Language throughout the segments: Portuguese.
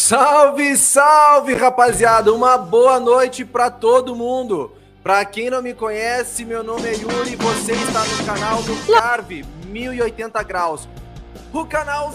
Salve, salve, rapaziada! Uma boa noite para todo mundo. Para quem não me conhece, meu nome é Yuri e você está no canal do Carve 1080 Graus. O canal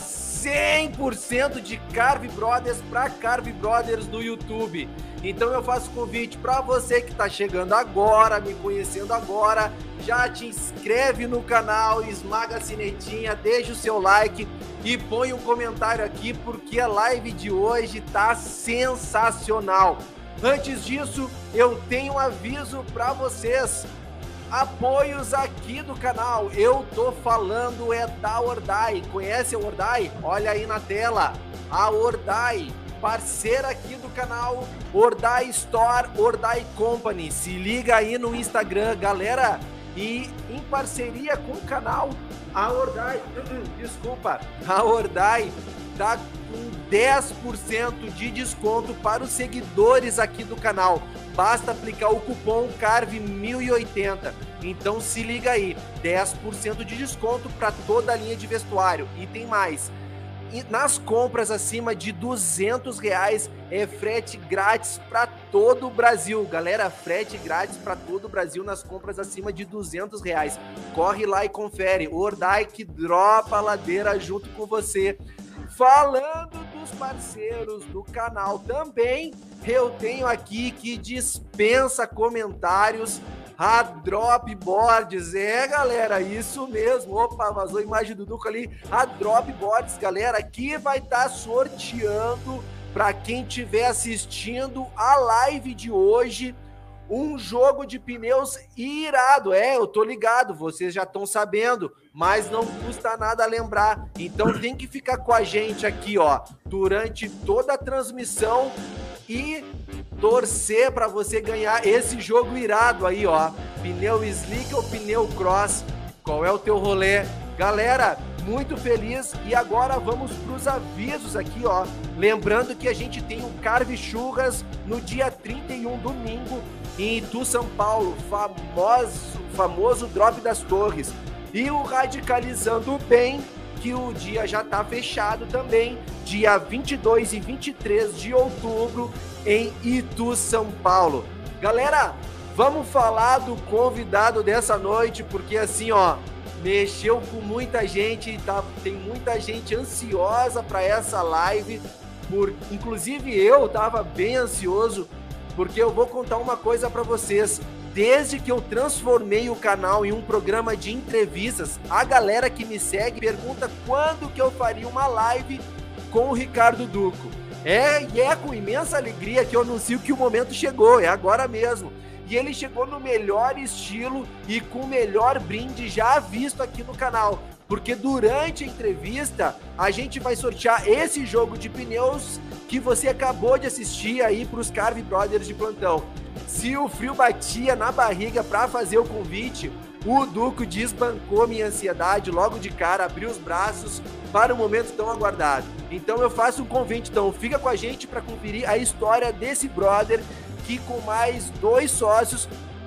100% de Carve Brothers para Carve Brothers do YouTube. Então eu faço convite para você que está chegando agora, me conhecendo agora, já te inscreve no canal, esmaga a sinetinha, deixa o seu like e põe um comentário aqui porque a live de hoje tá sensacional. Antes disso, eu tenho um aviso para vocês. Apoios aqui do canal. Eu tô falando é da Ordai. Conhece a Ordai? Olha aí na tela. A Ordai, parceira aqui do canal, Ordai Store, Ordai Company. Se liga aí no Instagram, galera. E em parceria com o canal, a Ordai, a Ordai tá com 10% de desconto para os seguidores aqui do canal. Basta aplicar o cupom CARVE1080. Então se liga aí, 10% de desconto para toda a linha de vestuário. E tem mais. E nas compras acima de R$200 é frete grátis para todo o Brasil. Galera, frete grátis para todo o Brasil nas compras acima de R$200. Corre lá e confere. O Ordai que dropa a ladeira junto com você. Falando dos parceiros do canal também, eu tenho aqui que dispensa comentários a Drop Boards. É, galera, isso mesmo. Opa, vazou a imagem do Duco ali. A Drop Boards, galera, que vai estar sorteando para quem estiver assistindo a live de hoje um jogo de pneus irado. É, eu tô ligado, vocês já estão sabendo, mas não custa nada lembrar. Então tem que ficar com a gente aqui, ó, durante toda a transmissão e torcer para você ganhar esse jogo irado aí, ó. Pneu slick ou pneu cross? Qual é o teu rolê? Galera, muito feliz. E agora vamos para os avisos aqui, ó. Lembrando que a gente tem o Carve Churras no dia 31, domingo, em Itu, São Paulo, famoso Drop das Torres. E o Radicalizando Bem, que o dia já tá fechado também, dia 22 e 23 de outubro, em Itu, São Paulo. Galera, vamos falar do convidado dessa noite, porque assim, ó, mexeu com muita gente, tá? Tem muita gente ansiosa para essa live, inclusive eu tava bem ansioso, porque eu vou contar uma coisa para vocês. Desde que eu transformei o canal em um programa de entrevistas, a galera que me segue pergunta quando que eu faria uma live com o Ricardo Duco. E é com imensa alegria que eu anuncio que o momento chegou, é agora mesmo. E ele chegou no melhor estilo e com o melhor brinde já visto aqui no canal. Porque durante a entrevista, a gente vai sortear esse jogo de pneus que você acabou de assistir aí para os Carve Brothers de plantão. Se o frio batia na barriga para fazer o convite, o Duco desbancou minha ansiedade logo de cara, abriu os braços para o momento tão aguardado. Então eu faço um convite, então fica com a gente para conferir a história desse brother que com mais 2 sócios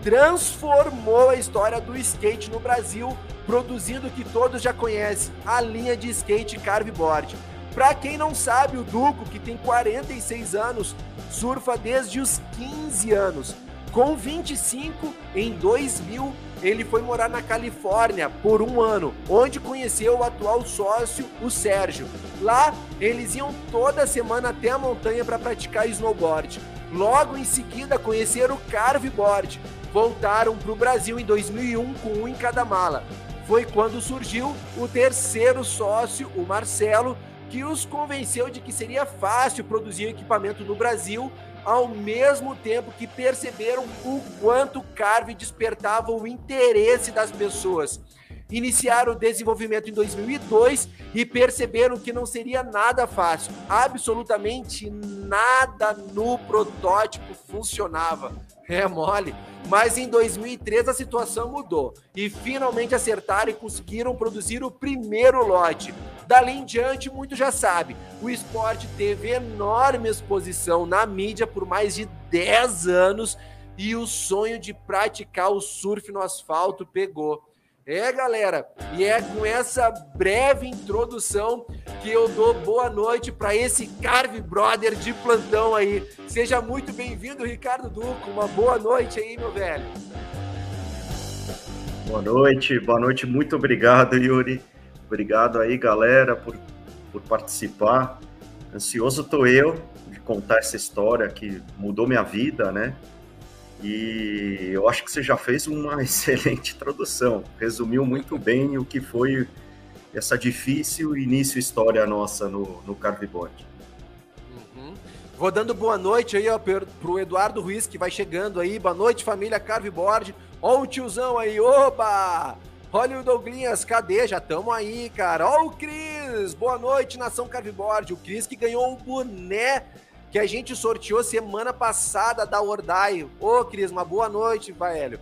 transformou a história do skate no Brasil, produzindo o que todos já conhecem, a linha de skate Carve Board. Pra quem não sabe, o Duco, que tem 46 anos, surfa desde os 15 anos. Com 25, em 2000, ele foi morar na Califórnia por 1 ano, onde conheceu o atual sócio, o Sérgio. Lá, eles iam toda semana até a montanha para praticar snowboard. Logo em seguida, conheceram o Carve Board. Voltaram para o Brasil em 2001 com um em cada mala. Foi quando surgiu o terceiro sócio, o Marcelo, que os convenceu de que seria fácil produzir equipamento no Brasil, ao mesmo tempo que perceberam o quanto o Carve despertava o interesse das pessoas. Iniciaram o desenvolvimento em 2002 e perceberam que não seria nada fácil. Absolutamente nada no protótipo funcionava. É mole. Mas em 2003 a situação mudou e finalmente acertaram e conseguiram produzir o primeiro lote. Dali em diante, muito já sabe, o esporte teve enorme exposição na mídia por mais de 10 anos e o sonho de praticar o surf no asfalto pegou. Galera, e é com essa breve introdução que eu dou boa noite para esse Carve Brother de plantão aí. Seja muito bem-vindo, Ricardo Duco. Uma boa noite aí, meu velho. Boa noite, muito obrigado, Yuri. Obrigado aí, galera, por participar. Ansioso tô eu de contar essa história que mudou minha vida, né? E eu acho que você já fez uma excelente introdução. Resumiu muito bem o que foi essa difícil início história nossa no Carveboard. Vou dando boa noite aí, ó, pro Eduardo Ruiz, que vai chegando aí. Boa noite, família Carveboard. Ó o tiozão aí, oba! Olha o Douglinhas, cadê? Já tamo aí, cara. Ó o Cris, boa noite, nação Carveboard. O Cris que ganhou um boné que a gente sorteou semana passada da Ordai. Ô, Cris, uma boa noite, velho.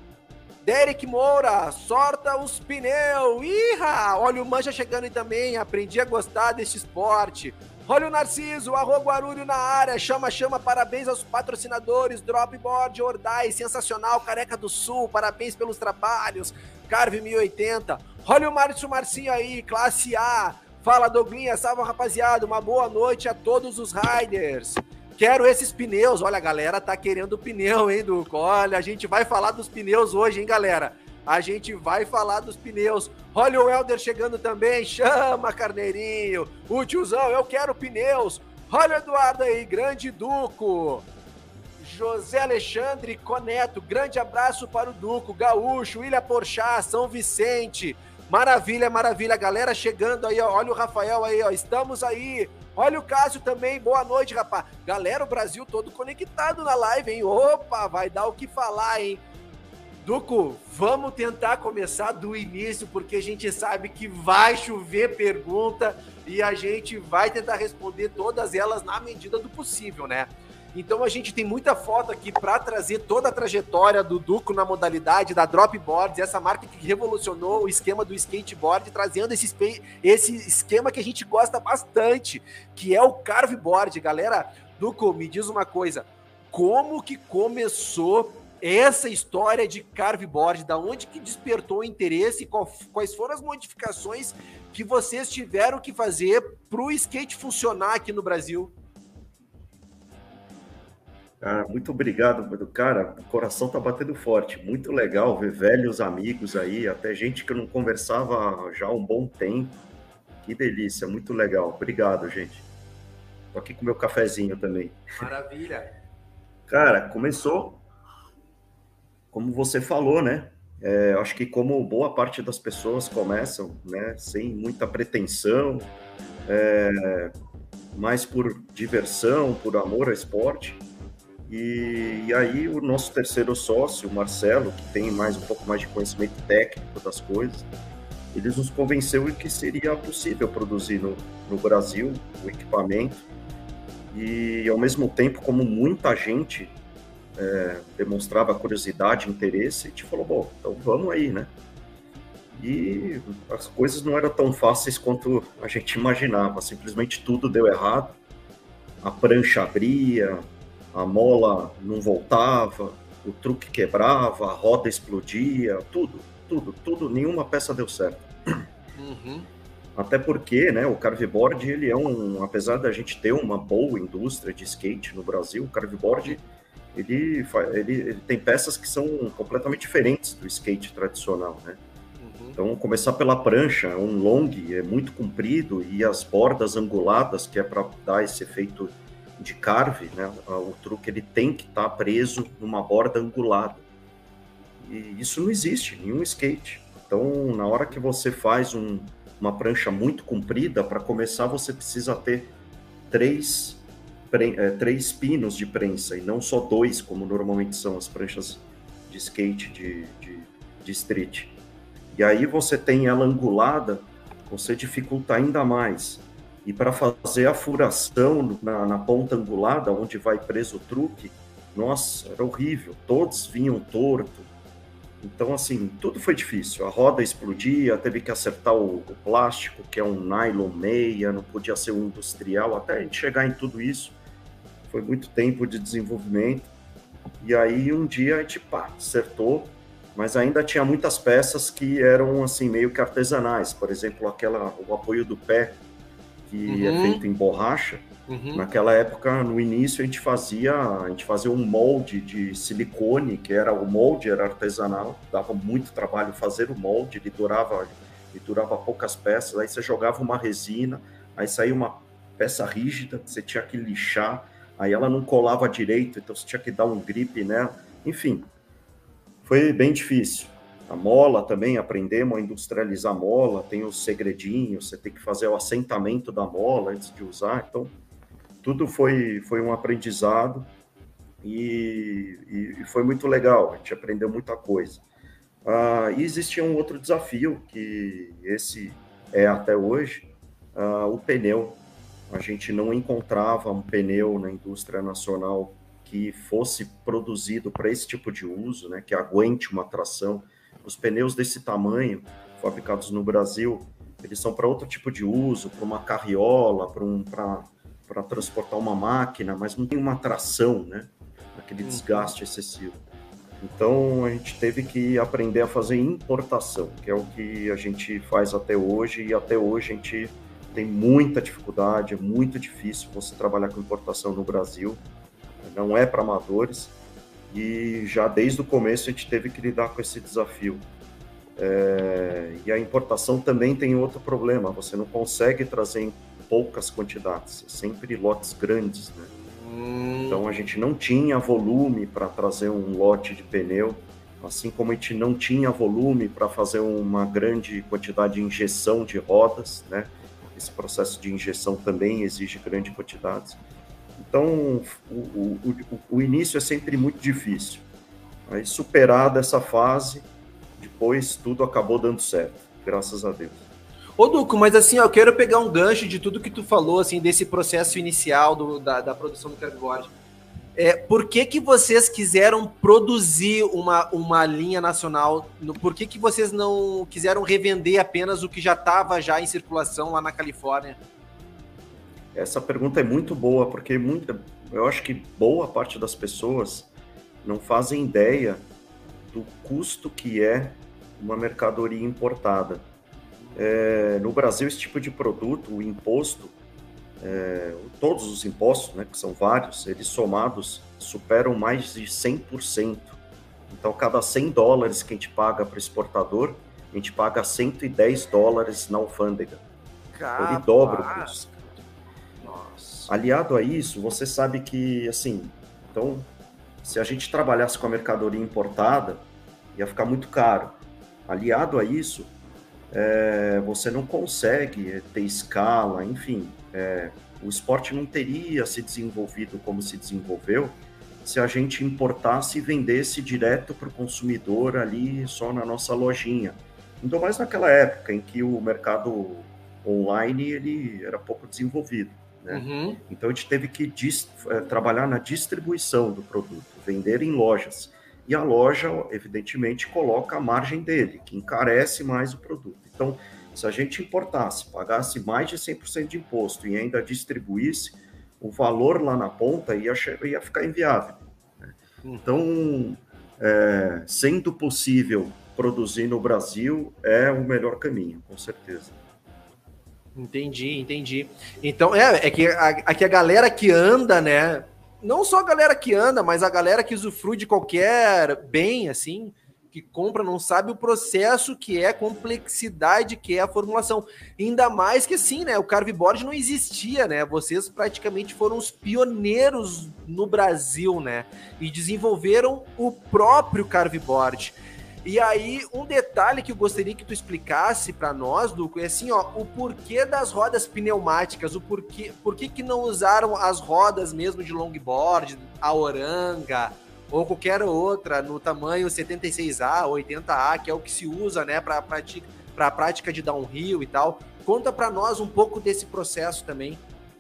Derek Moura, sorta os pneus. Iha! Olha o Mancha chegando aí também. Aprendi a gostar deste esporte. Olha o Narciso, arroba Guarulho na área. Chama, parabéns aos patrocinadores. Dropboard, Ordai, sensacional. Careca do Sul, parabéns pelos trabalhos. Carve 1080. Olha o Márcio Marcinho aí, classe A. Fala, Douglinha, salve, rapaziada. Uma boa noite a todos os riders. Quero esses pneus. Olha, a galera tá querendo pneu, hein, Duco? Olha, a gente vai falar dos pneus hoje, hein, galera? A gente vai falar dos pneus. Olha o Helder chegando também. Chama, carneirinho. O tiozão, eu quero pneus. Olha o Eduardo aí, grande Duco. José Alexandre Coneto, grande abraço para o Duco. Gaúcho, Ilha Porchá, São Vicente. Maravilha, maravilha. Galera chegando aí, ó. Olha o Rafael aí, ó. Estamos aí. Olha o Cássio também, boa noite, rapaz. Galera, o Brasil todo conectado na live, hein? Opa, vai dar o que falar, hein? Duco, vamos tentar começar do início, porque a gente sabe que vai chover pergunta e a gente vai tentar responder todas elas na medida do possível, né? Então a gente tem muita foto aqui para trazer toda a trajetória do Duco na modalidade da Dropboards, essa marca que revolucionou o esquema do skateboard, trazendo esse esquema que a gente gosta bastante, que é o Carveboard. Galera, Duco, me diz uma coisa, como que começou essa história de Carveboard? Da onde que despertou o interesse? Quais foram as modificações que vocês tiveram que fazer para o skate funcionar aqui no Brasil? Cara, muito obrigado, cara. O coração tá batendo forte. Muito legal ver velhos amigos aí, até gente que eu não conversava já há um bom tempo. Que delícia, muito legal. Obrigado, gente. Tô aqui com meu cafezinho também. Maravilha. Cara, começou, como você falou, né? Acho que como boa parte das pessoas começam, né? Sem muita pretensão, mais por diversão, por amor ao esporte. E aí o nosso terceiro sócio, o Marcelo, que tem um pouco mais de conhecimento técnico das coisas, ele nos convenceu de que seria possível produzir no Brasil o equipamento. E ao mesmo tempo, como muita gente demonstrava curiosidade, interesse, a gente falou, bom, então vamos aí, né? E as coisas não eram tão fáceis quanto a gente imaginava, simplesmente tudo deu errado, a prancha abria, a mola não voltava, o truque quebrava, a roda explodia, tudo, nenhuma peça deu certo. Uhum. Até porque, né, o carveboard, ele é apesar da gente ter uma boa indústria de skate no Brasil, o carveboard, ele tem peças que são completamente diferentes do skate tradicional, né? Uhum. Então, começar pela prancha, um long é muito comprido e as bordas anguladas, que é para dar esse efeito de carve, né? O truque ele tem que estar preso numa borda angulada. E isso não existe em nenhum skate. Então, na hora que você faz uma prancha muito comprida, para começar você precisa ter três pinos de prensa e não só dois, como normalmente são as pranchas de skate de street. E aí você tem ela angulada, você dificulta ainda mais. E para fazer a furação na ponta angulada, onde vai preso o truque, nossa, era horrível. Todos vinham torto. Então, assim, tudo foi difícil. A roda explodia, teve que acertar o plástico, que é um nylon meia, não podia ser um industrial. Até a gente chegar em tudo isso, foi muito tempo de desenvolvimento. E aí, um dia, a gente, acertou. mas ainda tinha muitas peças que eram assim meio que artesanais. Por exemplo, o apoio do pé, que é feito em borracha. Naquela época, no início, a gente fazia um molde de silicone, o molde era artesanal, dava muito trabalho fazer o molde, ele durava poucas peças, aí você jogava uma resina, aí saía uma peça rígida, que você tinha que lixar, aí ela não colava direito, então você tinha que dar um grip nela, enfim, foi bem difícil. A mola também, aprendemos a industrializar a mola, tem os segredinhos, você tem que fazer o assentamento da mola antes de usar, então tudo foi um aprendizado e foi muito legal, a gente aprendeu muita coisa. E existia um outro desafio, que esse é até hoje, o pneu. A gente não encontrava um pneu na indústria nacional que fosse produzido para esse tipo de uso, né, que aguente uma tração. Os pneus desse tamanho, fabricados no Brasil, eles são para outro tipo de uso, para uma carriola, para transportar uma máquina, mas não tem uma tração, né? Aquele desgaste excessivo. Então, a gente teve que aprender a fazer importação, que é o que a gente faz até hoje, e até hoje a gente tem muita dificuldade, é muito difícil você trabalhar com importação no Brasil, não é para amadores, e já desde o começo a gente teve que lidar com esse desafio. E a importação também tem outro problema, você não consegue trazer em poucas quantidades, sempre lotes grandes, né? Então a gente não tinha volume para trazer um lote de pneu, assim como a gente não tinha volume para fazer uma grande quantidade de injeção de rodas, né? Esse processo de injeção também exige grande quantidade. Então o início é sempre muito difícil. Aí superada essa fase, depois tudo acabou dando certo, graças a Deus. Ô, Duco, mas assim, ó, eu quero pegar um gancho de tudo que tu falou, assim, desse processo inicial da produção do carboard. Por que vocês quiseram produzir uma linha nacional? Por que vocês não quiseram revender apenas o que já estava já em circulação lá na Califórnia? Essa pergunta é muito boa, porque eu acho que boa parte das pessoas não fazem ideia do custo que é uma mercadoria importada. No Brasil, esse tipo de produto, o imposto, todos os impostos, né, que são vários, eles somados superam mais de 100%. Então, cada $100 que a gente paga para o exportador, a gente paga $110 na alfândega. Então, ele dobra o custo. Nossa. Aliado a isso, você sabe que, assim, então, se a gente trabalhasse com a mercadoria importada, ia ficar muito caro. Aliado a isso, você não consegue ter escala, enfim, o esporte não teria se desenvolvido como se desenvolveu se a gente importasse e vendesse direto para o consumidor ali só na nossa lojinha. Ainda mais naquela época em que o mercado online ele era pouco desenvolvido, né? Então a gente teve que trabalhar na distribuição do produto, vender em lojas. E a loja, evidentemente, coloca a margem dele, que encarece mais o produto. Então, se a gente importasse, pagasse mais de 100% de imposto e ainda distribuísse, o valor lá na ponta ia ficar inviável, né? Então, sendo possível produzir no Brasil, é o melhor caminho, com certeza. Entendi. Então, que a galera que anda, né? Não só a galera que anda, mas a galera que usufrui de qualquer bem, assim, que compra, não sabe o processo que é, a complexidade que é a formulação. Ainda mais que, assim, né, o carveboard não existia, né? Vocês praticamente foram os pioneiros no Brasil, né? E desenvolveram o próprio carveboard. E aí, um detalhe que eu gostaria que tu explicasse para nós, Duco, é assim, ó, o porquê das rodas pneumáticas, por que não usaram as rodas mesmo de longboard, a Oranga, ou qualquer outra, no tamanho 76A, 80A, que é o que se usa, né, para a prática de downhill e tal. Conta para nós um pouco desse processo também.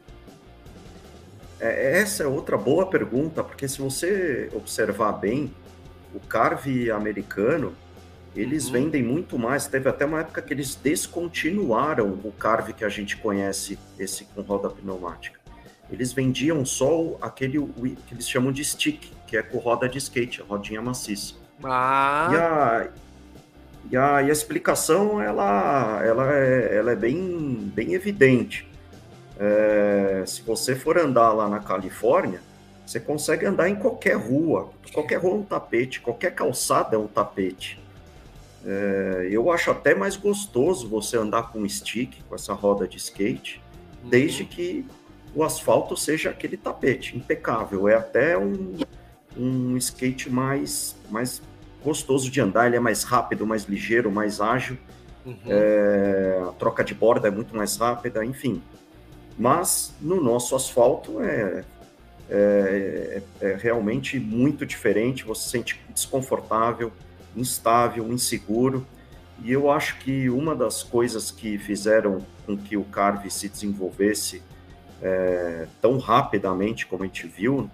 Essa é outra boa pergunta, porque se você observar bem, o carve americano, eles vendem muito mais. Teve até uma época que eles descontinuaram o carve que a gente conhece, esse com roda pneumática. Eles vendiam só aquele que eles chamam de stick, que é com roda de skate, a rodinha maciça. E a explicação, ela é bem evidente. Se você for andar lá na Califórnia, você consegue andar em qualquer rua é um tapete, qualquer calçada é um tapete. Eu acho até mais gostoso você andar com stick, com essa roda de skate, desde que o asfalto seja aquele tapete, impecável. É até um skate mais gostoso de andar, ele é mais rápido, mais ligeiro, mais ágil. A troca de borda é muito mais rápida, enfim. Mas no nosso asfalto é realmente muito diferente, você se sente desconfortável, instável, inseguro. E eu acho que uma das coisas que fizeram com que o Carve se desenvolvesse tão rapidamente como a gente viu,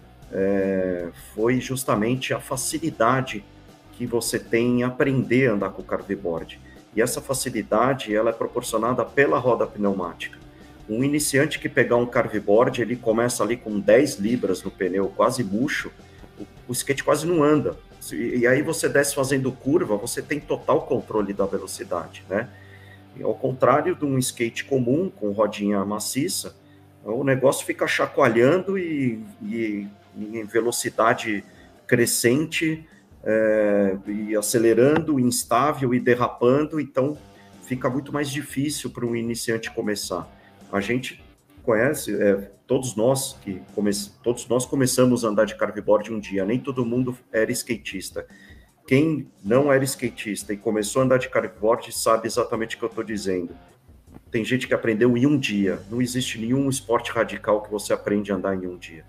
foi justamente a facilidade que você tem em aprender a andar com o carveboard. E essa facilidade, ela é proporcionada pela roda pneumática. Um iniciante que pegar um carveboard, ele começa ali com 10 libras no pneu, quase murcho, o skate quase não anda. E aí você desce fazendo curva, você tem total controle da velocidade, né? E ao contrário de um skate comum, com rodinha maciça, o negócio fica chacoalhando e em velocidade crescente, e acelerando, instável e derrapando, então fica muito mais difícil para um iniciante começar. A gente conhece, todos nós começamos a andar de carveboard um dia, nem todo mundo era skatista. Quem não era skatista e começou a andar de carveboard sabe exatamente o que eu estou dizendo. Tem gente que aprendeu em um dia, não existe nenhum esporte radical que você aprende a andar em um dia.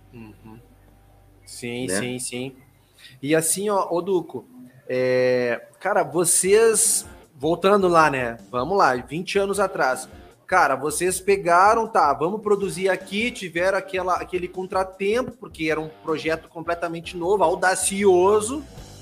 Sim, né? Sim. E assim, ô Duco, cara, vocês, voltando lá, né, vamos lá, 20 anos atrás, cara, vocês pegaram, vamos produzir aqui, tiveram aquele contratempo, porque era um projeto completamente novo, audacioso,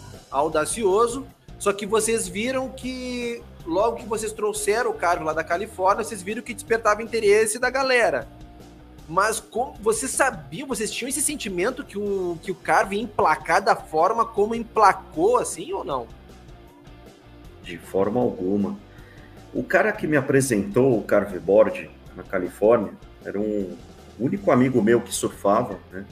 só que vocês viram que, logo que vocês trouxeram o Carve lá da Califórnia, vocês viram que despertava interesse da galera. Mas como vocês sabiam, vocês tinham esse sentimento que o Carve ia emplacar da forma como emplacou, assim, ou não? De forma alguma. O cara que me apresentou o carveboard na Califórnia era um único amigo meu que surfava, né?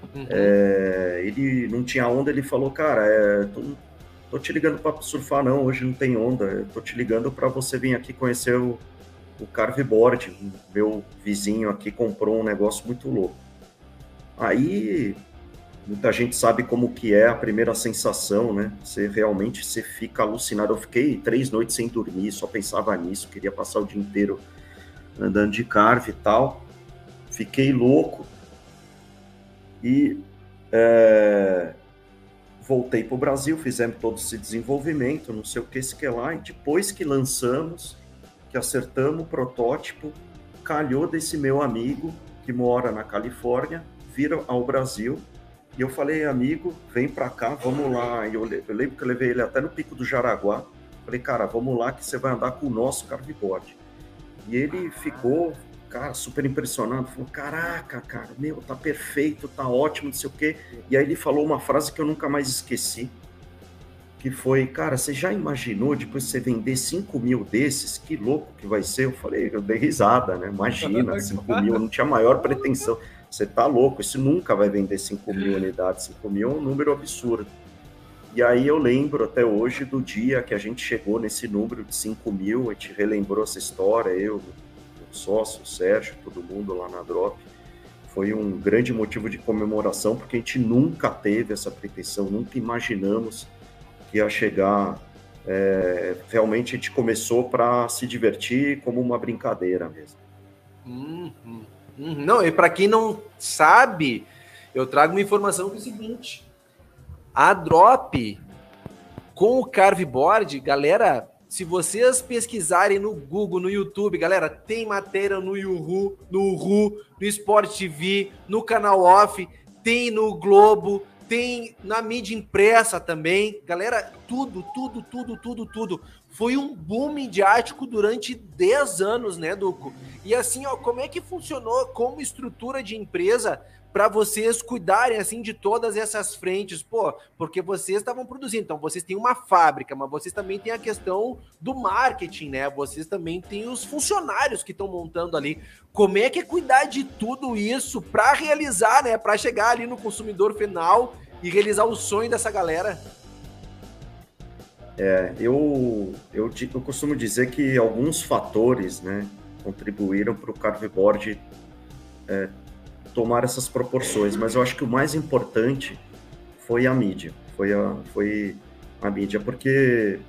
Ele não tinha onda, ele falou, cara, tô te ligando para surfar não, hoje não tem onda, eu tô te ligando para você vir aqui conhecer o carveboard. Meu vizinho aqui comprou um negócio muito louco. Aí, muita gente sabe como que é a primeira sensação, né? Você fica alucinado. Eu fiquei 3 noites sem dormir, só pensava nisso, queria passar o dia inteiro andando de carve e tal. Fiquei louco. E voltei para o Brasil, fizemos todo esse desenvolvimento, não sei o que lá, e depois que lançamos, que acertamos o protótipo, calhou desse meu amigo que mora na Califórnia vir ao Brasil, e eu falei, amigo, vem pra cá, vamos lá. Eu lembro que eu levei ele até no Pico do Jaraguá, falei, cara, vamos lá que você vai andar com o nosso carveboard. E ele ficou, cara, super impressionado, falou, caraca, cara, meu, tá perfeito, tá ótimo, não sei o quê. E aí ele falou uma frase que eu nunca mais esqueci, que foi, cara, você já imaginou depois você vender 5 mil desses? Que louco que vai ser? Eu dei risada, né? Imagina, 5 mil, eu não tinha a maior pretensão. Você tá louco, isso nunca vai vender 5 mil unidades, 5 mil é um número absurdo. E aí eu lembro até hoje do dia que a gente chegou nesse número de 5 mil, a gente relembrou essa história, eu, o sócio, o Sérgio, todo mundo lá na Drop. Foi um grande motivo de comemoração, porque a gente nunca teve essa pretensão, nunca imaginamos que ia chegar. Realmente a gente começou para se divertir como uma brincadeira mesmo. Não, e para quem não sabe, eu trago uma informação que é o seguinte: a Drop com o carveboard, galera, se vocês pesquisarem no Google, no YouTube, galera, tem matéria no Yuhu, no Sport TV, no Canal Off, tem no Globo, tem na mídia impressa também. Galera, tudo. foi um boom midiático durante 10 anos, né, Duco? E assim, ó, como é que funcionou como estrutura de empresa para vocês cuidarem, assim, de todas essas frentes? Pô, porque vocês estavam produzindo, então vocês têm uma fábrica, mas vocês também têm a questão do marketing, né? Vocês também têm os funcionários que estão montando ali. Como é que é cuidar de tudo isso para realizar, né? Para chegar ali no consumidor final e realizar o sonho dessa galera? Eu costumo dizer que alguns fatores, né, contribuíram para o Carveboard tomar essas proporções, mas eu acho que o mais importante foi a mídia, foi a mídia, porque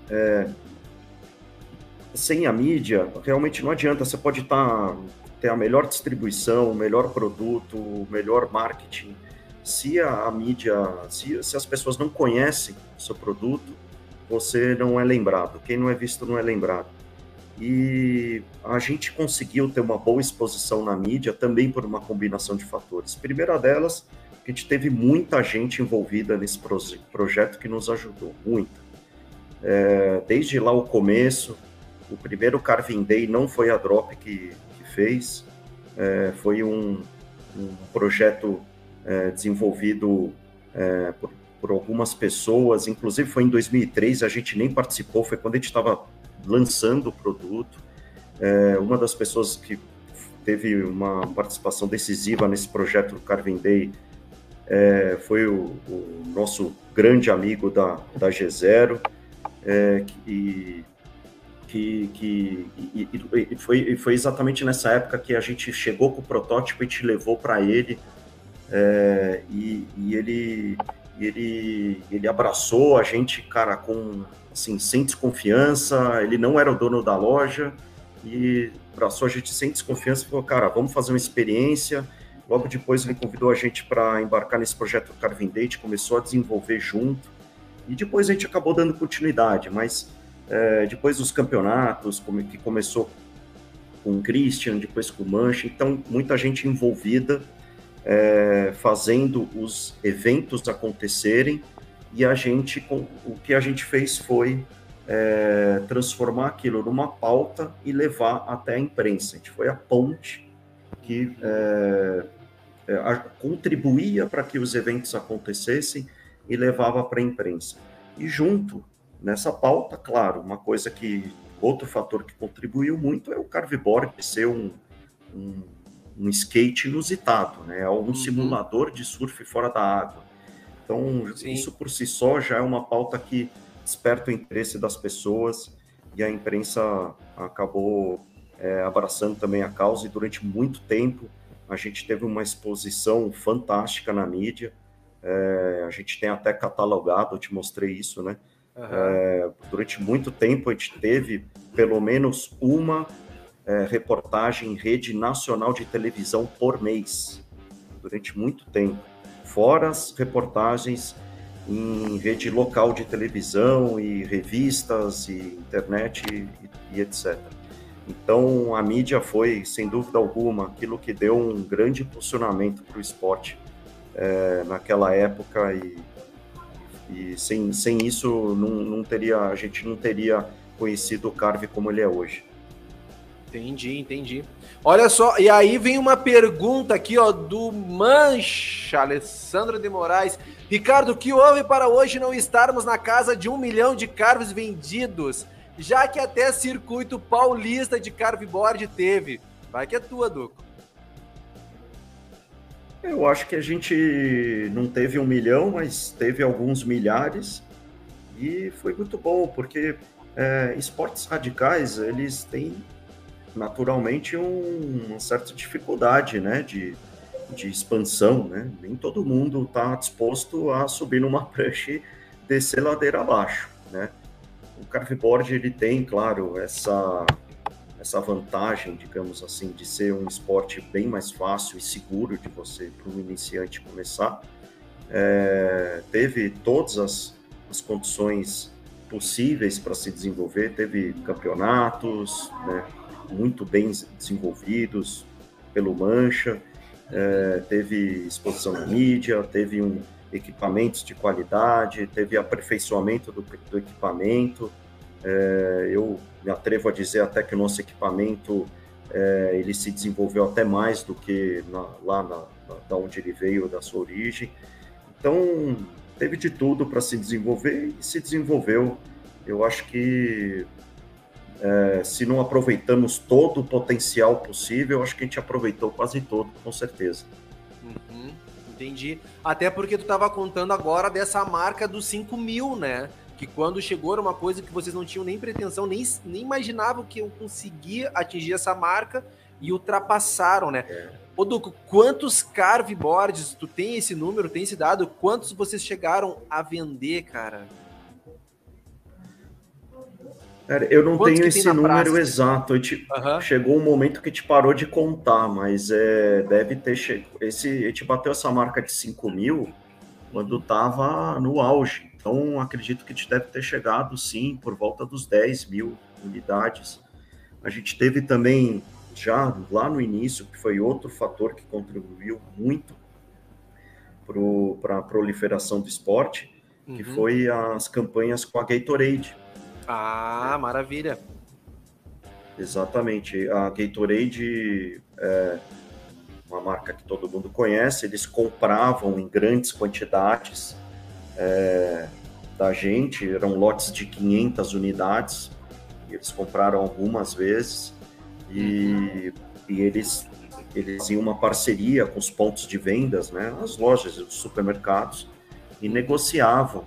sem a mídia, realmente não adianta, você pode ter a melhor distribuição, o melhor produto, o melhor marketing, se a mídia, se as pessoas não conhecem o seu produto, você não é lembrado. Quem não é visto não é lembrado. E a gente conseguiu ter uma boa exposição na mídia também por uma combinação de fatores. Primeira delas, que a gente teve muita gente envolvida nesse projeto que nos ajudou, muita. Desde lá o começo, o primeiro Carving Day não foi a Drop que fez, foi um projeto desenvolvido por algumas pessoas, inclusive foi em 2003, a gente nem participou, foi quando a gente estava lançando o produto. Uma das pessoas que teve uma participação decisiva nesse projeto do Carving Day foi o nosso grande amigo da G0, e foi exatamente nessa época que a gente chegou com o protótipo e te levou para ele, e ele abraçou a gente, cara, com, assim, sem desconfiança. Ele não era o dono da loja e abraçou a gente sem desconfiança e falou, cara, vamos fazer uma experiência. Logo depois ele convidou a gente para embarcar nesse projeto do Carving Day, começou a desenvolver junto e depois a gente acabou dando continuidade, mas depois dos campeonatos, que começou com o Christian, depois com o Mancha, então muita gente envolvida, fazendo os eventos acontecerem, e o que a gente fez foi transformar aquilo numa pauta e levar até a imprensa. A gente foi a ponte que contribuía para que os eventos acontecessem e levava para a imprensa. E junto nessa pauta, claro, outro fator que contribuiu muito é o Carveboard ser um skate inusitado, né? É um simulador de surf fora da água. Então, sim, isso por si só já é uma pauta que desperta o interesse das pessoas, e a imprensa acabou abraçando também a causa, e durante muito tempo a gente teve uma exposição fantástica na mídia. A gente tem até catalogado, eu te mostrei isso, né? Durante muito tempo a gente teve pelo menos uma reportagem em rede nacional de televisão por mês, durante muito tempo, fora as reportagens em rede local de televisão e revistas e internet e etc. Então a mídia foi, sem dúvida alguma, aquilo que deu um grande impulsionamento para o esporte naquela época, e sem isso a gente não teria conhecido o Carve como ele é hoje. Entendi. Olha só, e aí vem uma pergunta aqui, ó, do Mancha, Alessandro de Moraes. Ricardo, o que houve para hoje não estarmos na casa de 1 milhão de carves vendidos, já que até circuito paulista de carveboard teve? Vai que é tua, Duco. Eu acho que a gente não teve 1 milhão, mas teve alguns milhares, e foi muito bom, porque esportes radicais, eles têm naturalmente uma certa dificuldade, né, de expansão, né? Nem todo mundo está disposto a subir numa prancha e descer ladeira abaixo, né? O carveboard, ele tem, claro, essa vantagem, digamos assim, de ser um esporte bem mais fácil e seguro de você, para um iniciante, começar. Teve todas as condições possíveis para se desenvolver, teve campeonatos, né, muito bem desenvolvidos pelo Mancha, teve exposição na mídia, teve equipamentos de qualidade, teve aperfeiçoamento do equipamento, Eu me atrevo a dizer até que o nosso equipamento ele se desenvolveu até mais do que da onde ele veio, da sua origem. Então, teve de tudo para se desenvolver e se desenvolveu. Eu acho que se não aproveitamos todo o potencial possível, acho que a gente aproveitou quase todo, com certeza. Uhum, entendi. Até porque tu estava contando agora dessa marca dos 5.000, né? Que quando chegou era uma coisa que vocês não tinham nem pretensão, nem imaginavam que iam conseguir atingir essa marca e ultrapassaram, né? Ô, Duco, quantos carveboards, tu tem esse número, tem esse dado? Quantos vocês chegaram a vender, cara? Eu não tenho esse número exato. Chegou um momento que a gente parou de contar, mas deve ter chegado. A gente bateu essa marca de 5.000 quando estava no auge. Então, acredito que a gente deve ter chegado, sim, por volta dos 10.000 unidades. A gente teve também, já lá no início, que foi outro fator que contribuiu muito para a proliferação do esporte, que foi as campanhas com a Gatorade. Ah, maravilha. Exatamente. A Gatorade é uma marca que todo mundo conhece, eles compravam em grandes quantidades da gente, eram lotes de 500 unidades, eles compraram algumas vezes, e eles tinham uma parceria com os pontos de vendas, né, as lojas, os supermercados, e negociavam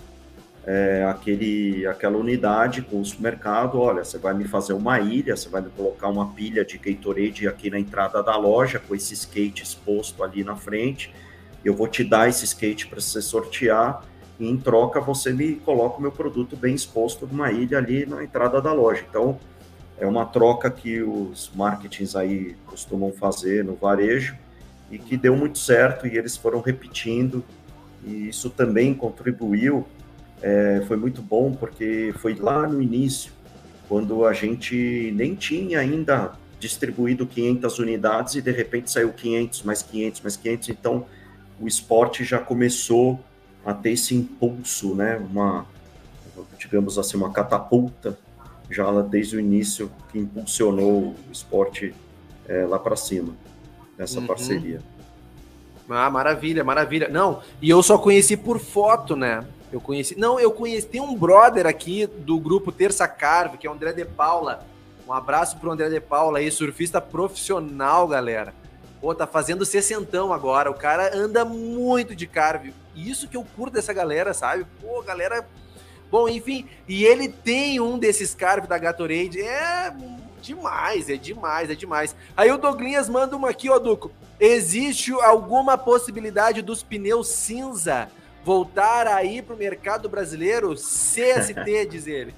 aquela unidade com o supermercado. Olha, você vai me fazer uma ilha, você vai me colocar uma pilha de Gatorade aqui na entrada da loja, com esse skate exposto ali na frente, eu vou te dar esse skate para você sortear, e em troca você me coloca o meu produto bem exposto numa ilha ali na entrada da loja. Então, é uma troca que os marketings aí costumam fazer no varejo, e que deu muito certo, e eles foram repetindo, e isso também contribuiu. Foi muito bom, porque foi lá no início, quando a gente nem tinha ainda distribuído 500 unidades, e de repente saiu 500, mais 500, mais 500, então o esporte já começou a ter esse impulso, né? Digamos assim, uma catapulta, já desde o início, que impulsionou o esporte lá para cima, nessa parceria. Ah, maravilha, maravilha. Não, e eu só conheci por foto, né? Eu conheci, tem um brother aqui do grupo Terça Carve, que é o André de Paula. Um abraço pro André de Paula aí, surfista profissional, galera. Pô, tá fazendo 60 agora, o cara anda muito de carve. E isso que eu curto dessa galera, sabe? Pô, galera... Bom, enfim, e ele tem um desses carve da Gatorade, demais, é demais. Aí o Douglinhas manda uma aqui, ó, Duco. Existe alguma possibilidade dos pneus cinza voltar aí pro mercado brasileiro? CST, diz ele.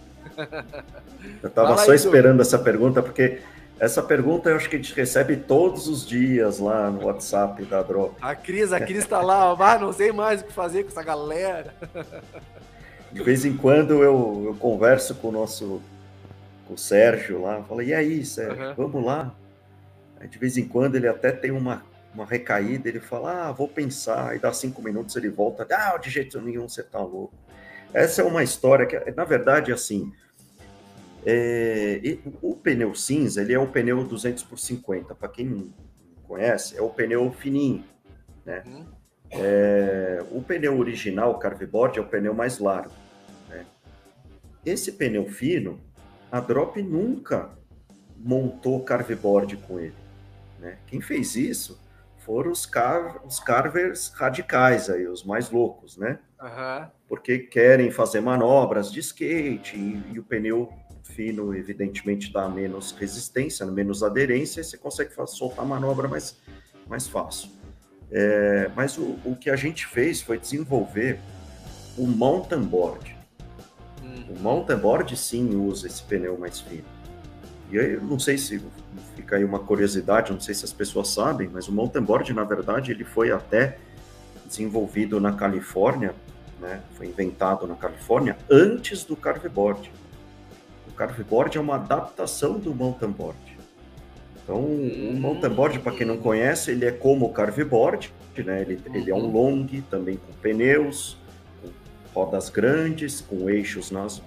Eu tava só esperando essa pergunta, porque essa pergunta eu acho que a gente recebe todos os dias lá no WhatsApp da Drop. A Cris tá lá, não sei mais o que fazer com essa galera. De vez em quando eu converso com o Sérgio lá, falo, e aí, Sérgio, vamos lá? Aí, de vez em quando ele até tem uma recaída, ele fala, vou pensar, e dá 5 minutos ele volta, de jeito nenhum, você tá louco. Essa é uma história que, na verdade, assim, o pneu cinza, ele é o pneu 200/50, para quem não conhece, é o pneu fininho, né? O pneu original, o carveboard, é o pneu mais largo, né? Esse pneu fino, a Drop nunca montou carveboard com ele, né? Quem fez isso foram os carvers radicais aí, os mais loucos, né? Porque querem fazer manobras de skate, e o pneu fino, evidentemente, dá menos resistência, menos aderência, e você consegue soltar a manobra mais fácil. Mas o que a gente fez foi desenvolver o mountain board. O mountain board, sim, usa esse pneu mais fino. E eu não sei se fica aí uma curiosidade, não sei se as pessoas sabem, mas o mountain board, na verdade, ele foi até desenvolvido na Califórnia, né? Foi inventado na Califórnia antes do carveboard. O carveboard é uma adaptação do mountain board. Então, o mountain board, para quem não conhece, ele é como o carveboard, né? Ele é um long, também com pneus, com rodas grandes, com eixos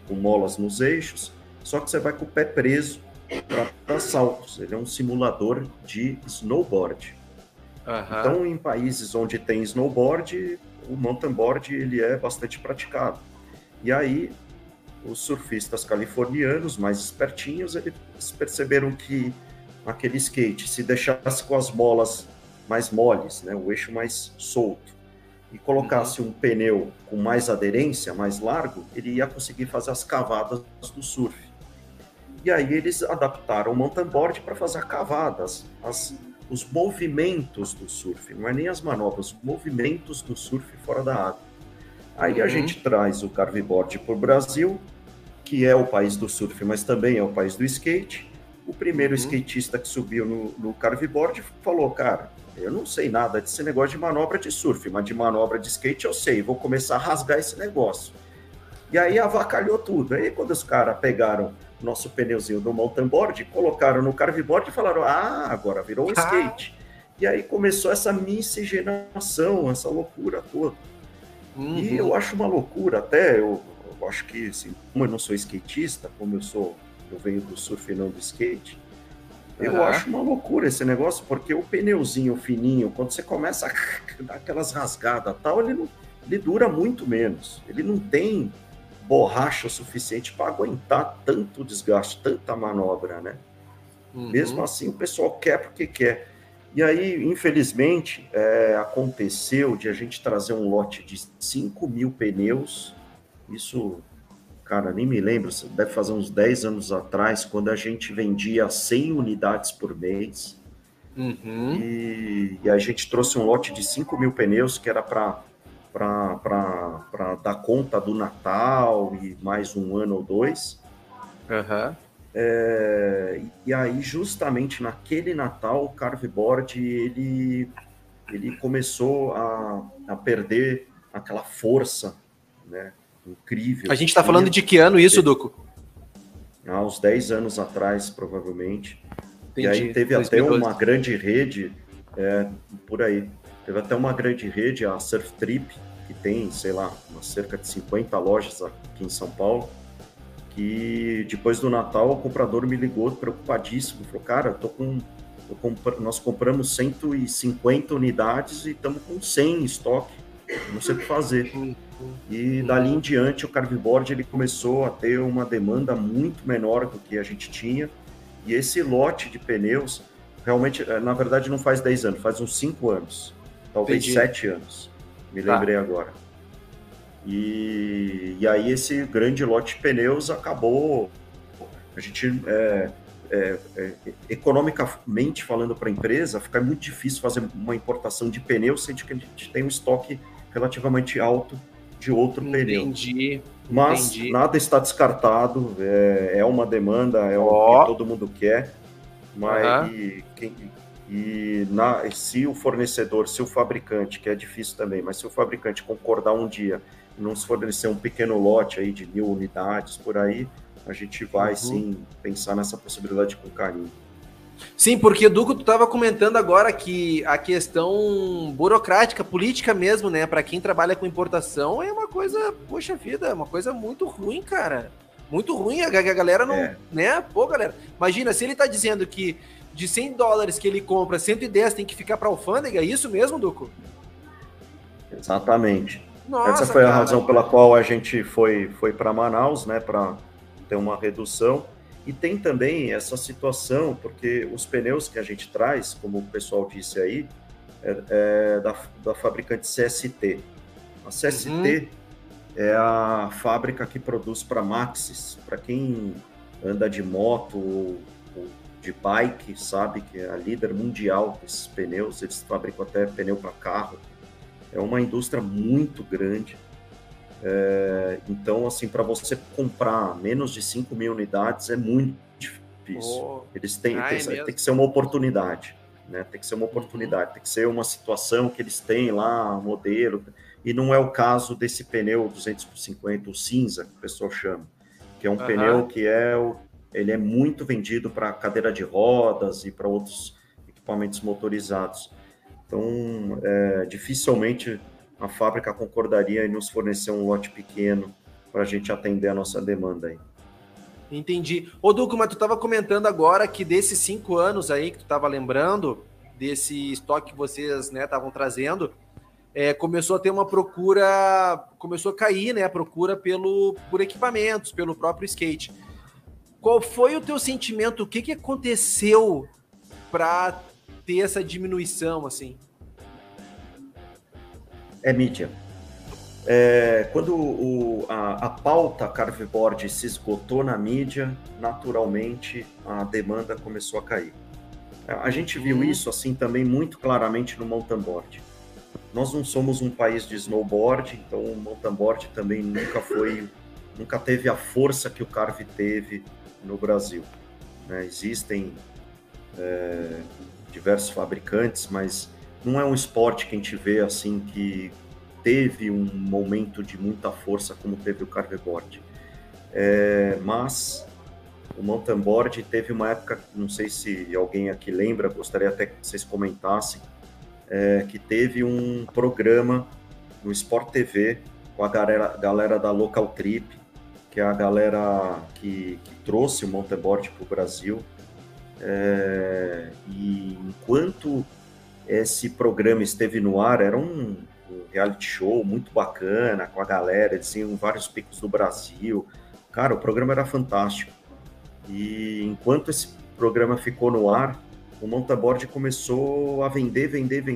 com molas nos eixos, só que você vai com o pé preso para saltos. Ele é um simulador de snowboard. Então, em países onde tem snowboard, o mountain board ele é bastante praticado. E aí, os surfistas californianos, mais espertinhos, eles perceberam que aquele skate, se deixasse com as molas mais moles, né, o eixo mais solto, e colocasse um pneu com mais aderência, mais largo, ele ia conseguir fazer as cavadas do surf. E aí eles adaptaram o mountain board para fazer a cavada, os movimentos do surf, não é nem as manobras, os movimentos do surf fora da água. Aí a gente traz o carveboard para o Brasil, que é o país do surf, mas também é o país do skate. O primeiro skatista que subiu no carveboard falou, cara, eu não sei nada desse negócio de manobra de surf, mas de manobra de skate eu sei, vou começar a rasgar esse negócio. E aí avacalhou tudo. Aí quando os caras pegaram nosso pneuzinho do mountain board, colocaram no carveboard e falaram, agora virou um skate. E aí começou essa miscigenação, essa loucura toda. E eu acho uma loucura até, eu acho que, assim, como eu não sou skatista, como eu venho do surf e não do skate, eu acho uma loucura esse negócio, porque o pneuzinho fininho, quando você começa a dar aquelas rasgadas e tal, ele dura muito menos. Ele não tem borracha o suficiente para aguentar tanto desgaste, tanta manobra, né? Mesmo assim, o pessoal quer porque quer. E aí, infelizmente, aconteceu de a gente trazer um lote de 5.000 pneus. Isso, cara, nem me lembro, deve fazer uns 10 anos atrás, quando a gente vendia 100 unidades por mês. E a gente trouxe um lote de 5.000 pneus, que era para dar conta do Natal e mais um ano ou dois. E aí, justamente naquele Natal, o carveboard ele começou a perder aquela força, né, incrível. A gente está falando de que ano isso, Duco? Há uns 10 anos atrás, provavelmente. Entendi. E aí teve 2012. Até uma grande rede, por aí, teve até uma grande rede, a Surf Trip, que tem, sei lá, cerca de 50 lojas aqui em São Paulo, que depois do Natal o comprador me ligou preocupadíssimo, falou, cara, nós compramos 150 unidades e estamos com 100 em estoque, não sei o que fazer. E dali em diante o carveboard ele começou a ter uma demanda muito menor do que a gente tinha, e esse lote de pneus, realmente, na verdade não faz 10 anos, faz uns 5 anos, talvez 7 anos, me lembrei agora. E aí esse grande lote de pneus acabou, a gente, economicamente falando para a empresa, fica muito difícil fazer uma importação de pneus, sendo que a gente tem um estoque relativamente alto de outro pneu. Mas nada está descartado, é uma demanda, é o que todo mundo quer, mas se o fornecedor, se o fabricante, que é difícil também, mas se o fabricante concordar um dia e nos fornecer um pequeno lote aí de 1.000 unidades por aí, a gente vai sim pensar nessa possibilidade com carinho. Sim, porque, Duco, tu estava comentando agora que a questão burocrática, política mesmo, né, para quem trabalha com importação é uma coisa, poxa vida, é uma coisa muito ruim, cara. Muito ruim, a galera não, né? Pô, galera, imagina, se ele tá dizendo que de $100 que ele compra, 110 tem que ficar para alfândega, é isso mesmo, Duco? Exatamente. Nossa, essa foi a razão pela qual a gente foi para Manaus, né, para ter uma redução. E tem também essa situação, porque os pneus que a gente traz, como o pessoal disse aí, da fabricante CST. A CST é a fábrica que produz para Maxxis. Para quem anda de moto ou de bike, sabe que é a líder mundial desses pneus. Eles fabricam até pneu para carro. É uma indústria muito grande. Então, assim, para você comprar menos de 5.000 unidades é muito difícil. Eles tem que ser uma oportunidade, né? Tem que ser uma oportunidade, tem que ser uma situação que eles têm lá, modelo, e não é o caso desse pneu 200/50, o cinza, que o pessoal chama, que é um pneu que ele é muito vendido para cadeira de rodas e para outros equipamentos motorizados. Então, dificilmente a fábrica concordaria em nos fornecer um lote pequeno para a gente atender a nossa demanda aí. Entendi. Ô, Duco, mas tu estava comentando agora que desses 5 anos aí que tu estava lembrando, desse estoque que vocês, né, estavam trazendo, começou a ter uma procura, começou a cair, né, a procura por equipamentos, pelo próprio skate. Qual foi o teu sentimento? O que aconteceu para ter essa diminuição, assim? É mídia. Quando a pauta carveboard se esgotou na mídia, naturalmente a demanda começou a cair. A gente viu isso assim também muito claramente no mountain board. Nós não somos um país de snowboard, então o mountain board também nunca teve a força que o carve teve no Brasil, né? Existem diversos fabricantes, mas não é um esporte que a gente vê assim que teve um momento de muita força como teve o carveboard. Mas o mountain board teve uma época, não sei se alguém aqui lembra, gostaria até que vocês comentassem, que teve um programa no Sport TV com a galera da Local Trip, que é a galera que trouxe o mountain board para o Brasil. E enquanto esse programa esteve no ar, era um reality show muito bacana, com a galera, eles iam em vários picos do Brasil. Cara, o programa era fantástico. E enquanto esse programa ficou no ar, o mountain board começou a vender.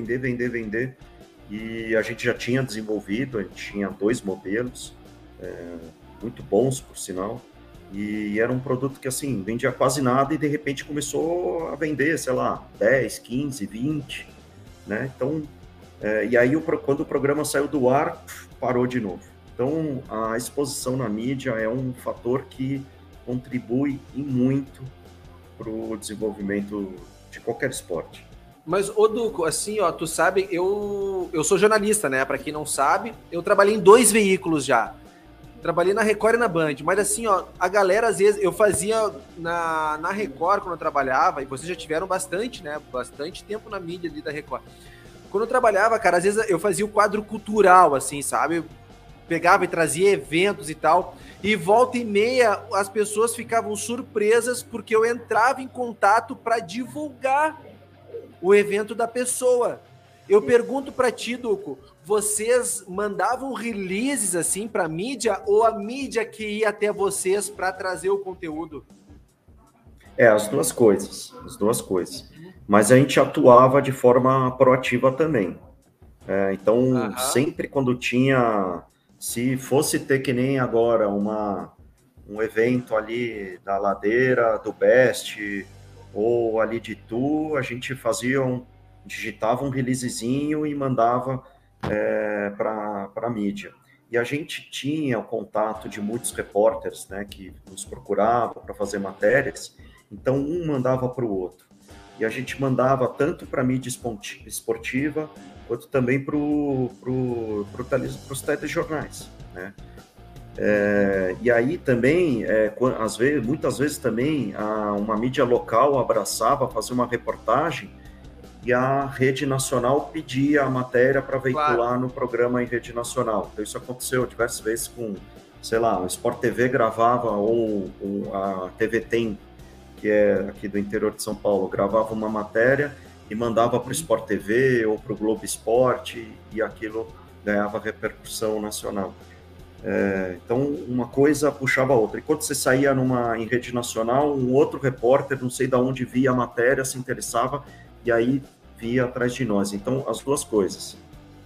E a gente já tinha desenvolvido, a gente tinha 2 modelos, muito bons, por sinal. E era um produto que, assim, vendia quase nada e, de repente, começou a vender, sei lá, 10, 15, 20, né? Então, e aí, quando o programa saiu do ar, parou de novo. Então, a exposição na mídia é um fator que contribui e muito para o desenvolvimento de qualquer esporte. Mas, ô Duco, assim, ó, tu sabe, eu sou jornalista, né? Para quem não sabe, eu trabalhei em 2 veículos já. Trabalhei na Record e na Band, mas assim, ó, a galera, às vezes, eu fazia na Record, quando eu trabalhava, e vocês já tiveram bastante, né? Bastante tempo na mídia ali da Record. Quando eu trabalhava, cara, às vezes eu fazia o quadro cultural, assim, sabe? Eu pegava e trazia eventos e tal, e volta e meia as pessoas ficavam surpresas porque eu entrava em contato para divulgar o evento da pessoa. Eu pergunto para ti, Duco, vocês mandavam releases assim para mídia ou a mídia que ia até vocês para trazer o conteúdo? As duas coisas. Mas a gente atuava de forma proativa também. Então, sempre quando tinha... Se fosse ter que nem agora um evento ali da Ladeira, do Best, ou ali de Tu, a gente digitava um releasezinho e mandava para a mídia. E a gente tinha o contato de muitos repórteres, né, que nos procuravam para fazer matérias, então um mandava para o outro. E a gente mandava tanto para a mídia esportiva, quanto também para os telejornais, né? E aí também, muitas vezes também, uma mídia local abraçava, fazia uma reportagem e a rede nacional pedia a matéria para veicular no programa em rede nacional. Então isso aconteceu diversas vezes com, sei lá, o Sport TV gravava, ou a TV Tem, que é aqui do interior de São Paulo, gravava uma matéria e mandava para o Sport TV ou para o Globo Esporte, e aquilo ganhava repercussão nacional. Então, uma coisa puxava a outra. E quando você saía em rede nacional, um outro repórter, não sei de onde via a matéria, se interessava, e aí via atrás de nós. Então, as duas coisas.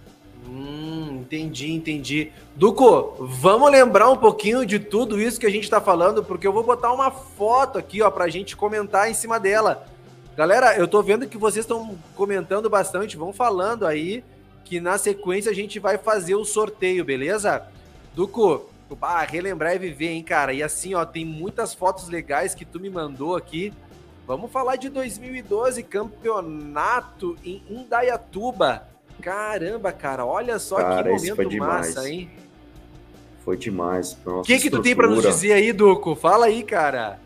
Entendi. Duco, vamos lembrar um pouquinho de tudo isso que a gente está falando, porque eu vou botar uma foto aqui, ó, para a gente comentar em cima dela. Galera, eu tô vendo que vocês estão comentando bastante, vão falando aí, que na sequência a gente vai fazer o sorteio, beleza? Duco, relembrar e viver, hein, cara? E assim, ó, tem muitas fotos legais que tu me mandou aqui. Vamos falar de 2012, campeonato em Indaiatuba. Caramba, cara, olha só, cara, que momento massa, hein? Foi demais. O que tu tem pra nos dizer aí, Duco? Fala aí, cara.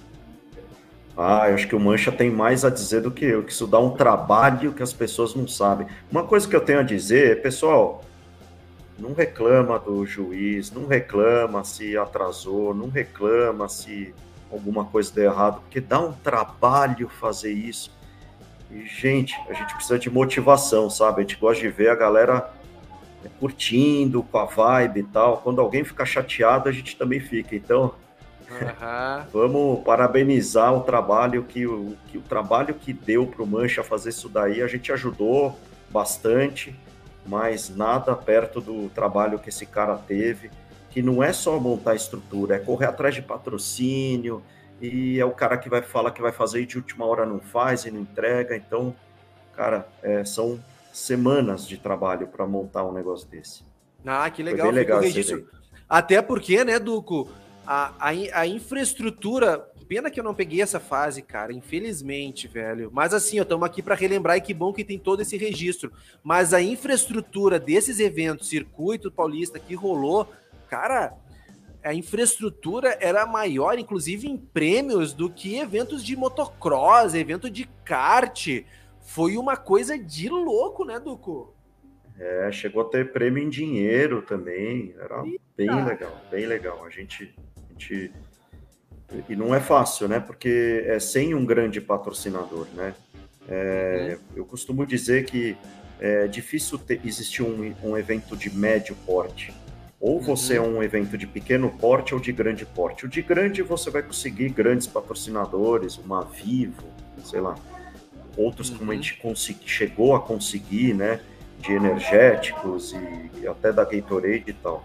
Eu acho que o Mancha tem mais a dizer do que eu, que isso dá um trabalho que as pessoas não sabem. Uma coisa que eu tenho a dizer, pessoal, não reclama do juiz, não reclama se atrasou, não reclama se alguma coisa deu errado, porque dá um trabalho fazer isso. E, gente, a gente precisa de motivação, sabe? A gente gosta de ver a galera curtindo, com a vibe e tal. Quando alguém fica chateado, a gente também fica. Então, vamos parabenizar o trabalho o trabalho que deu para o Mancha fazer isso daí. A gente ajudou bastante, mas nada perto do trabalho que esse cara teve, que não é só montar estrutura, é correr atrás de patrocínio, e é o cara que vai falar que vai fazer e de última hora não faz e não entrega. Então, cara, são semanas de trabalho para montar um negócio desse. Ah, que legal, fica o registro. Até porque, né, Duco, a infraestrutura, pena que eu não peguei essa fase, cara, infelizmente, velho. Mas assim, estamos aqui para relembrar e que bom que tem todo esse registro. Mas a infraestrutura desses eventos, Circuito Paulista que rolou, cara, a infraestrutura era maior, inclusive em prêmios, do que eventos de motocross, evento de kart. Foi uma coisa de louco, né, Duco? Chegou a ter prêmio em dinheiro também, era bem legal, bem legal. A gente... E não é fácil, né, porque é sem um grande patrocinador, né. Eu costumo dizer que é difícil existir um evento de médio porte. Ou você é um evento de pequeno porte ou de grande porte. O de grande você vai conseguir grandes patrocinadores, uma Vivo, sei lá, outros como a gente chegou a conseguir, né, de energéticos e até da Gatorade e tal.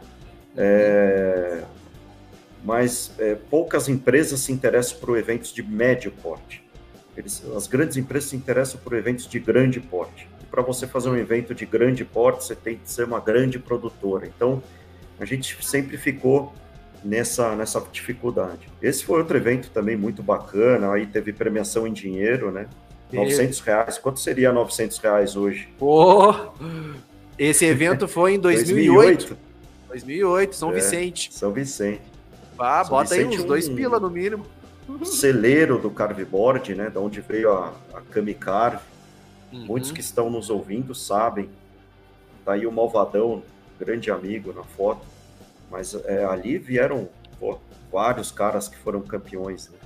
Mas poucas empresas se interessam por eventos de médio porte. As grandes empresas se interessam por eventos de grande porte. E para você fazer um evento de grande porte, você tem que ser uma grande produtora. Então, a gente sempre ficou nessa dificuldade. Esse foi outro evento também muito bacana, aí teve premiação em dinheiro, né? R$900. Quanto seria R$900 hoje? Pô, esse evento foi em 2008. 2008, São Vicente. São Vicente. Ah, São bota Vicente, aí uns 2 pila no mínimo. Celeiro do carveboard, né? Da onde veio a Kamicarve. Muitos que estão nos ouvindo sabem. Tá aí o Malvadão, grande amigo na foto, mas ali vieram vários caras que foram campeões, né?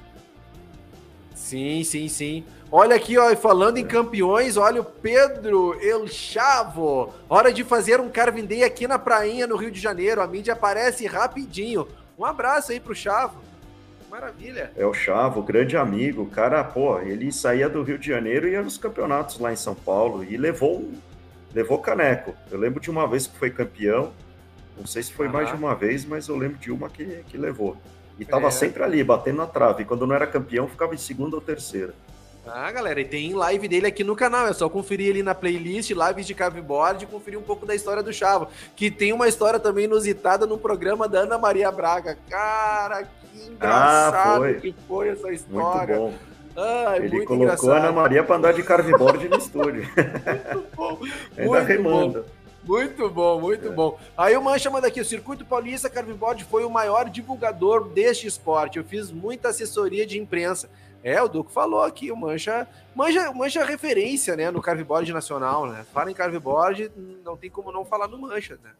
Sim. Olha aqui, ó, falando em campeões, olha o Pedro El Chavo. Hora de fazer um Carving Day aqui na prainha, no Rio de Janeiro. A mídia aparece rapidinho. Um abraço aí pro Chavo. Maravilha. O Chavo, grande amigo. O cara, ele saía do Rio de Janeiro e ia nos campeonatos lá em São Paulo e levou caneco. Eu lembro de uma vez que foi campeão, não sei se foi mais de uma vez, mas eu lembro de uma que levou. E tava sempre ali, batendo na trave. E quando não era campeão, ficava em segunda ou terceira. Ah, galera, e tem live dele aqui no canal, é só conferir ali na playlist, lives de carveboard e conferir um pouco da história do Chavo, que tem uma história também inusitada no programa da Ana Maria Braga. Cara, que engraçado que foi essa história. Muito bom. Ele colocou engraçado. A Ana Maria para andar de carveboard no estúdio. Muito bom. Ainda remanda. Muito bom. Aí o Mancha manda aqui, o Circuito Paulista Carveboard foi o maior divulgador deste esporte. Eu fiz muita assessoria de imprensa. O Duco falou aqui, o Mancha é referência, né, no carveboard nacional, né? Fala em carveboard, não tem como não falar no Mancha, né?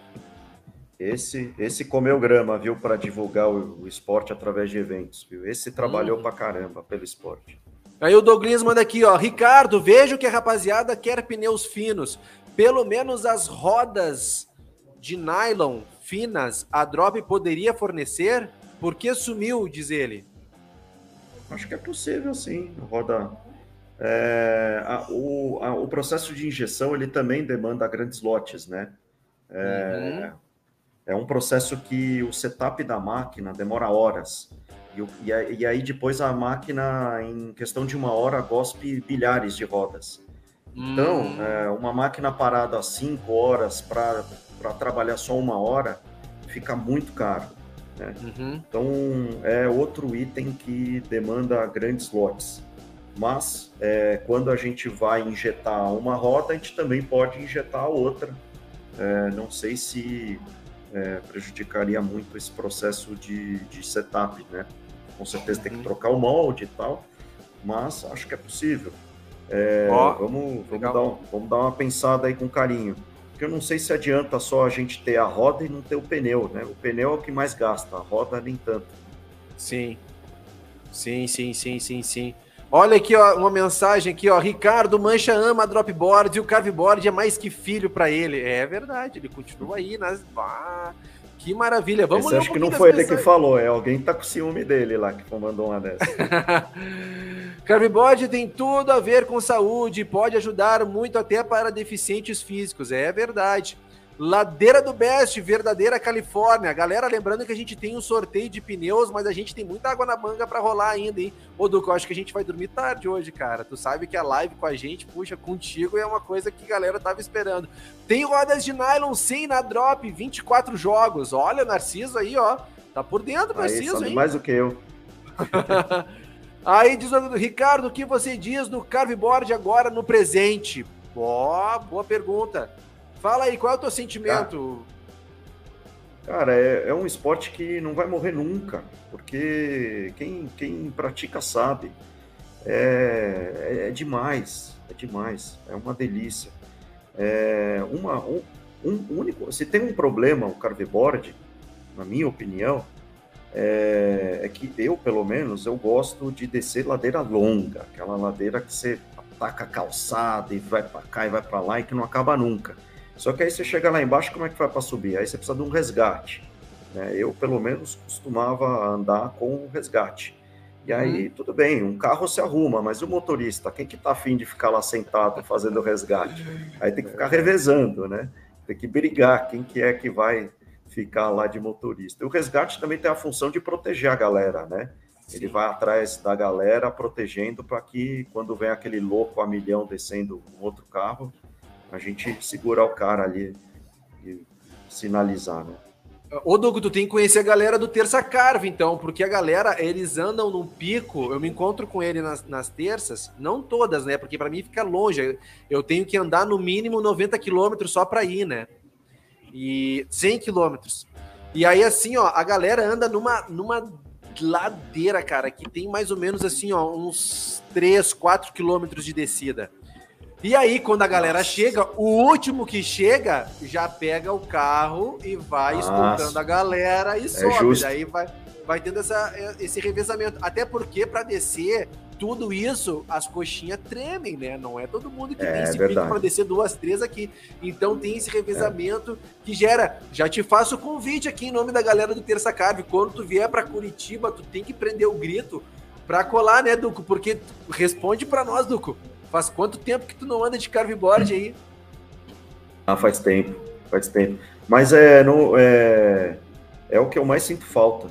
Esse comeu grama, viu, para divulgar o esporte através de eventos, viu? Esse trabalhou pra caramba pelo esporte. Aí o Douglas manda aqui, ó, Ricardo, vejo que a rapaziada quer pneus finos. Pelo menos as rodas de nylon finas a Drop poderia fornecer? Por que sumiu, diz ele? Acho que é possível, sim. Roda. O processo de injeção ele também demanda grandes lotes, né? É um processo que o setup da máquina demora horas. E aí depois a máquina, em questão de 1 hora, gospe bilhares de rodas. Então, uma máquina parada 5 horas para trabalhar só 1 hora fica muito caro, né? Então, é outro item que demanda grandes lotes. Mas, quando a gente vai injetar uma roda, a gente também pode injetar a outra. Não sei se prejudicaria muito esse processo de setup, né? Com certeza tem que trocar o molde e tal, mas acho que é possível. Vamos dar uma pensada aí com carinho. porque eu não sei se adianta só a gente ter a roda e não ter o pneu, né? O pneu é o que mais gasta, a roda nem tanto. Sim. Sim. Olha aqui, ó, uma mensagem aqui, ó. Ricardo Mancha ama a dropboard e o carveboard é mais que filho para ele. É verdade, ele continua aí nas. Ah, que maravilha. Vamos ler. Acho que não foi ele que falou, é alguém que tá com ciúme dele lá que mandou uma dessa. Carveboard tem tudo a ver com saúde, pode ajudar muito até para deficientes físicos. É verdade. Ladeira do Best, verdadeira Califórnia. Galera, lembrando que a gente tem um sorteio de pneus, mas a gente tem muita água na manga para rolar ainda, hein? Ô, Duco, eu acho que a gente vai dormir tarde hoje, cara. Tu sabe que a live com a gente, puxa, contigo é uma coisa que a galera tava esperando. Tem rodas de nylon 100 na drop, 24 jogos. Olha, o Narciso aí, ó. Tá por dentro, Narciso, sabe hein? Mais do que eu. Aí diz o Ricardo, o que você diz no carveboard agora no presente? Ó, boa pergunta. Fala aí, qual é o teu sentimento? Cara, é um esporte que não vai morrer nunca, porque quem pratica sabe. É demais, é uma delícia. Se tem um problema o carveboard, na minha opinião, é que eu, pelo menos, eu gosto de descer ladeira longa, aquela ladeira que você ataca a calçada e vai para cá e vai para lá e que não acaba nunca. Só que aí você chega lá embaixo, como é que vai para subir? Aí você precisa de um resgate. Né? Eu, pelo menos, costumava andar com um resgate. E aí, tudo bem, um carro se arruma, mas o motorista, quem que tá afim de ficar lá sentado fazendo o resgate? Aí tem que ficar revezando, né? Tem que brigar quem que é que vai ficar lá de motorista. E o resgate também tem a função de proteger a galera, né? Sim. Ele vai atrás da galera protegendo para que quando vem aquele louco a milhão descendo um outro carro, a gente segura o cara ali e sinalizar, né? Ô, Douglas, tu tem que conhecer a galera do Terça Carve, então, porque a galera, eles andam num pico, eu me encontro com ele nas terças, não todas, né, porque para mim fica longe, eu tenho que andar no mínimo 90 quilômetros só para ir, né, e 100 quilômetros. E aí, assim, ó, a galera anda numa ladeira, cara, que tem mais ou menos, assim, ó, uns 3, 4 quilômetros de descida. E aí, quando a galera chega, o último que chega já pega o carro e vai escoltando a galera e sobe. Justo. Daí vai tendo esse revezamento. Até porque, para descer tudo isso, as coxinhas tremem, né? Não é todo mundo que tem esse pique para descer 2, 3 aqui. Então tem esse revezamento que gera. Já te faço o convite aqui em nome da galera do Terça Carve. Quando tu vier para Curitiba, tu tem que prender o grito para colar, né, Duco? Porque responde para nós, Duco. Faz quanto tempo que tu não anda de carveboard aí? Faz tempo. Mas é o que eu mais sinto falta.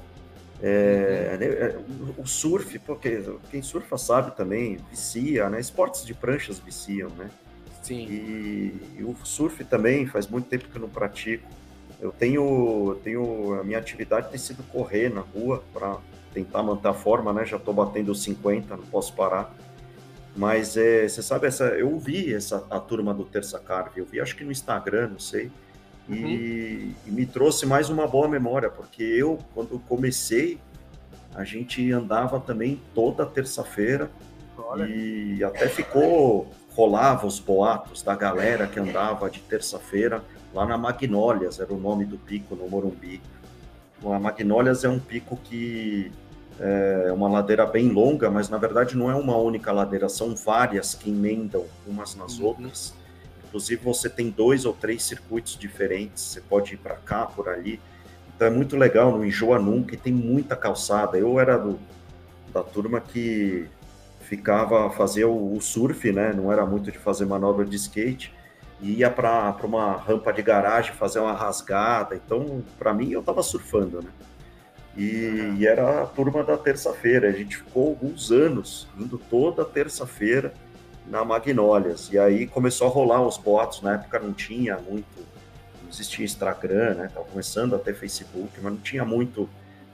O surf, porque quem surfa sabe também, vicia, né? Esportes de pranchas viciam, né? Sim. E o surf também, faz muito tempo que eu não pratico. Eu tenho a minha atividade tem sido correr na rua para tentar manter a forma, né? Já estou batendo os 50, não posso parar. Mas você sabe, eu vi a turma do Terça Carve, eu vi acho que no Instagram, não sei, e me trouxe mais uma boa memória, porque eu, quando comecei, a gente andava também toda terça-feira, e até rolava os boatos da galera que andava de terça-feira lá na Magnólias, era o nome do pico no Morumbi. A Magnólias é um pico que é uma ladeira bem longa, mas na verdade não é uma única ladeira, são várias que emendam umas nas outras. Inclusive você tem 2 ou 3 circuitos diferentes, você pode ir para cá, por ali. Então é muito legal, não enjoa nunca e tem muita calçada. Eu era da turma que fazia o surf, né? Não era muito de fazer manobra de skate, e ia para uma rampa de garagem fazer uma rasgada. Então, para mim, eu estava surfando, né? E era a turma da terça-feira. A gente ficou alguns anos indo toda terça-feira na Magnólias. E aí começou a rolar os boatos. Na época não tinha muito, não existia Instagram, né? Tava começando a ter Facebook, mas não tinha muito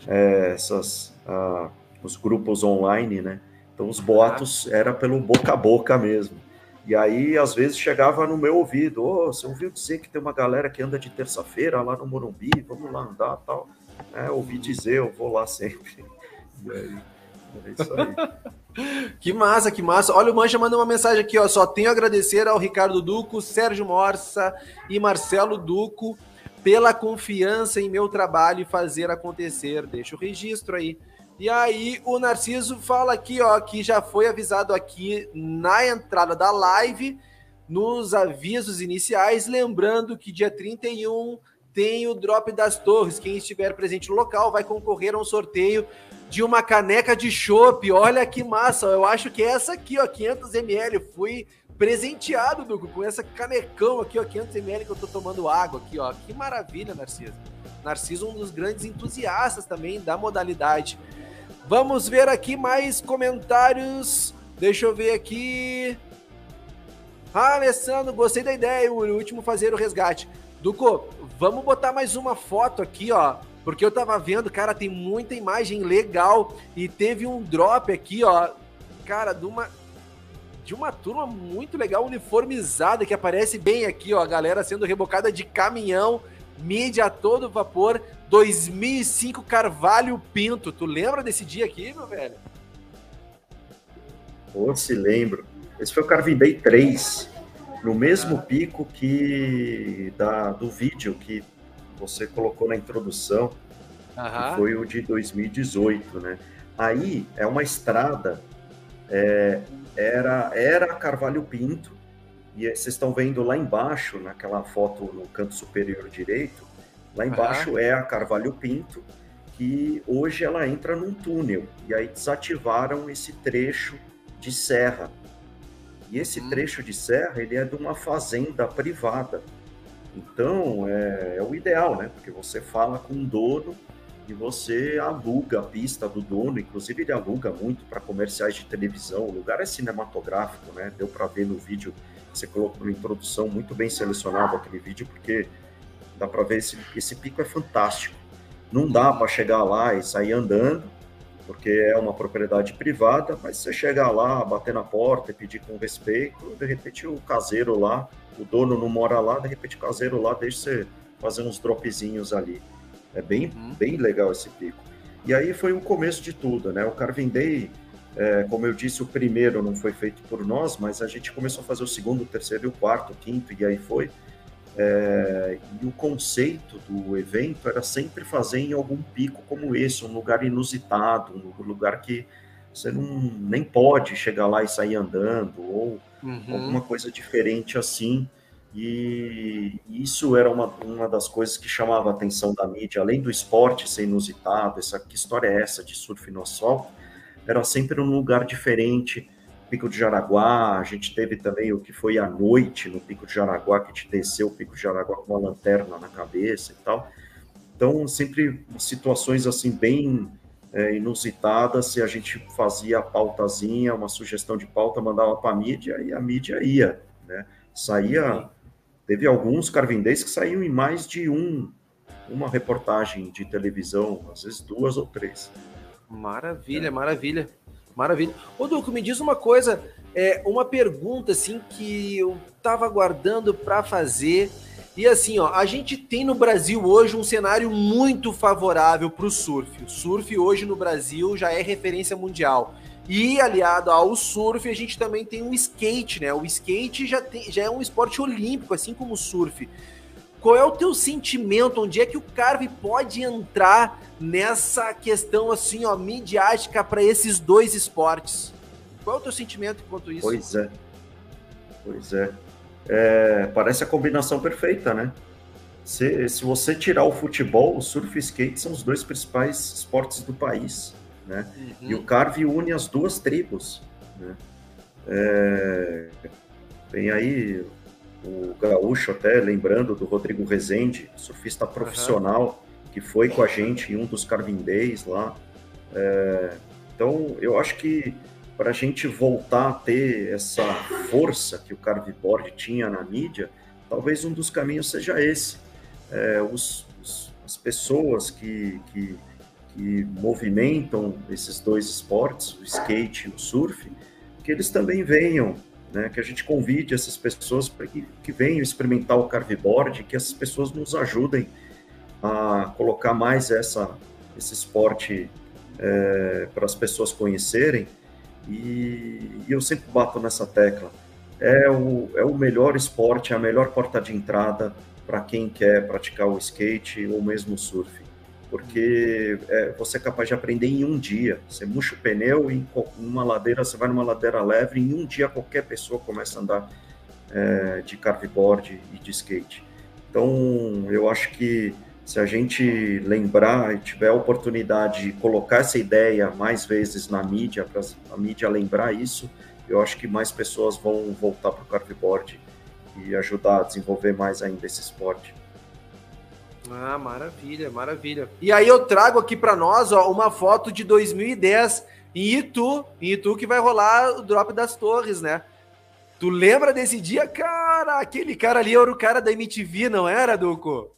os grupos online, né? Então os boatos era pelo boca a boca mesmo. E aí, às vezes, chegava no meu ouvido: você ouviu dizer que tem uma galera que anda de terça-feira lá no Morumbi, vamos lá andar e tal. Ouvi dizer, eu vou lá sempre. E aí, é isso aí. Que massa, que massa. Olha, o Mancha mandou uma mensagem aqui, ó. Só tenho a agradecer ao Ricardo Duco, Sérgio Morsa e Marcelo Duco pela confiança em meu trabalho e fazer acontecer. Deixa o registro aí. E aí, o Narciso fala aqui, ó, que já foi avisado aqui na entrada da live, nos avisos iniciais, lembrando que dia 31 tem o Drop das Torres. Quem estiver presente no local vai concorrer a um sorteio de uma caneca de chopp. Olha que massa, eu acho que é essa aqui, ó, 500 ml. Fui presenteado, Duco, com essa canecão aqui, ó, 500 ml que eu tô tomando água aqui, ó. Que maravilha, Narciso. Narciso, um dos grandes entusiastas também da modalidade. Vamos ver aqui mais comentários. Deixa eu ver aqui. Ah, Alessandro, gostei da ideia, o último fazer o resgate. Duco, vamos botar mais uma foto aqui, ó, porque eu tava vendo, cara, tem muita imagem legal e teve um drop aqui, ó, cara, de uma turma muito legal, uniformizada, que aparece bem aqui, ó, a galera sendo rebocada de caminhão, mídia a todo vapor, 2005 Carvalho Pinto. Tu lembra desse dia aqui, meu velho? Pô, se lembro. Esse foi o Carvin Day 3, no mesmo pico que do vídeo que você colocou na introdução, que foi o de 2018, né? Aí é uma estrada, era Carvalho Pinto, e vocês estão vendo lá embaixo, naquela foto no canto superior direito, lá embaixo é a Carvalho Pinto, que hoje ela entra num túnel, e aí desativaram esse trecho de serra. E esse trecho de serra, ele é de uma fazenda privada. Então, é o ideal, né? Porque você fala com o dono e você aluga a pista do dono. Inclusive, ele aluga muito para comerciais de televisão. O lugar é cinematográfico, né? Deu para ver no vídeo que você colocou na introdução, muito bem selecionado aquele vídeo, porque dá para ver esse pico é fantástico. Não dá para chegar lá e sair andando, porque é uma propriedade privada, mas você chegar lá, bater na porta e pedir com respeito, de repente o caseiro lá, o dono não mora lá, de repente o caseiro lá deixa você fazer uns dropzinhos ali. É bem legal esse pico. E aí foi o começo de tudo, né? O Carvin Day, como eu disse, o primeiro não foi feito por nós, mas a gente começou a fazer o segundo, o terceiro, e o quarto, o quinto, e aí foi. E o conceito do evento era sempre fazer em algum pico como esse, um lugar inusitado, um lugar que você nem pode chegar lá e sair andando, ou alguma coisa diferente assim. E isso era uma das coisas que chamava a atenção da mídia, além do esporte ser inusitado, que história é essa de surf no asfalto, era sempre um lugar diferente. Pico de Jaraguá, a gente teve também o que foi à noite no Pico de Jaraguá, que te desceu o Pico de Jaraguá com uma lanterna na cabeça e tal. Então, sempre situações assim bem inusitadas, se a gente fazia a pautazinha, uma sugestão de pauta, mandava para a mídia e a mídia ia, né? Teve alguns Carvin Days que saíam em mais de uma reportagem de televisão, às vezes 2 ou 3. Maravilha, maravilha. Maravilha. Ô, Duco, me diz uma coisa, uma pergunta, assim, que eu tava aguardando para fazer. E assim, ó, a gente tem no Brasil hoje um cenário muito favorável para o surf. O surf hoje no Brasil já é referência mundial. E aliado ao surf, a gente também tem o skate, né? O skate já é um esporte olímpico, assim como o surf. Qual é o teu sentimento? Onde é que o Carve pode entrar nessa questão assim, ó, midiática para esses dois esportes? Qual é o teu sentimento quanto a isso? Pois é. Parece a combinação perfeita, né? Se você tirar o futebol, o surf e o skate são os dois principais esportes do país, né? E o Carve une as duas tribos, né? Tem aí o gaúcho, até lembrando do Rodrigo Rezende, surfista profissional, que foi com a gente em um dos Carvin Days lá. Então, eu acho que para a gente voltar a ter essa força que o Carveboard tinha na mídia, talvez um dos caminhos seja esse. As pessoas que movimentam esses dois esportes, o skate e o surf, que eles também venham, né, que a gente convide essas pessoas para que venham experimentar o Carveboard, que essas pessoas nos ajudem a colocar mais esse esporte para as pessoas conhecerem. e eu sempre bato nessa tecla. É o melhor esporte, é a melhor porta de entrada para quem quer praticar o skate ou mesmo o surf. Porque você é capaz de aprender em um dia. Você murcha o pneu e numa ladeira, você vai numa ladeira leve, em um dia qualquer pessoa começa a andar de carveboard e de skate. Então, eu acho que se a gente lembrar e tiver a oportunidade de colocar essa ideia mais vezes na mídia, para a mídia lembrar isso, eu acho que mais pessoas vão voltar para o carveboard e ajudar a desenvolver mais ainda esse esporte. Ah, maravilha, maravilha. E aí eu trago aqui para nós, ó, uma foto de 2010 em Itu que vai rolar o Drop das Torres, né? Tu lembra desse dia? Cara, aquele cara ali era o cara da MTV, não era, Duco?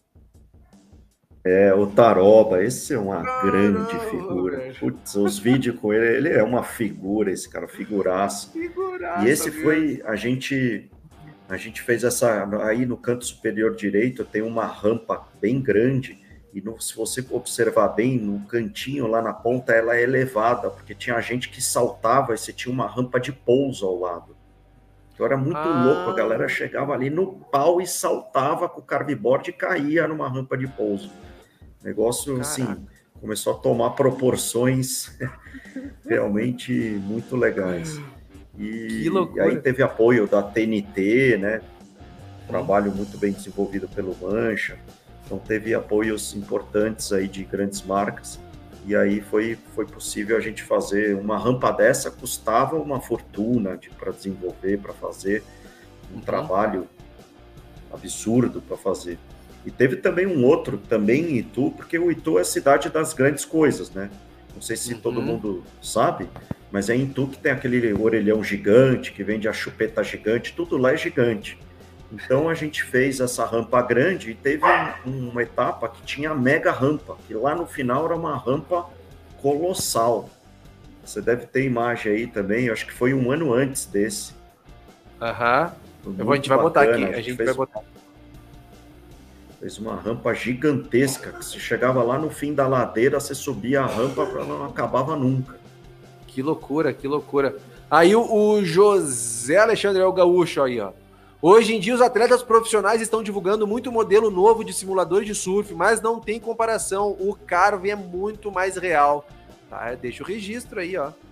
O Taroba, esse é uma grande figura. Putz, os vídeos com ele é uma figura, esse cara, figuraço. E esse foi, a gente fez essa, aí no canto superior direito tem uma rampa bem grande, e se você observar bem, no cantinho lá na ponta, ela é elevada, porque tinha gente que saltava e você tinha uma rampa de pouso ao lado. Então era muito louco, a galera chegava ali no pau e saltava com o carveboard e caía numa rampa de pouso. O negócio, assim, começou a tomar proporções realmente muito legais. E aí teve apoio da TNT, né? Trabalho muito bem desenvolvido pelo Mancha. Então teve apoios importantes aí de grandes marcas. E aí foi possível a gente fazer uma rampa dessa, custava uma fortuna para desenvolver, para fazer um trabalho absurdo para fazer. E teve também um outro, também em Itu, porque o Itu é a cidade das grandes coisas, né? Não sei se todo mundo sabe, mas é em Itu que tem aquele orelhão gigante, que vende a chupeta gigante, tudo lá é gigante. Então a gente fez essa rampa grande e teve uma etapa que tinha a mega rampa, que lá no final era uma rampa colossal. Você deve ter imagem aí também, eu acho que foi um ano antes desse. A gente vai botar aqui, a gente vai botar. Fez uma rampa gigantesca, que se chegava lá no fim da ladeira, você subia a rampa, não acabava nunca. Que loucura, que loucura. Aí o José Alexandre é o gaúcho aí, ó. Hoje em dia os atletas profissionais estão divulgando muito modelo novo de simulador de surf, mas não tem comparação, o Carve é muito mais real. Tá, deixa o registro aí, ó.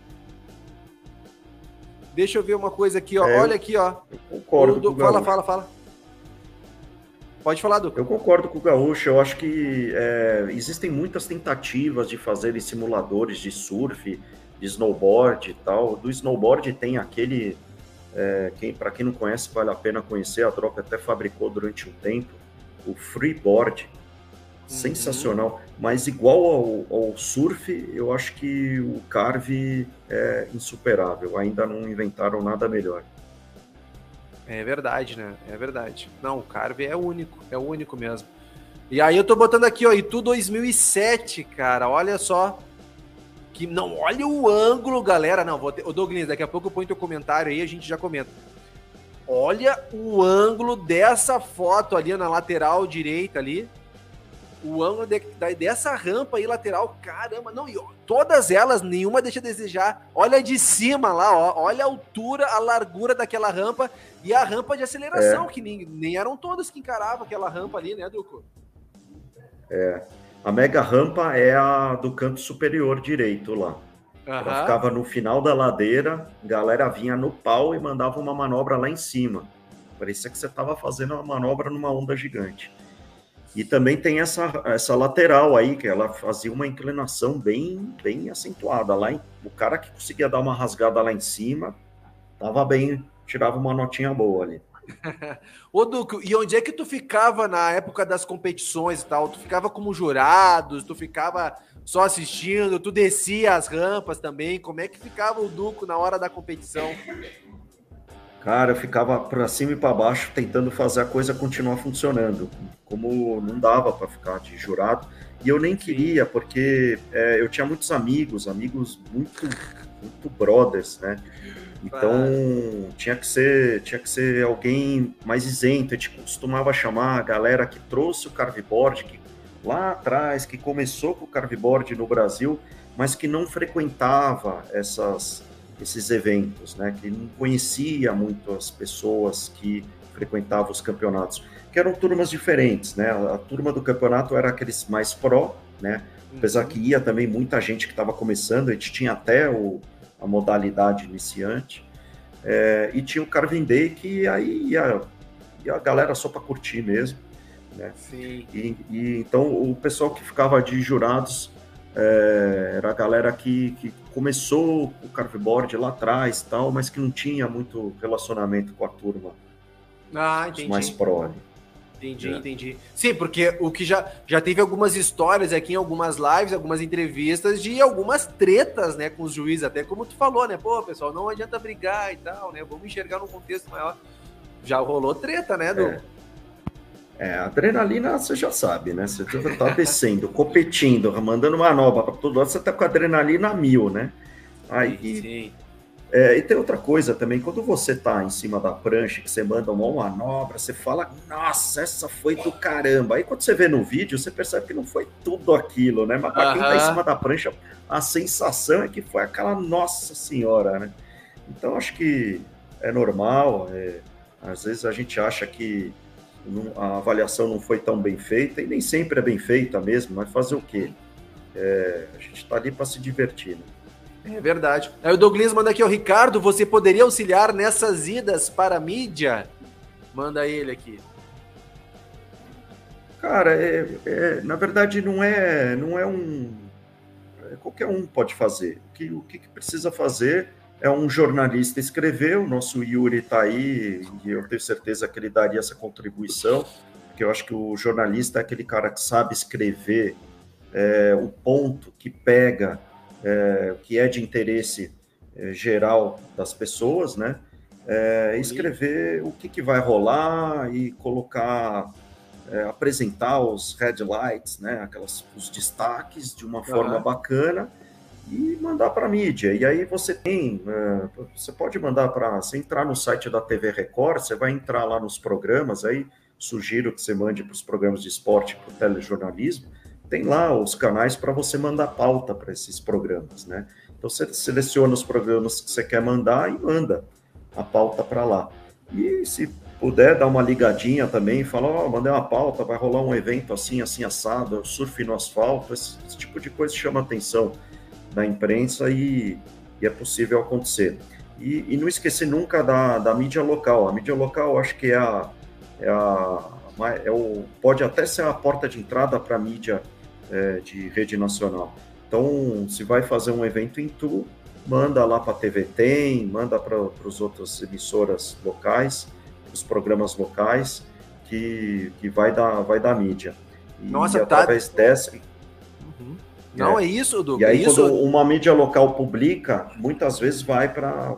Deixa eu ver uma coisa aqui, ó. Olha aqui, ó. Eu concordo com o gaúcho. Fala. Pode falar, Duca. Eu concordo com o gaúcho. Eu acho que existem muitas tentativas de fazer simuladores de surf, de snowboard e tal. Do snowboard tem aquele... para quem não conhece, vale a pena conhecer. A Drop até fabricou durante um tempo o freeboard. Sensacional. Mas igual ao surf, eu acho que o Carve é insuperável. Ainda não inventaram nada melhor. É verdade, né? É verdade. Não, o Carve é único mesmo. E aí eu tô botando aqui, ó, Itu 2007, cara, olha só. Olha o ângulo, galera. Não, ô Douglas, daqui a pouco eu ponho teu comentário aí, a gente já comenta. Olha o ângulo dessa foto ali na lateral direita ali. O ângulo dessa rampa aí lateral, caramba, não, e todas elas, nenhuma deixa a desejar. Olha de cima lá, ó, olha a altura, a largura daquela rampa e a rampa de aceleração, que nem eram todas que encaravam aquela rampa ali, né, Duco? A mega rampa é a do canto superior direito lá. Ela ficava no final da ladeira, a galera vinha no pau e mandava uma manobra lá em cima. Parecia que você estava fazendo uma manobra numa onda gigante. E também tem essa lateral aí, que ela fazia uma inclinação bem acentuada. O cara que conseguia dar uma rasgada lá em cima, tava bem, tirava uma notinha boa ali. Ô, Duque, e onde é que tu ficava na época das competições e tal? Tu ficava como jurado? Tu ficava só assistindo? Tu descia as rampas também? Como é que ficava o Duque na hora da competição? Cara, eu ficava para cima e para baixo tentando fazer a coisa continuar funcionando. Como não dava para ficar de jurado. E eu nem queria, porque eu tinha muitos amigos muito brothers, né? Então tinha que ser alguém mais isento. A gente costumava chamar a galera que trouxe o carveboard, que lá atrás, que começou com o carveboard no Brasil, mas que não frequentava esses eventos, né? Que não conhecia muito as pessoas que frequentavam os campeonatos, que eram turmas diferentes, né? A turma do campeonato era aqueles mais pró, né? Apesar que ia também muita gente que estava começando, a gente tinha até a modalidade iniciante, e tinha o Carving Day, que aí ia a galera só para curtir mesmo, né? Sim. E então o pessoal que ficava de jurados era a galera que começou o carveboard lá atrás, tal, mas que não tinha muito relacionamento com a turma. Entendi. Mais pró ali. Entendi. Sim, porque o que já teve algumas histórias aqui em algumas lives, algumas entrevistas de algumas tretas, né, com os juízes, até como tu falou, né? Pô, pessoal, não adianta brigar e tal, né? Vamos enxergar num contexto maior. Já rolou treta, né, Du? A adrenalina, você já sabe, né? Você tá descendo, competindo, mandando manobra para todo lado, você tá com a adrenalina a 1000, né? Aí, sim. E tem outra coisa também, quando você tá em cima da prancha, que você manda uma manobra, você fala, nossa, essa foi do caramba. Aí quando você vê no vídeo, você percebe que não foi tudo aquilo, né? Mas para quem tá em cima da prancha, a sensação é que foi aquela nossa senhora, né? Então acho que é normal, às vezes a gente acha que a avaliação não foi tão bem feita, e nem sempre é bem feita mesmo, mas fazer o quê? A gente tá ali para se divertir, né? É verdade. Aí o Douglas manda aqui, Ricardo, você poderia auxiliar nessas idas para a mídia? Manda ele aqui. Cara, na verdade não é qualquer um pode fazer. O que precisa fazer é um jornalista escrever, o nosso Yuri está aí, e eu tenho certeza que ele daria essa contribuição, porque eu acho que o jornalista é aquele cara que sabe escrever o ponto que pega, que é de interesse geral das pessoas, né? Escrever o que vai rolar e colocar, apresentar os headlights, né? Os destaques de uma forma bacana e mandar para a mídia. E aí você você pode mandar você entrar no site da TV Record, você vai entrar lá nos programas, aí sugiro que você mande para os programas de esporte, para o telejornalismo, tem lá os canais para você mandar pauta para esses programas, né? Então você seleciona os programas que você quer mandar e manda a pauta para lá. E se puder dar uma ligadinha também, fala, mandei uma pauta, vai rolar um evento assim, assim, assado, surf no asfalto, esse tipo de coisa chama a atenção da imprensa e é possível acontecer. E não esquecer nunca da mídia local. A mídia local, acho que pode até ser a porta de entrada para a mídia de rede nacional. Então, se vai fazer um evento em Itu, manda lá para a TV Tem, manda para as outras emissoras locais, os programas locais, que vai dar mídia. E nossa, através dessa... Não, é isso, Dudu. E aí, quando uma mídia local publica, muitas vezes vai para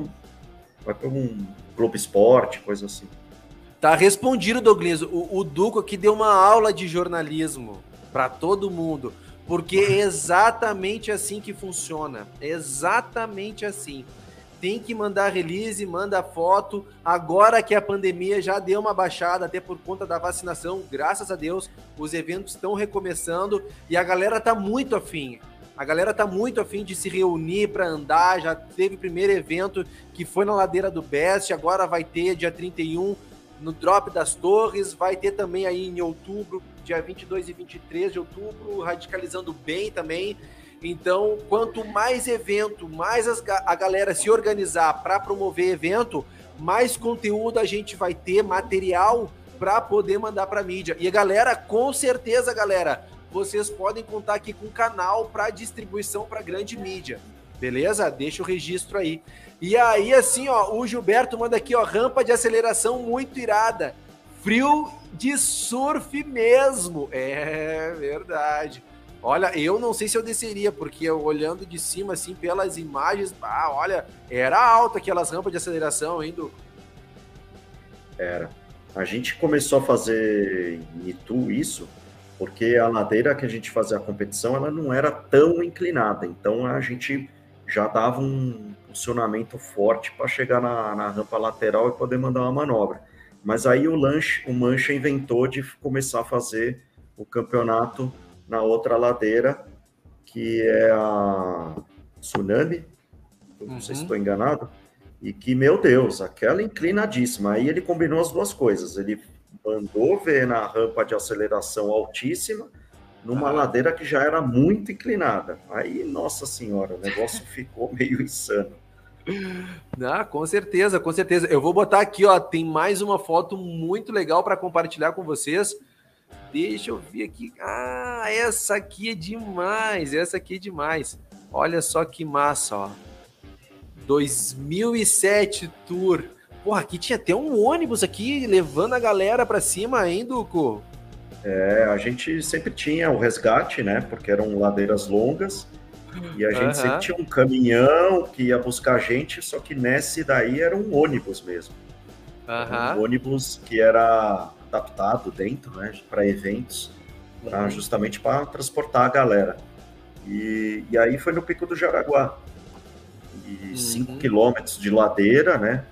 um Globo Esporte, coisa assim. Tá respondido, Douglas. O Duco aqui deu uma aula de jornalismo para todo mundo, porque é exatamente assim que funciona. É exatamente assim. Tem que mandar release, manda foto. Agora que a pandemia já deu uma baixada, até por conta da vacinação, graças a Deus, os eventos estão recomeçando e a galera tá muito afim. A galera tá muito afim de se reunir para andar. Já teve o primeiro evento que foi na Ladeira do Best, agora vai ter dia 31 no Drop das Torres, vai ter também aí em outubro, dia 22 e 23 de outubro, Radicalizando Bem também. Então, quanto mais evento, mais a galera se organizar para promover evento, mais conteúdo a gente vai ter, material para poder mandar para mídia. E a galera, com certeza, galera, vocês podem contar aqui com o canal para distribuição para grande mídia. Beleza? Deixa o registro aí. E aí, assim, ó, o Gilberto manda aqui, ó, rampa de aceleração muito irada. Frio de surf mesmo. É verdade. Olha, eu não sei se eu desceria, porque eu, olhando de cima, assim, pelas imagens, olha, era alta aquelas rampas de aceleração, hein, Du? Era. A gente começou a fazer em Itu isso, porque a ladeira que a gente fazia a competição, ela não era tão inclinada, então a gente já dava um funcionamento forte para chegar na rampa lateral e poder mandar uma manobra. Mas aí o Mancha inventou de começar a fazer o campeonato na outra ladeira, que é a Tsunami, não sei se estou enganado, e que, meu Deus, aquela inclinadíssima. Aí ele combinou as duas coisas. Ele mandou ver na rampa de aceleração altíssima, numa ladeira que já era muito inclinada. Aí, nossa senhora, o negócio ficou meio insano. Ah, com certeza, com certeza. Eu vou botar aqui, ó, tem mais uma foto muito legal para compartilhar com vocês. Deixa eu ver aqui. Ah, essa aqui é demais, essa aqui é demais. Olha só que massa, ó. 2007 Tour. Porra, aqui tinha até um ônibus aqui levando a galera para cima, hein, Duco? A gente sempre tinha o resgate, né? Porque eram ladeiras longas. E a gente sempre tinha um caminhão que ia buscar a gente, só que nesse daí era um ônibus mesmo. Um ônibus que era adaptado dentro, né? Para eventos, justamente para transportar a galera. E aí foi no Pico do Jaraguá. E 5 quilômetros de ladeira, né?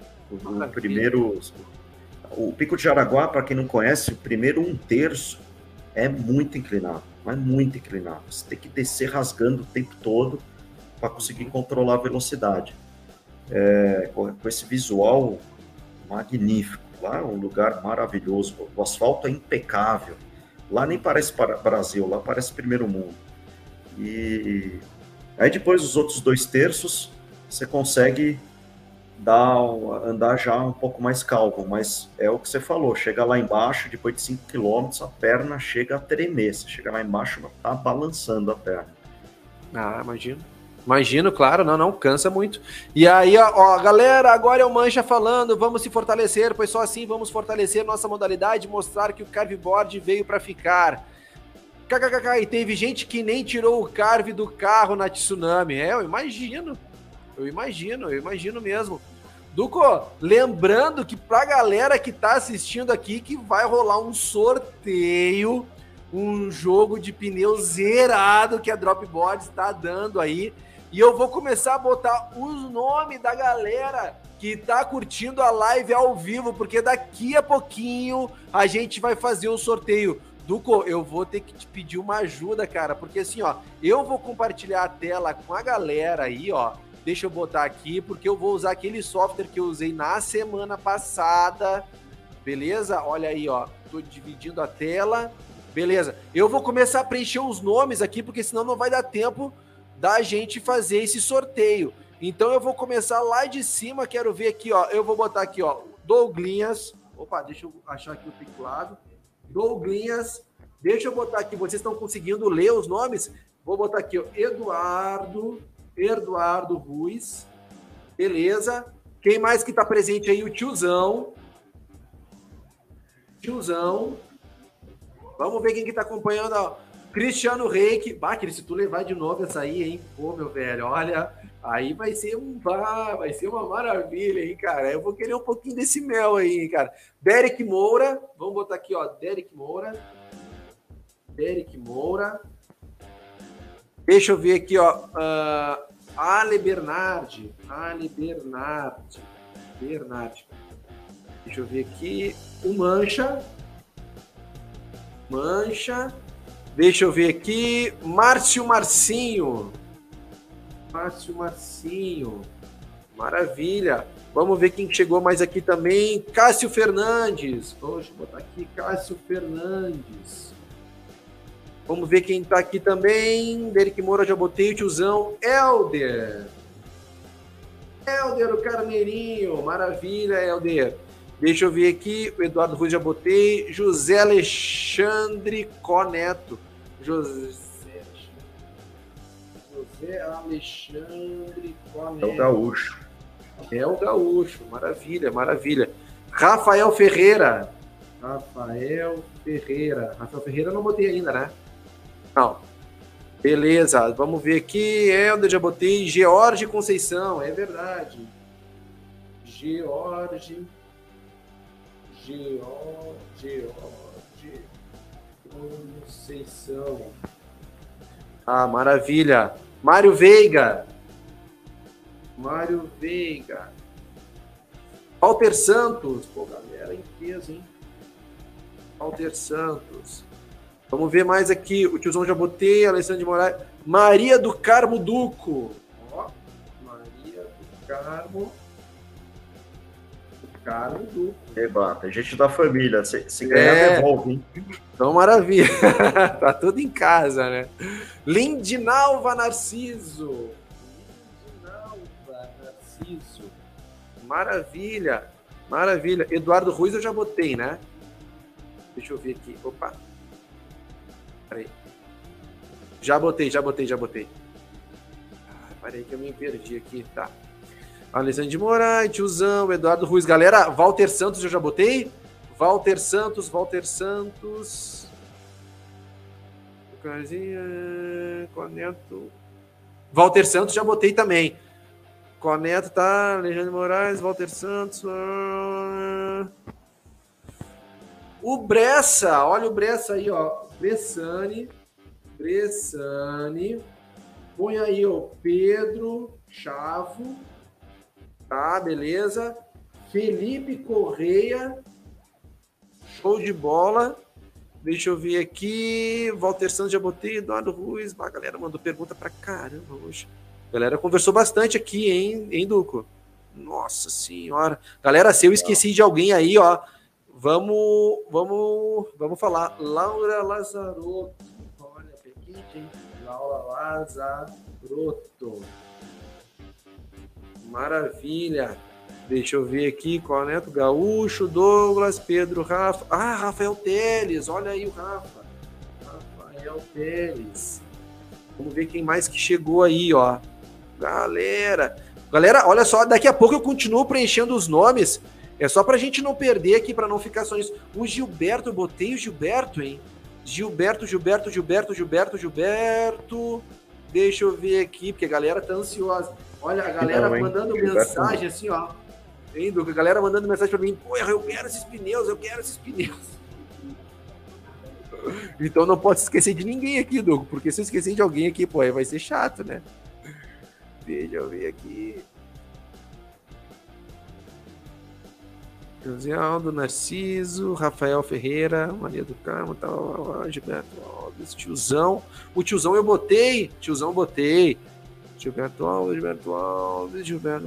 O Pico de Jaraguá, para quem não conhece, o primeiro 1/3 é muito inclinado, mas muito inclinado. Você tem que descer rasgando o tempo todo para conseguir controlar a velocidade. Com esse visual magnífico, lá é um lugar maravilhoso, o asfalto é impecável. Lá nem parece Brasil, lá parece primeiro mundo. E aí depois os outros 2/3 você consegue andar já um pouco mais calmo, mas é o que você falou, chega lá embaixo, depois de 5 quilômetros, a perna chega a tremer, você chega lá embaixo, tá balançando a perna. Ah, imagino, claro, não, cansa muito. E aí, ó, galera, agora é o Mancha falando, vamos se fortalecer, pois só assim vamos fortalecer nossa modalidade, mostrar que o carveboard veio para ficar. KKK, e teve gente que nem tirou o carve do carro na tsunami. Eu imagino mesmo. Duco, lembrando que pra galera que tá assistindo aqui, que vai rolar um sorteio, um jogo de pneu zerado que a Dropboard está dando aí. E eu vou começar a botar os nomes da galera que tá curtindo a live ao vivo, porque daqui a pouquinho a gente vai fazer um sorteio. Duco, eu vou ter que te pedir uma ajuda, cara, porque assim, ó, eu vou compartilhar a tela com a galera aí, ó. Deixa eu botar aqui, porque eu vou usar aquele software que eu usei na semana passada. Beleza? Olha aí, ó. Tô dividindo a tela. Beleza. Eu vou começar a preencher os nomes aqui, porque senão não vai dar tempo da gente fazer esse sorteio. Então eu vou começar lá de cima. Quero ver aqui, ó. Eu vou botar aqui, ó. Douglinhas. Opa, deixa eu achar aqui o teclado. Douglinhas. Deixa eu botar aqui. Vocês estão conseguindo ler os nomes? Vou botar aqui, ó. Eduardo Ruiz, beleza. Quem mais que tá presente aí? O tiozão. Vamos ver quem que tá acompanhando, ó. Cristiano Reik. Bah, Cris, se tu levar de novo essa aí, hein? Pô, meu velho, olha, aí vai ser uma maravilha, hein, cara. Eu vou querer um pouquinho desse mel aí, hein, cara. Derek Moura, vamos botar aqui, ó, Derek Moura. Deixa eu ver aqui, ó. Ale Bernardi. Deixa eu ver aqui. O Mancha. Deixa eu ver aqui. Márcio Marcinho. Maravilha. Vamos ver quem chegou mais aqui também. Cássio Fernandes. Deixa eu botar aqui. Cássio Fernandes. Vamos ver quem tá aqui também. Derek Moura, já botei. O tiozão. Helder, o Carneirinho. Maravilha, Helder. Deixa eu ver aqui. O Eduardo Ruiz, já botei. José Alexandre Coneto. José Alexandre Coneto. É o Gaúcho. Maravilha. Rafael Ferreira eu não botei ainda, né? Não. Beleza, vamos ver aqui. Eu já botei. George Conceição, é verdade. George Conceição. Ah, maravilha. Mário Veiga. Walter Santos. Pô, galera, em peso, hein? Walter Santos. Vamos ver mais aqui. O tiozão já botei. Alessandro de Moraes. Maria do Carmo Duco. Ó, Maria do Carmo Duco. Debata, gente da família, se ganhar, devolve, hein? Então, maravilha. Tá tudo em casa, né? Lindinalva Narciso. Maravilha. Maravilha. Eduardo Ruiz eu já botei, né? Deixa eu ver aqui. Opa. Peraí. Já botei. Peraí que eu me perdi aqui. Tá. Alexandre de Moraes, tiozão, Eduardo Ruiz. Galera, Walter Santos eu já botei? Walter Santos. Coneto. Walter Santos já botei também. Coneto, tá? Alexandre de Moraes, Walter Santos. O Bressa, olha o Bressa aí, ó. Bressani. Põe aí, ó, Pedro Chavo. Tá, beleza. Felipe Correia. Show de bola. Deixa eu ver aqui. Walter Santos já botei. Eduardo Ruiz. A galera mandou pergunta pra caramba hoje. A galera conversou bastante aqui, hein, Duco? Nossa senhora. Galera, se eu esqueci de alguém aí, ó, vamos falar. Laura Lazarotto. Olha, pequite, hein? Laura Lazarotto. Maravilha. Deixa eu ver aqui. Coneto Gaúcho, Douglas, Pedro, Rafa. Ah, Rafael Teles. Olha aí o Rafa. Rafael Teles. Vamos ver quem mais que chegou aí, ó. Galera, olha só, daqui a pouco eu continuo preenchendo os nomes. É só pra gente não perder aqui, pra não ficar só isso. O Gilberto, eu botei o Gilberto, hein? Gilberto. Deixa eu ver aqui, porque a galera tá ansiosa. Olha, a galera mandando mensagem assim, ó. Hein, Duca? A galera mandando mensagem pra mim. Pô, eu quero esses pneus. Então não posso esquecer de ninguém aqui, Duca, porque se eu esquecer de alguém aqui, pô, aí vai ser chato, né? Deixa eu ver aqui. José Aldo, Narciso, Rafael Ferreira, Maria do Carmo, Gilberto Alves, tiozão. O tiozão eu botei. Gilberto Alves.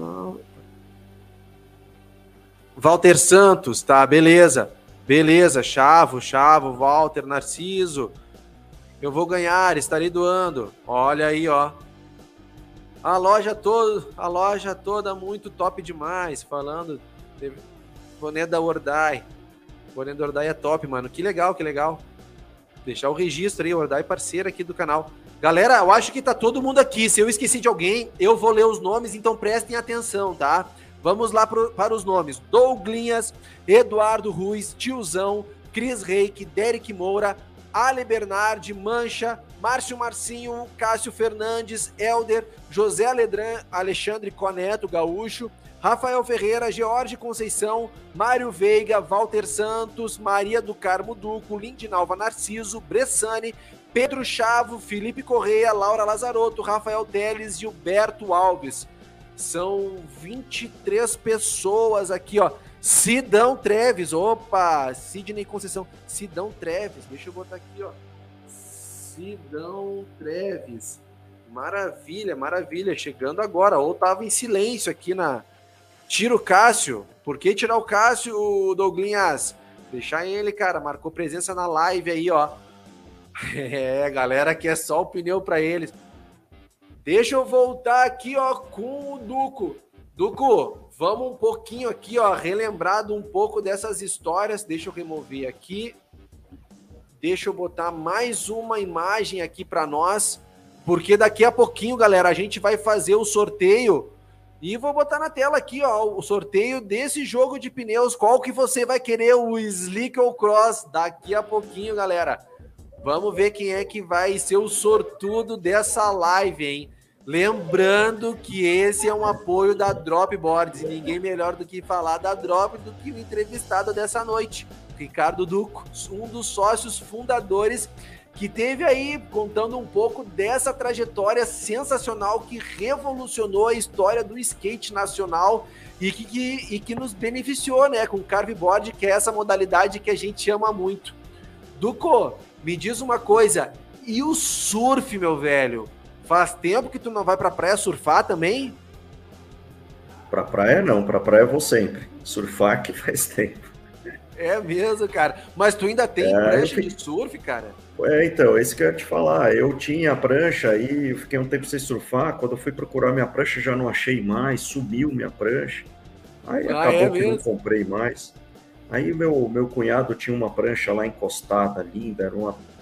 Walter Santos, tá, beleza. Chavo, Walter, Narciso. Eu vou ganhar, estarei doando. Olha aí, ó. A loja toda muito top demais. Falando. Boné da Ordai. Boné da Ordai é top, mano. Que legal. Deixar o registro aí, Ordai parceira aqui do canal. Galera, eu acho que tá todo mundo aqui. Se eu esqueci de alguém, eu vou ler os nomes, então prestem atenção, tá? Vamos lá para os nomes. Douglinhas, Eduardo Ruiz, Tiozão, Cris Reik, Derek Moura, Ale Bernardi, Mancha, Márcio Marcinho, Cássio Fernandes, Helder, José Alexandre Coneto, Gaúcho, Rafael Ferreira, George Conceição, Mário Veiga, Walter Santos, Maria do Carmo Duco, Lindinalva Narciso, Bressani, Pedro Chavo, Felipe Correia, Laura Lazarotto, Rafael Teles, Gilberto Alves. São 23 pessoas aqui, ó. Sidão Treves, opa, Sidney Conceição, Sidão Treves, deixa eu botar aqui, ó. Sidão Treves, maravilha, chegando agora, ou tava em silêncio aqui na... Tira o Cássio, por que tirar o Cássio, Douglinhas? Deixar ele, cara, marcou presença na live aí, ó. É, galera, que é só o pneu pra eles. Deixa eu voltar aqui, ó, com o Duco. Duco, vamos um pouquinho aqui, ó, relembrado um pouco dessas histórias. Deixa eu remover aqui. Deixa eu botar mais uma imagem aqui para nós, porque daqui a pouquinho, galera, a gente vai fazer o sorteio e vou botar na tela aqui, ó, o sorteio desse jogo de pneus. Qual que você vai querer, o Slick ou Cross? Daqui a pouquinho, galera. Vamos ver quem é que vai ser o sortudo dessa live, hein? Lembrando que esse é um apoio da Drop Boards, e ninguém melhor do que falar da Drop do que o entrevistado dessa noite, Ricardo Duco, um dos sócios fundadores, que teve aí contando um pouco dessa trajetória sensacional que revolucionou a história do skate nacional e que nos beneficiou, né, com o carveboard, que é essa modalidade que a gente ama muito. Duco, me diz uma coisa, e o surf, meu velho? Faz tempo que tu não vai pra praia surfar também? Pra praia não, pra praia eu vou sempre. Surfar que faz tempo. É mesmo, cara. Mas tu ainda tem prancha de surf, cara? Então, esse que eu ia te falar. Eu tinha a prancha aí, eu fiquei um tempo sem surfar. Quando eu fui procurar minha prancha, já não achei mais, sumiu minha prancha. Aí Ah, é acabou que não mesmo? comprei mais. Aí meu cunhado tinha uma prancha lá encostada, linda, era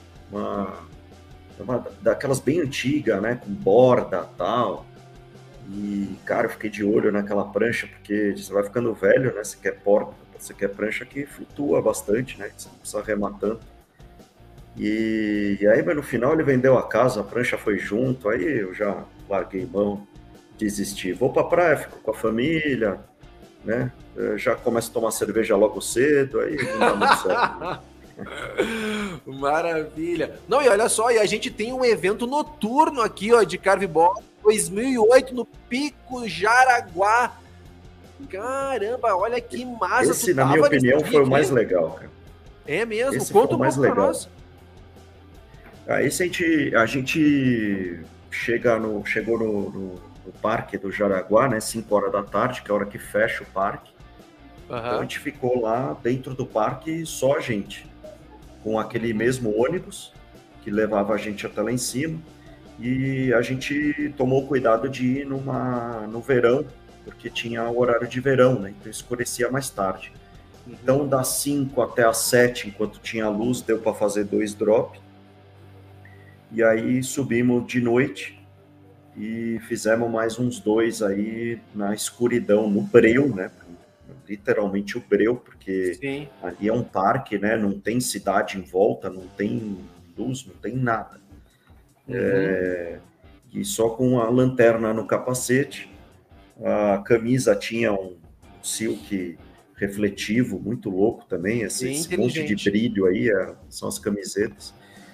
uma daquelas bem antigas, né, com borda e tal. E, cara, eu fiquei de olho naquela prancha, porque você vai ficando velho, né, você quer prancha que flutua bastante, né, que você não precisa remar tanto. E aí, mas no final ele vendeu a casa, a prancha foi junto, aí eu já larguei mão, desisti. Vou pra praia, fico com a família, né? Eu já começo a tomar cerveja logo cedo, aí não dá muito certo. Maravilha. Não, e olha só, e a gente tem um evento noturno aqui, ó, de Carveball 2008 no Pico Jaraguá. Caramba, olha que massa. Esse, na minha opinião, foi o mais legal, cara. É mesmo? Esse Conta foi o um mais pouco pra legal. nós. Esse a gente chegou no parque do Jaraguá, né? 5 horas da tarde, que é a hora que fecha o parque. Então a gente ficou lá dentro do parque só a gente, com aquele mesmo ônibus que levava a gente até lá em cima. E a gente tomou cuidado de ir no verão, porque tinha o horário de verão, né? Então escurecia mais tarde. Então das 5 até as 7, enquanto tinha luz, deu para fazer 2 drops. E aí subimos de noite e fizemos mais uns 2 aí na escuridão, no breu, né? Literalmente o breu, porque Sim. ali é um parque, né? Não tem cidade em volta, não tem luz, não tem nada. E só com a lanterna no capacete, a camisa tinha um silk refletivo muito louco também, esse monte de brilho aí, são as camisetas.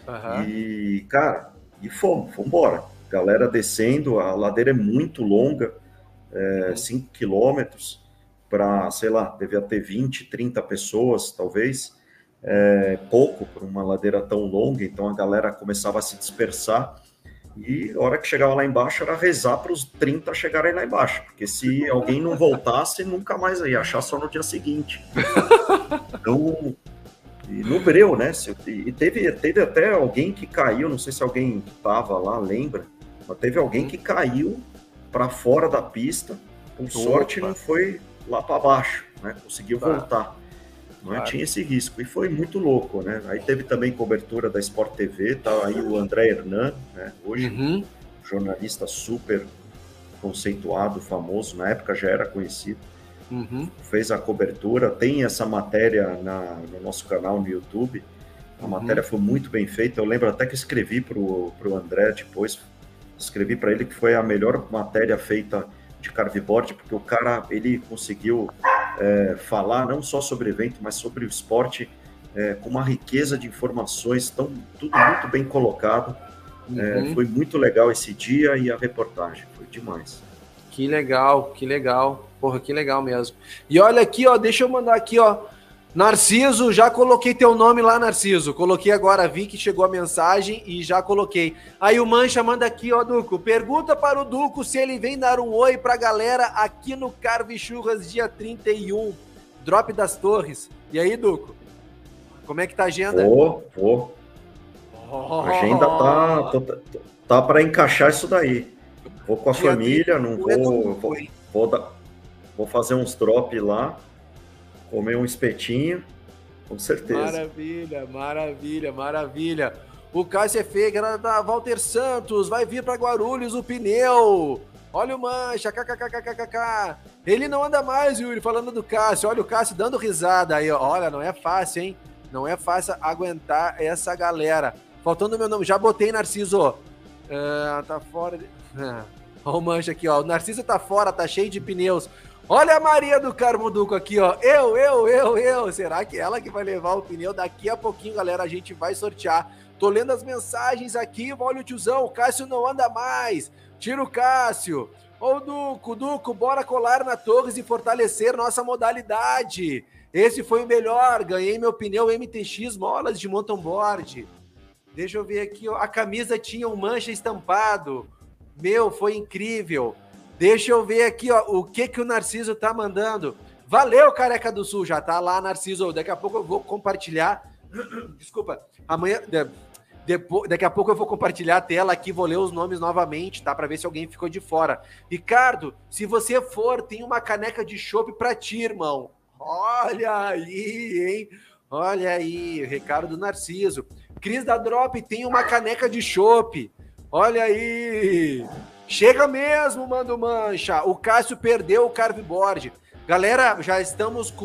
E, cara, fomos embora. Galera descendo, a ladeira é muito longa, 5 quilômetros, para, sei lá, devia ter 20, 30 pessoas, talvez, pouco para uma ladeira tão longa, então a galera começava a se dispersar, e a hora que chegava lá embaixo era rezar para os 30 chegarem lá embaixo, porque se alguém não voltasse, nunca mais ia achar só no dia seguinte. Então, e no breu, né? E teve até alguém que caiu, não sei se alguém que estava lá lembra, mas teve alguém que caiu para fora da pista, com sorte não foi lá para baixo, né? Conseguiu voltar. Não tinha esse risco, e foi muito louco, né? Aí teve também cobertura da Sport TV, tá aí o André Hernan, né? Hoje jornalista super conceituado, famoso, na época já era conhecido. Fez a cobertura, tem essa matéria no nosso canal no YouTube. A matéria foi muito bem feita. Eu lembro até que escrevi pro André depois, escrevi para ele que foi a melhor matéria feita de carveboard, porque o cara ele conseguiu falar não só sobre o evento, mas sobre o esporte com uma riqueza de informações, tudo muito bem colocado. Foi muito legal esse dia e a reportagem, foi demais. Que legal, que legal. Porra, que legal mesmo. E olha aqui, ó, deixa eu mandar aqui, ó. Narciso, já coloquei teu nome lá, Narciso. Coloquei agora, vi que chegou a mensagem e já coloquei. Aí o Mancha manda aqui, ó, Duco. Pergunta para o Duco se ele vem dar um oi pra galera aqui no Carve Churras dia 31. Drop das Torres. E aí, Duco? Como é que tá a agenda? Vou. A agenda tá para encaixar isso daí. Vou com a família, não vou fazer uns drop lá, comer um espetinho, com certeza. Maravilha, maravilha, maravilha. O Cássio Fegra da Walter Santos, vai vir para Guarulhos o pneu. Olha o Mancha, kkkkkk. Ele não anda mais, Yuri, falando do Cássio. Olha o Cássio dando risada aí, ó. Olha, não é fácil, hein? Não é fácil aguentar essa galera. Faltando o meu nome, já botei, Narciso. Tá fora. Olha o Mancha aqui, ó. O Narciso tá fora, tá cheio de pneus. Olha a Maria do Carmo Duco aqui, ó. Eu. Será que é ela que vai levar o pneu? Daqui a pouquinho, galera, a gente vai sortear. Tô lendo as mensagens aqui. Olha o tiozão, o Cássio não anda mais. Tira o Cássio. Ô, Duco, bora colar na Torres e fortalecer nossa modalidade. Esse foi o melhor. Ganhei meu pneu MTX Molas de mountain board. Deixa eu ver aqui, ó. A camisa tinha um Mancha estampado. Meu, foi incrível. Deixa eu ver aqui, ó, o que o Narciso tá mandando. Valeu, Careca do Sul, já tá lá, Narciso. Daqui a pouco eu vou compartilhar. Desculpa, amanhã... Daqui a pouco eu vou compartilhar a tela aqui, vou ler os nomes novamente, tá? Para ver se alguém ficou de fora. Ricardo, se você for, tem uma caneca de chopp para ti, irmão. Olha aí, hein? Olha aí, Ricardo Narciso. Cris da Drop tem uma caneca de chopp. Olha aí. Chega mesmo, Mando Mancha. O Cássio perdeu o carveboard. Galera, já estamos com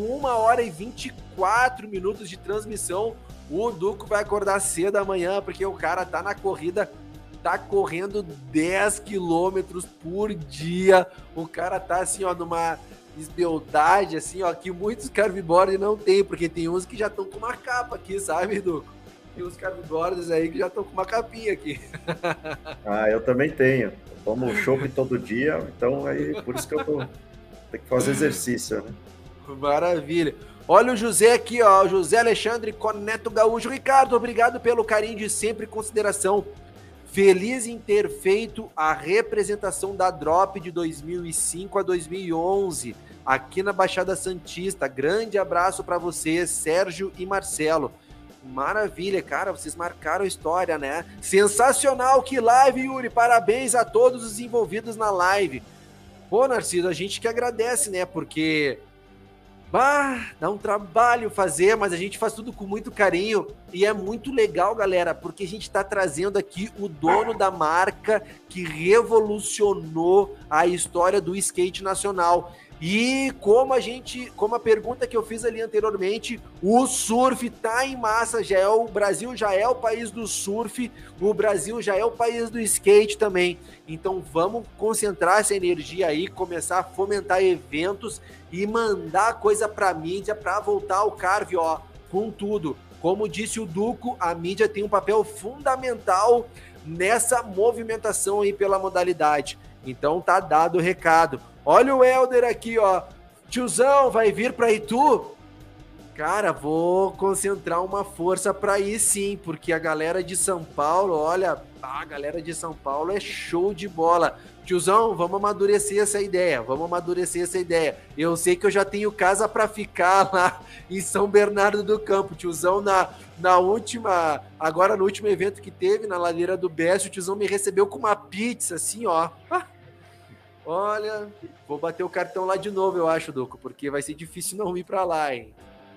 1h24 de transmissão. O Duco vai acordar cedo amanhã, porque o cara tá na corrida, tá correndo 10 quilômetros por dia. O cara tá assim, ó, numa esbeldade, assim, ó, que muitos carveboards não tem, porque tem uns que já estão com uma capa aqui, sabe, Duco? Tem uns carveboards aí que já estão com uma capinha aqui. Ah, eu também tenho. Eu tomo chopp todo dia, então aí por isso que eu tenho que fazer exercício, né? Maravilha. Olha o José aqui, ó, José Alexandre Coneto Gaúcho. Ricardo, obrigado pelo carinho de sempre e consideração. Feliz em ter feito a representação da Drop de 2005 a 2011, aqui na Baixada Santista. Grande abraço para vocês, Sérgio e Marcelo. Maravilha, cara, vocês marcaram a história, né? Sensacional, que live, Yuri. Parabéns a todos os envolvidos na live. Pô, Narciso, a gente que agradece, né? Porque... dá um trabalho fazer, mas a gente faz tudo com muito carinho e é muito legal, galera, porque a gente está trazendo aqui o dono da marca que revolucionou a história do skate nacional. E como a pergunta que eu fiz ali anteriormente, o surf tá em massa, o Brasil já é o país do surf, o Brasil já é o país do skate também. Então vamos concentrar essa energia aí, começar a fomentar eventos e mandar coisa pra mídia para voltar ao Carve, ó, com tudo. Como disse o Duco, a mídia tem um papel fundamental nessa movimentação aí pela modalidade. Então tá dado o recado. Olha o Helder aqui, ó. Tiozão, vai vir pra Itu? Cara, vou concentrar uma força pra ir sim, porque a galera de São Paulo, olha, a galera de São Paulo é show de bola. Tiozão, vamos amadurecer essa ideia, Eu sei que eu já tenho casa pra ficar lá em São Bernardo do Campo. Tiozão, agora no último evento que teve, na Ladeira do Beste, o tiozão me recebeu com uma pizza, assim, ó. Olha, vou bater o cartão lá de novo, eu acho, Duco, porque vai ser difícil não ir para lá, hein?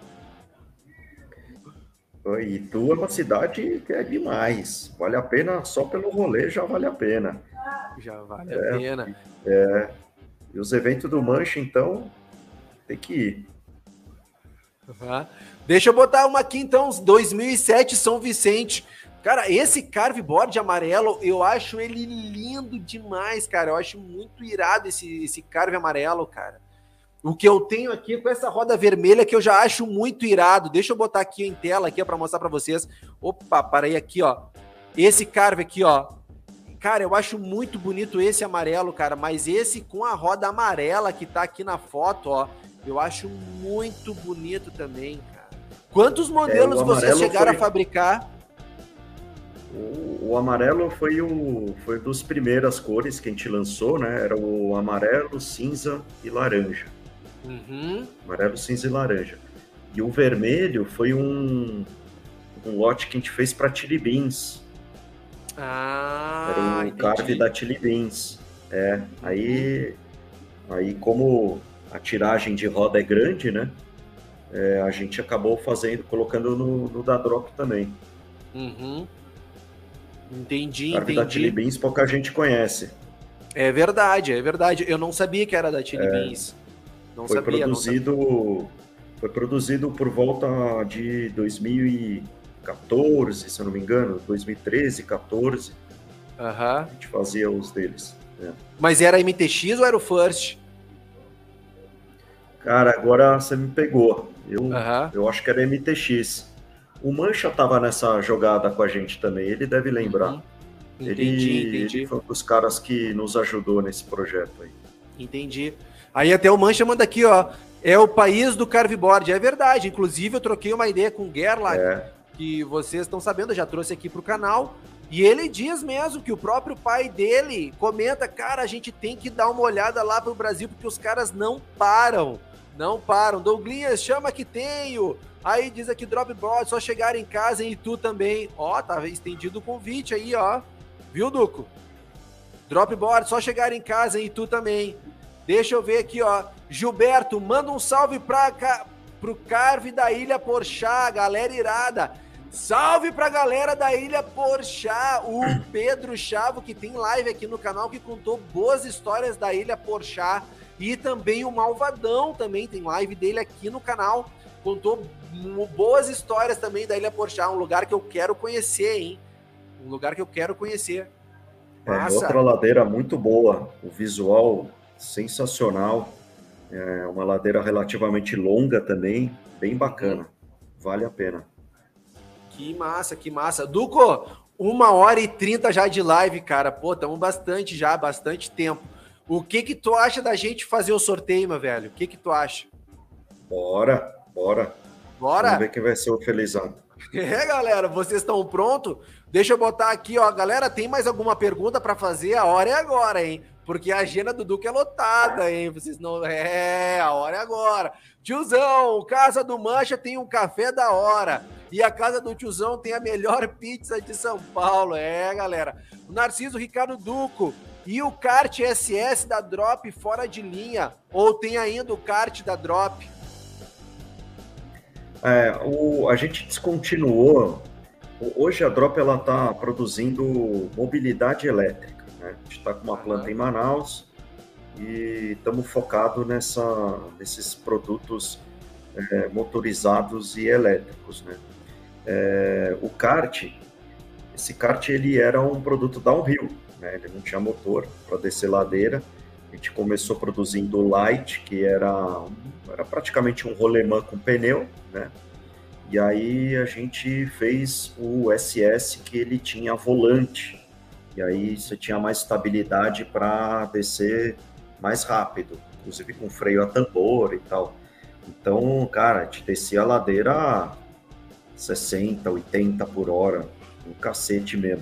E tu é uma cidade que é demais. Vale a pena, só pelo rolê já vale a pena. Já vale a pena. E os eventos do Mancha, então, tem que ir. Uhum. Deixa eu botar uma aqui, então, 2007 São Vicente. Cara, esse carveboard amarelo, eu acho ele lindo demais, cara. Eu acho muito irado esse carve amarelo, cara. O que eu tenho aqui com essa roda vermelha que eu já acho muito irado. Deixa eu botar aqui em tela aqui para mostrar para vocês. Opa, para aí aqui, ó. Esse carve aqui, ó. Cara, eu acho muito bonito esse amarelo, cara. Mas esse com a roda amarela que tá aqui na foto, ó. Eu acho muito bonito também, cara. Quantos modelos vocês chegaram a fabricar? O amarelo foi dos primeiras cores que a gente lançou, né? Era o amarelo, cinza e laranja. Uhum. Amarelo, cinza e laranja. E o vermelho foi um lote que a gente fez para Chili Beans. Era o carve da Chili Beans. Aí como a tiragem de roda é grande, né? A gente acabou colocando no da Drop também. Uhum. Entendi. Da Chili Beans pouca gente conhece. É verdade. Eu não sabia que era da Chili Beans. Foi produzido por volta de 2014, se eu não me engano, 2013, 14. A gente fazia os deles. Mas era MTX ou era o First? Cara, agora você me pegou. Eu acho que era MTX. O Mancha tava nessa jogada com a gente também, ele deve lembrar. Entendi. Ele foi um dos caras que nos ajudou nesse projeto aí. Entendi. Aí até o Mancha manda aqui, ó, é o país do carveboard. É verdade, inclusive eu troquei uma ideia com o Gerlach, que vocês estão sabendo, eu já trouxe aqui pro canal. E ele diz mesmo que o próprio pai dele comenta, cara, a gente tem que dar uma olhada lá pro Brasil, porque os caras não param. Não param. Douglinhas, chama que tenho. Aí diz aqui, Dropboard, só chegar em casa e tu também. Ó, tá estendido o convite aí, ó. Viu, Duco? Dropboard, só chegar em casa e tu também. Deixa eu ver aqui, ó. Gilberto, manda um salve pro Carve da Ilha Porchá, galera irada. Salve pra galera da Ilha Porchá, o Pedro Chavo, que tem live aqui no canal, que contou boas histórias da Ilha Porchá, e também o Malvadão também tem live dele aqui no canal, contou boas histórias também da Ilha Porchá, um lugar que eu quero conhecer, hein? Um lugar que eu quero conhecer. Outra ladeira muito boa, o visual sensacional, uma ladeira relativamente longa também, bem bacana, vale a pena. Que massa, que massa. Duco, 1h30 já de live, cara. Pô, estamos bastante já, bastante tempo. O que tu acha da gente fazer o sorteio, meu velho? O que tu acha? Bora. Vamos ver quem vai ser o felizão. Galera, vocês estão prontos? Deixa eu botar aqui, ó. Galera, tem mais alguma pergunta para fazer? A hora é agora, hein? Porque a agenda do Duque é lotada, hein? Vocês não... a hora é agora. Tiozão, Casa do Mancha tem um café da hora. E a casa do tiozão tem a melhor pizza de São Paulo. Galera. O Narciso Ricardo Duco. E o kart SS da Drop fora de linha? Ou tem ainda o kart da Drop? A gente descontinuou. Hoje a Drop está produzindo mobilidade elétrica, né? A gente está com uma planta em Manaus e estamos focados nesses produtos motorizados e elétricos, né? Esse kart ele era um produto downhill, né? Ele não tinha motor para descer ladeira. A gente começou produzindo o Light, que era praticamente um rolemã com pneu, né? E aí a gente fez o SS, que ele tinha volante. E aí você tinha mais estabilidade para descer mais rápido, inclusive com freio a tambor e tal. Então, cara, a gente descia a ladeira a 60, 80 por hora, um cacete mesmo.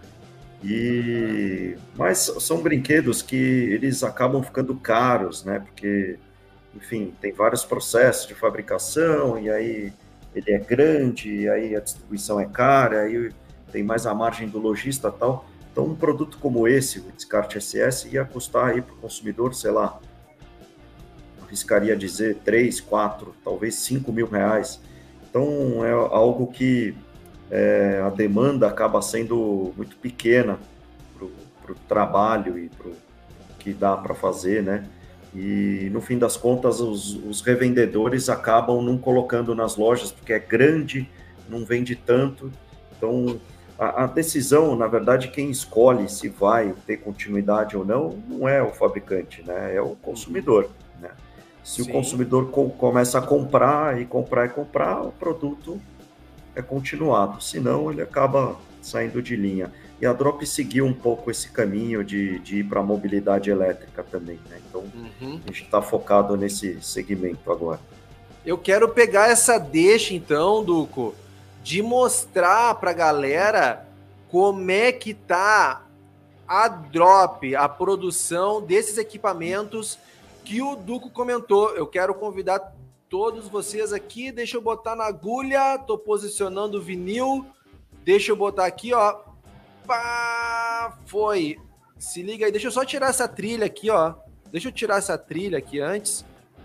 Mas são brinquedos que eles acabam ficando caros, né? Porque, enfim, tem vários processos de fabricação, e aí ele é grande, e aí a distribuição é cara, aí tem mais a margem do lojista e tal. Então, um produto como esse, o Descart SS, ia custar aí para o consumidor, sei lá, arriscaria dizer 3, 4, talvez 5 mil reais. Então, é algo que a demanda acaba sendo muito pequena para o trabalho e para o que dá para fazer, né? E, no fim das contas, os revendedores acabam não colocando nas lojas, porque é grande, não vende tanto. Então, a decisão, na verdade, quem escolhe se vai ter continuidade ou não é o fabricante, né? É o consumidor, né? Se Sim. O consumidor começa a comprar, o produto é continuado. Senão, ele acaba saindo de linha. E a Drop seguiu um pouco esse caminho de ir para a mobilidade elétrica também, né? Então, a gente está focado nesse segmento agora. Eu quero pegar essa deixa, então, Duco, de mostrar para a galera como é que tá a Drop, a produção desses equipamentos que o Duco comentou. Eu quero convidar todos vocês aqui, deixa eu botar na agulha, tô posicionando o vinil, deixa eu botar aqui, ó, pá, foi, se liga aí, deixa eu só tirar essa trilha aqui, ó, deixa eu tirar essa trilha aqui antes,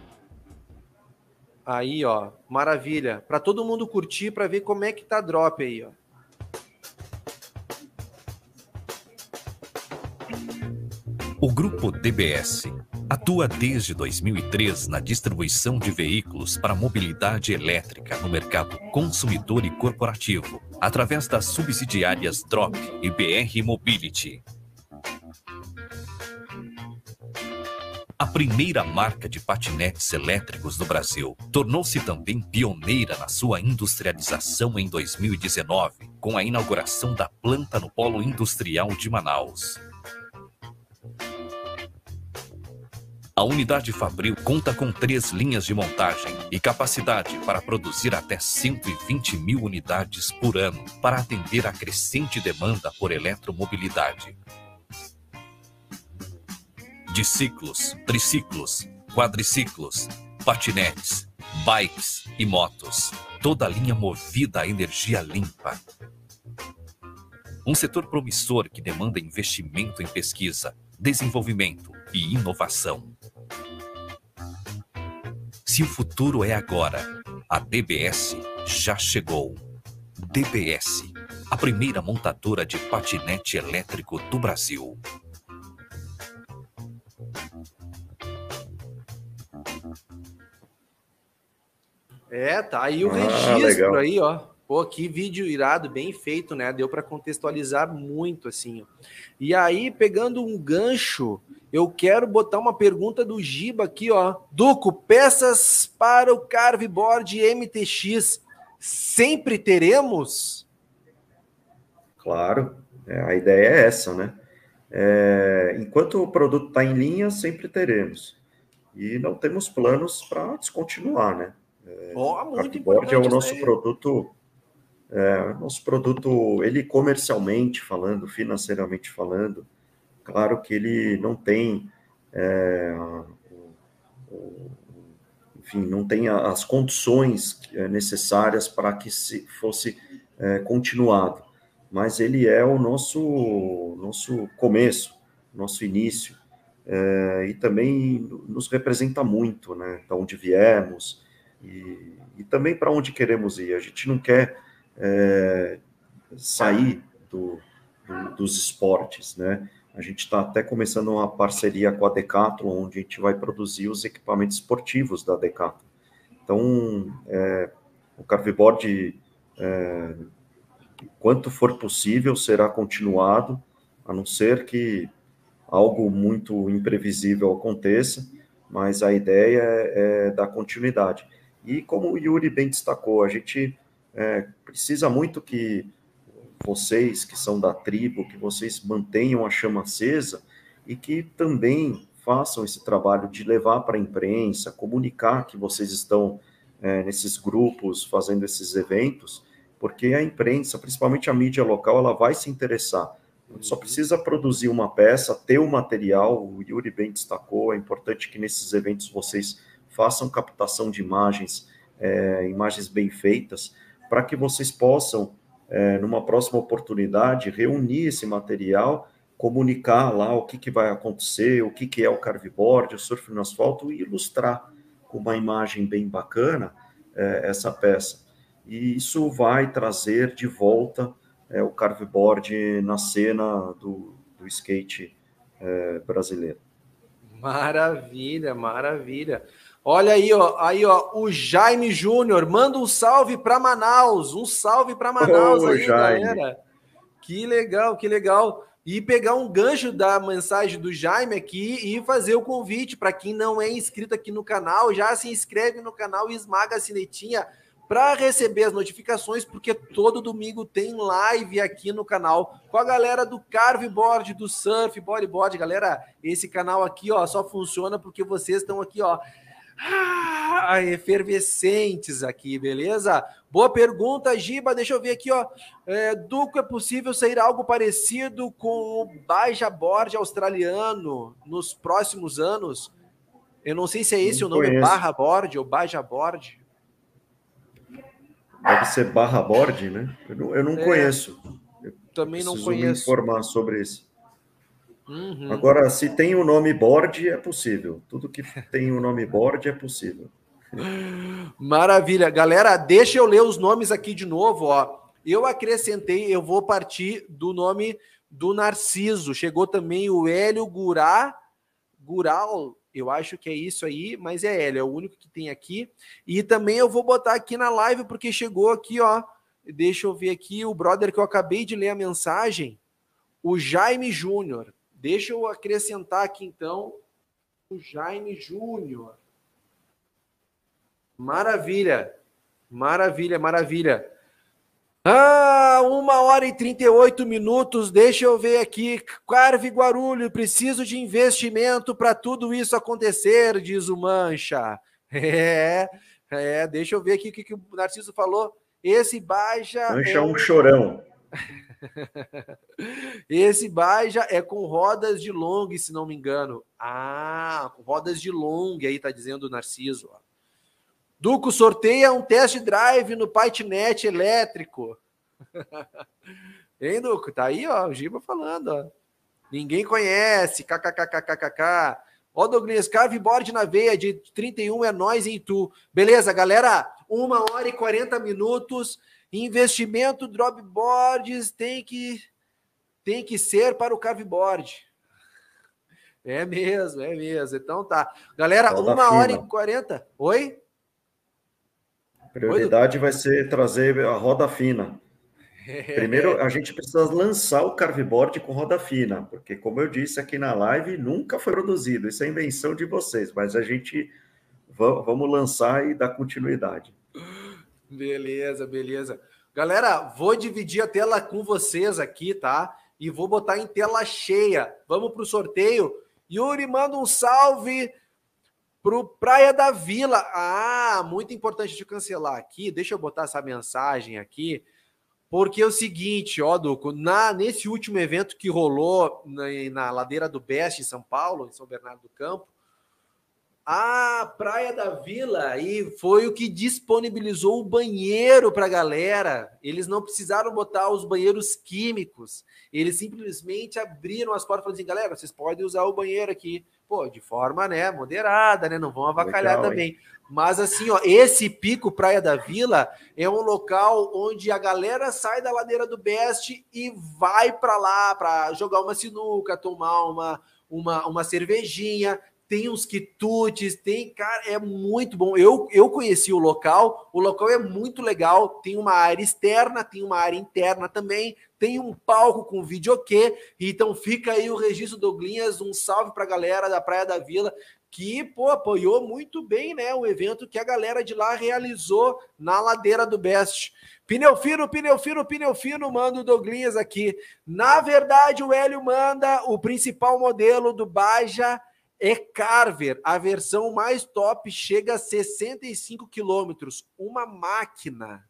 aí, ó, maravilha, para todo mundo curtir, para ver como é que tá a Drop aí, ó. O Grupo DBS atua desde 2003 na distribuição de veículos para mobilidade elétrica no mercado consumidor e corporativo, através das subsidiárias Drop e BR Mobility. A primeira marca de patinetes elétricos no Brasil, tornou-se também pioneira na sua industrialização em 2019, com a inauguração da planta no Polo Industrial de Manaus. A unidade Fabril conta com 3 linhas de montagem e capacidade para produzir até 120 mil unidades por ano para atender a crescente demanda por eletromobilidade. De ciclos, triciclos, quadriciclos, patinetes, bikes e motos. Toda a linha movida a energia limpa. Um setor promissor que demanda investimento em pesquisa, desenvolvimento e inovação. Se o futuro é agora, a DBS já chegou. DBS, a primeira montadora de patinete elétrico do Brasil. Tá aí o registro legal. aí, ó. Pô, que vídeo irado, bem feito, né? Deu para contextualizar muito, assim. E aí, pegando um gancho, eu quero botar uma pergunta do Giba aqui, ó. Duco, peças para o Carveboard MTX, sempre teremos? Claro, a ideia é essa, né? Enquanto o produto está em linha, sempre teremos. E não temos planos para descontinuar, né? Ó, O muito Carveboard é importante o isso nosso aí. produto. Nosso produto, ele comercialmente falando, financeiramente falando, claro que ele não tem, enfim, não tem as condições necessárias para que se fosse continuado, mas ele é o nosso começo, nosso início, e também nos representa muito, né, de onde viemos e também para onde queremos ir. A gente não quer sair dos esportes, né? A gente está até começando uma parceria com a Decathlon, onde a gente vai produzir os equipamentos esportivos da Decathlon. Então, o Carveboard, quanto for possível, será continuado, a não ser que algo muito imprevisível aconteça, mas a ideia é dar continuidade. E como o Yuri bem destacou, a gente precisa muito que vocês que são da tribo, que vocês mantenham a chama acesa e que também façam esse trabalho de levar para a imprensa, comunicar que vocês estão nesses grupos, fazendo esses eventos, porque a imprensa, principalmente a mídia local, ela vai se interessar. Só precisa produzir uma peça, ter o material, o Yuri bem destacou, é importante que nesses eventos vocês façam captação de imagens, imagens bem feitas, para que vocês possam, numa próxima oportunidade, reunir esse material, comunicar lá o que vai acontecer, o que é o Carveboard, o surf no asfalto, e ilustrar com uma imagem bem bacana essa peça. E isso vai trazer de volta o Carveboard na cena do skate brasileiro. Maravilha, maravilha. Olha aí, ó, o Jaime Júnior, manda um salve para Manaus, aí, Jaime. galera. Que legal, que legal. E pegar um gancho da mensagem do Jaime aqui e fazer o convite para quem não é inscrito aqui no canal, já se inscreve no canal e esmaga a sinetinha para receber as notificações, porque todo domingo tem live aqui no canal com a galera do Carveboard, do Surf, Bodyboard. Galera, esse canal aqui, ó, só funciona porque vocês estão aqui, ó, efervescentes aqui, beleza? Boa pergunta, Giba. Deixa eu ver aqui, ó. Duco, é possível sair algo parecido com o Baja Board australiano nos próximos anos? Eu não sei se é esse Não o nome, conheço. Barra Board ou Baja Board. Deve ser Barra Board, né? Eu não conheço. Também não Preciso conheço. me informar sobre isso. Uhum. Agora, se tem o nome board, é possível. Tudo que tem o nome board é possível. Maravilha. Galera, deixa eu ler os nomes aqui de novo, ó. Eu acrescentei, eu vou partir do nome do Narciso. Chegou também o Hélio Gural, eu acho que é isso aí, mas é Hélio, é o único que tem aqui. E também eu vou botar aqui na live, porque chegou aqui, ó. Deixa eu ver aqui, o brother que eu acabei de ler a mensagem, o Jaime Júnior. Deixa eu acrescentar aqui, então, o Jaime Júnior. Maravilha, maravilha, maravilha. Ah, 1h38, deixa eu ver aqui. Carve Guarulho, preciso de investimento para tudo isso acontecer, diz o Mancha. Deixa eu ver aqui o que o Narciso falou. Esse Baja Mancha é um chorão. Esse Baja é com rodas de long, se não me engano. Ah, com rodas de long, aí tá dizendo o Narciso. Duco sorteia um test drive no patinete elétrico. Hein, Duco? Tá aí, ó, o Giba falando, ó. Ninguém conhece, kkkkkk. Ó, Douglas, carveboard na veia de 31 é nós em tu. Beleza, galera? 1h40. Investimento dropboards tem que ser para o carveboard. É mesmo. Então tá. Galera, Roda 1h40. Oi? Prioridade vai ser trazer a roda fina. Primeiro, a gente precisa lançar o carveboard com roda fina, porque, como eu disse aqui na live, nunca foi produzido. Isso é invenção de vocês, mas a gente vamos lançar e dar continuidade. Beleza. Galera, vou dividir a tela com vocês aqui, tá? E vou botar em tela cheia. Vamos pro sorteio. Yuri, manda um salve pro Praia da Vila. Ah, muito importante de cancelar aqui. Deixa eu botar essa mensagem aqui. Porque é o seguinte, ó, Duco, nesse último evento que rolou na Ladeira do Best, em São Paulo, em São Bernardo do Campo, a Praia da Vila e foi o que disponibilizou o banheiro para a galera. Eles não precisaram botar os banheiros químicos. Eles simplesmente abriram as portas e falaram assim, galera, vocês podem usar o banheiro aqui. Pô, de forma, né, moderada, né? Não vão avacalhar legal, também. Hein? Mas assim, ó, esse Pico Praia da Vila é um local onde a galera sai da Ladeira do Best e vai para lá para jogar uma sinuca, tomar uma cervejinha. Tem uns quitutes, cara, é muito bom. Eu conheci o local é muito legal, tem uma área externa, tem uma área interna também, tem um palco com videokê, então fica aí o registro Douglinhas, um salve pra galera da Praia da Vila, que, pô, apoiou muito bem, né, o evento que a galera de lá realizou na Ladeira do Best. Pneu fino, manda o Douglinhas aqui. Na verdade, o Hélio manda o principal modelo do Baja é Carver, a versão mais top, chega a 65 quilômetros. Uma máquina.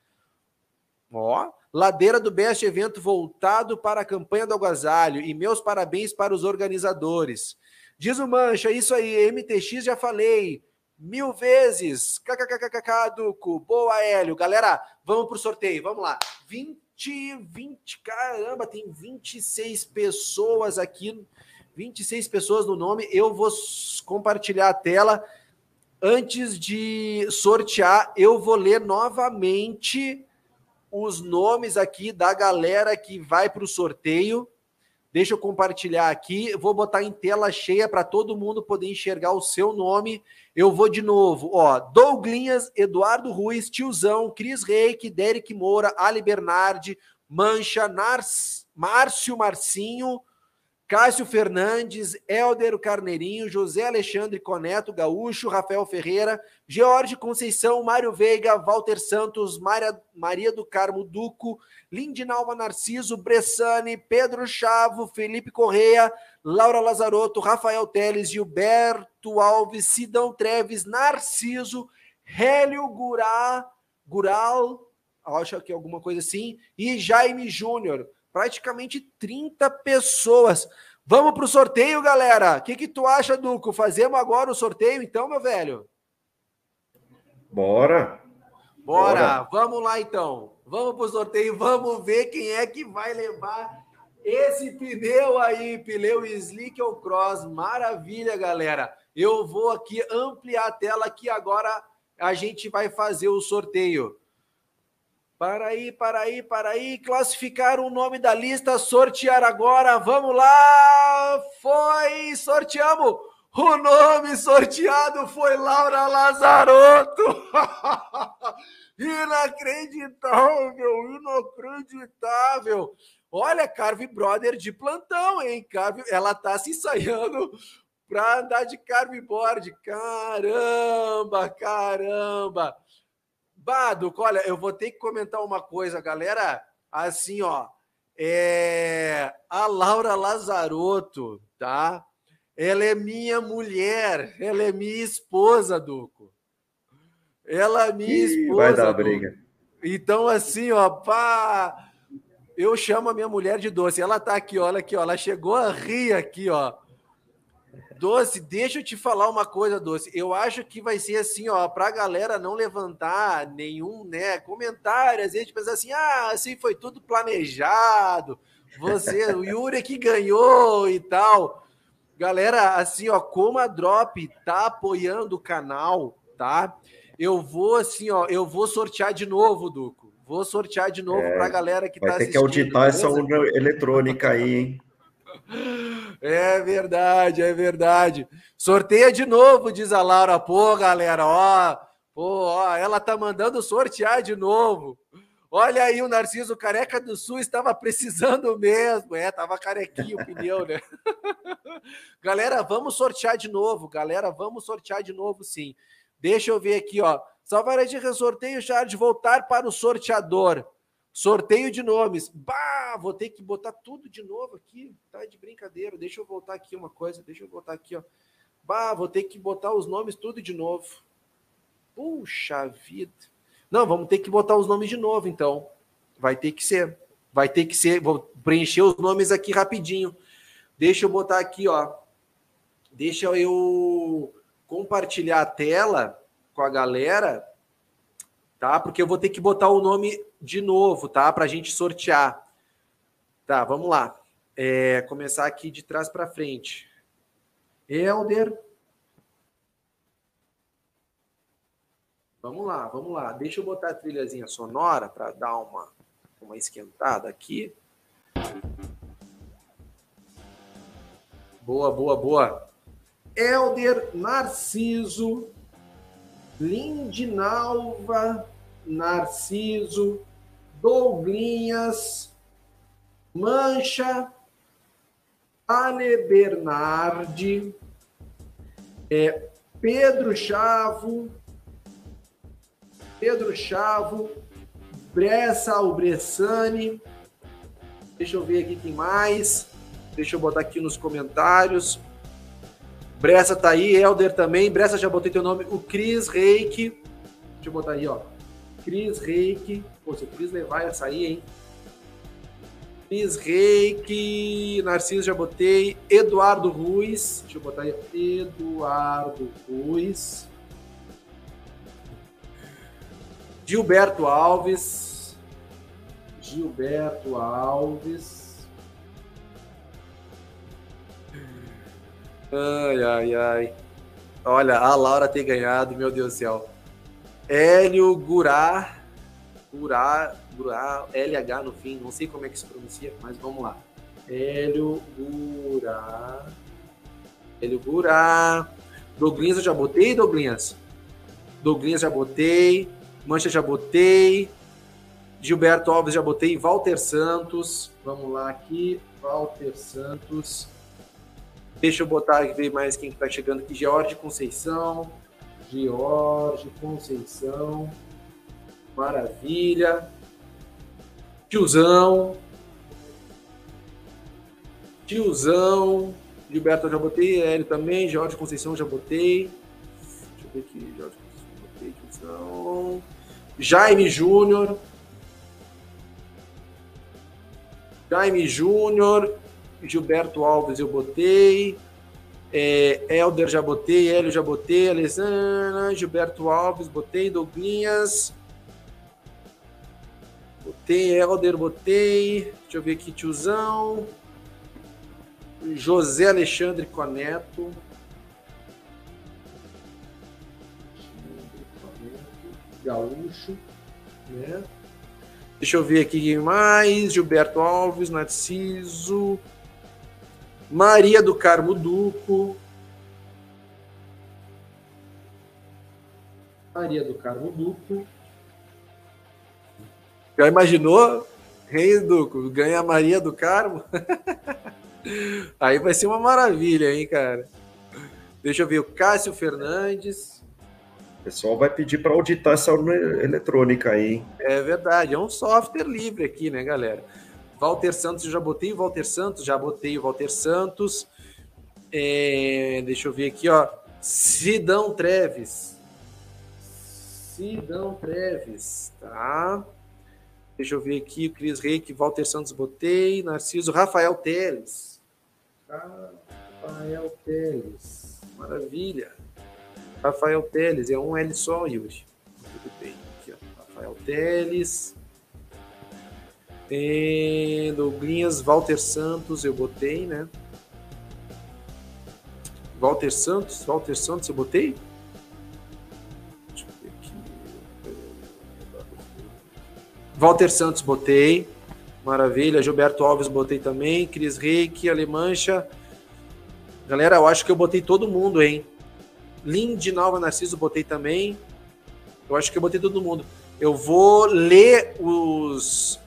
Ó, Ladeira do Best, evento voltado para a campanha do agasalho. E meus parabéns para os organizadores. Diz o Mancha, isso aí, MTX já falei 1000 vezes. KKKKK, Duco. Boa, Hélio. Galera, vamos para o sorteio, vamos lá. 20, caramba, tem 26 pessoas aqui 26 pessoas no nome, eu vou compartilhar a tela. Antes de sortear, eu vou ler novamente os nomes aqui da galera que vai para o sorteio. Deixa eu compartilhar aqui, vou botar em tela cheia para todo mundo poder enxergar o seu nome. Eu vou de novo, ó, Douglinhas, Eduardo Ruiz, Tiozão, Cris Reik, Derek Moura, Ali Bernardi, Mancha, Márcio Marcinho, Cássio Fernandes, Hélder Carneirinho, José Alexandre Coneto, Gaúcho, Rafael Ferreira, George Conceição, Mário Veiga, Walter Santos, Maria do Carmo Duco, Lindinalva Narciso, Bressani, Pedro Chavo, Felipe Correia, Laura Lazarotto, Rafael Teles, Gilberto Alves, Sidão Treves, Narciso, Hélio Gural, acho que é alguma coisa assim, e Jaime Júnior. Praticamente 30 pessoas. Vamos para o sorteio, galera. O que tu acha, Duco? Fazemos agora o sorteio, então, meu velho? Bora. Vamos lá, então. Vamos para o sorteio. Vamos ver quem é que vai levar esse pneu aí. Pneu Slick ou Cross. Maravilha, galera. Eu vou aqui ampliar a tela que agora a gente vai fazer o sorteio. Para aí, classificar o nome da lista, sortear agora, vamos lá, sorteamos, o nome sorteado foi Laura Lazarotto, inacreditável, olha, Carve Brother de plantão, hein, Carve, ela tá se ensaiando para andar de carveboard, caramba, Duco, olha, eu vou ter que comentar uma coisa, galera. Assim, ó, a Laura Lazarotto, tá? Ela é minha mulher, ela é minha esposa, Duco. Ela é minha Ih, vai esposa, dar Duco. briga. Então, assim, ó, pá, eu chamo a minha mulher de Doce. Ela tá aqui, ó, olha aqui, ó, ela chegou a rir aqui, ó. Doce, deixa eu te falar uma coisa, Doce. Eu acho que vai ser assim, ó, pra galera não levantar nenhum, né, comentário, às vezes pensa assim, assim foi tudo planejado, o Yuri que ganhou e tal. Galera, assim, ó, como a Drop tá apoiando o canal, tá? Eu vou, assim, ó, eu vou sortear de novo, Duco. Vou sortear de novo pra galera que tá Vai ter que assistindo, auditar essa beleza? urna eletrônica aí, hein? É verdade, é verdade. Sorteia de novo, diz a Laura. Pô, galera, ó, ela tá mandando sortear de novo. Olha aí, o Narciso Careca do Sul estava precisando mesmo. Tava carequinho o pneu, né? Galera, vamos sortear de novo. Galera, vamos sortear de novo, sim. Deixa eu ver aqui, ó. Salvar de ressorteio, Charles, voltar para o sorteador. Sorteio de nomes. Vou ter que botar tudo de novo aqui. Tá de brincadeira. Deixa eu voltar aqui uma coisa. Deixa eu voltar aqui, ó. Vou ter que botar os nomes tudo de novo. Puxa vida. Não, vamos ter que botar os nomes de novo, então. Vai ter que ser. Vai ter que ser. Vou preencher os nomes aqui rapidinho. Deixa eu botar aqui, ó. Deixa eu compartilhar a tela com a galera, tá? Porque eu vou ter que botar o nome de novo, tá? Pra gente sortear. Tá, vamos lá. Começar aqui de trás para frente. Helder. Vamos lá. Deixa eu botar a trilhazinha sonora para dar uma esquentada aqui. Boa. Helder, Narciso, Lindinalva, Narciso, Douglinhas, Mancha, Ale Bernardi, Pedro Chavo, Bressa Albressani. Deixa eu ver aqui quem mais. Deixa eu botar aqui nos comentários. Bressa tá aí, Helder também. Bressa, já botei teu nome. O Cris Reik. Deixa eu botar aí, ó. Cris Reik. Pô, se o Cris levar essa aí, hein? Cris Reik. Narciso, já botei. Eduardo Ruiz. Deixa eu botar aí. Eduardo Ruiz. Gilberto Alves. Ai. Olha, a Laura ter ganhado, meu Deus do céu. Hélio Gurá, LH no fim, não sei como é que se pronuncia, mas vamos lá. Hélio Gurá. Douglinhas eu já botei, Douglinhas já botei. Mancha já botei. Gilberto Alves já botei. Walter Santos. Vamos lá aqui. Walter Santos. Deixa eu botar e ver mais quem está chegando aqui. George Conceição. Maravilha. Tiozão. Gilberto eu já botei. Hélio também. George Conceição já botei. Deixa eu ver aqui. George Conceição já botei. Tiozão. Jaime Júnior. Gilberto Alves eu botei. Helder já botei. Hélio já botei. Alessandra. Gilberto Alves botei. Douglinhas. Botei. Helder botei. Deixa eu ver aqui. Tiozão. José Alexandre Coneto. Gaúcho, né? Deixa eu ver aqui quem mais. Gilberto Alves, Narciso, Maria do Carmo Duco. Já imaginou? Reis Duco, ganha a Maria do Carmo? Aí vai ser uma maravilha, hein, cara? Deixa eu ver o Cássio Fernandes. pessoal vai pedir para auditar essa urna eletrônica aí, hein? É verdade, é um software livre aqui, né, galera? Walter Santos, eu já botei o Walter Santos, deixa eu ver aqui, ó. Sidão Treves, tá? Deixa eu ver aqui, o Cris Reik, Walter Santos botei, Narciso, Rafael Teles, maravilha. Rafael Teles, é um L só, Yuri. Tudo bem, aqui, ó. Rafael Teles. Douglinhas, Walter Santos, eu botei, né? Walter Santos, eu botei? Deixa eu ver aqui. Walter Santos, botei. Maravilha. Gilberto Alves, botei também. Cris Reik, Alemancha. Galera, eu acho que eu botei todo mundo, hein? Lindinalva Narciso, botei também. Eu acho que eu botei todo mundo. Eu vou ler os...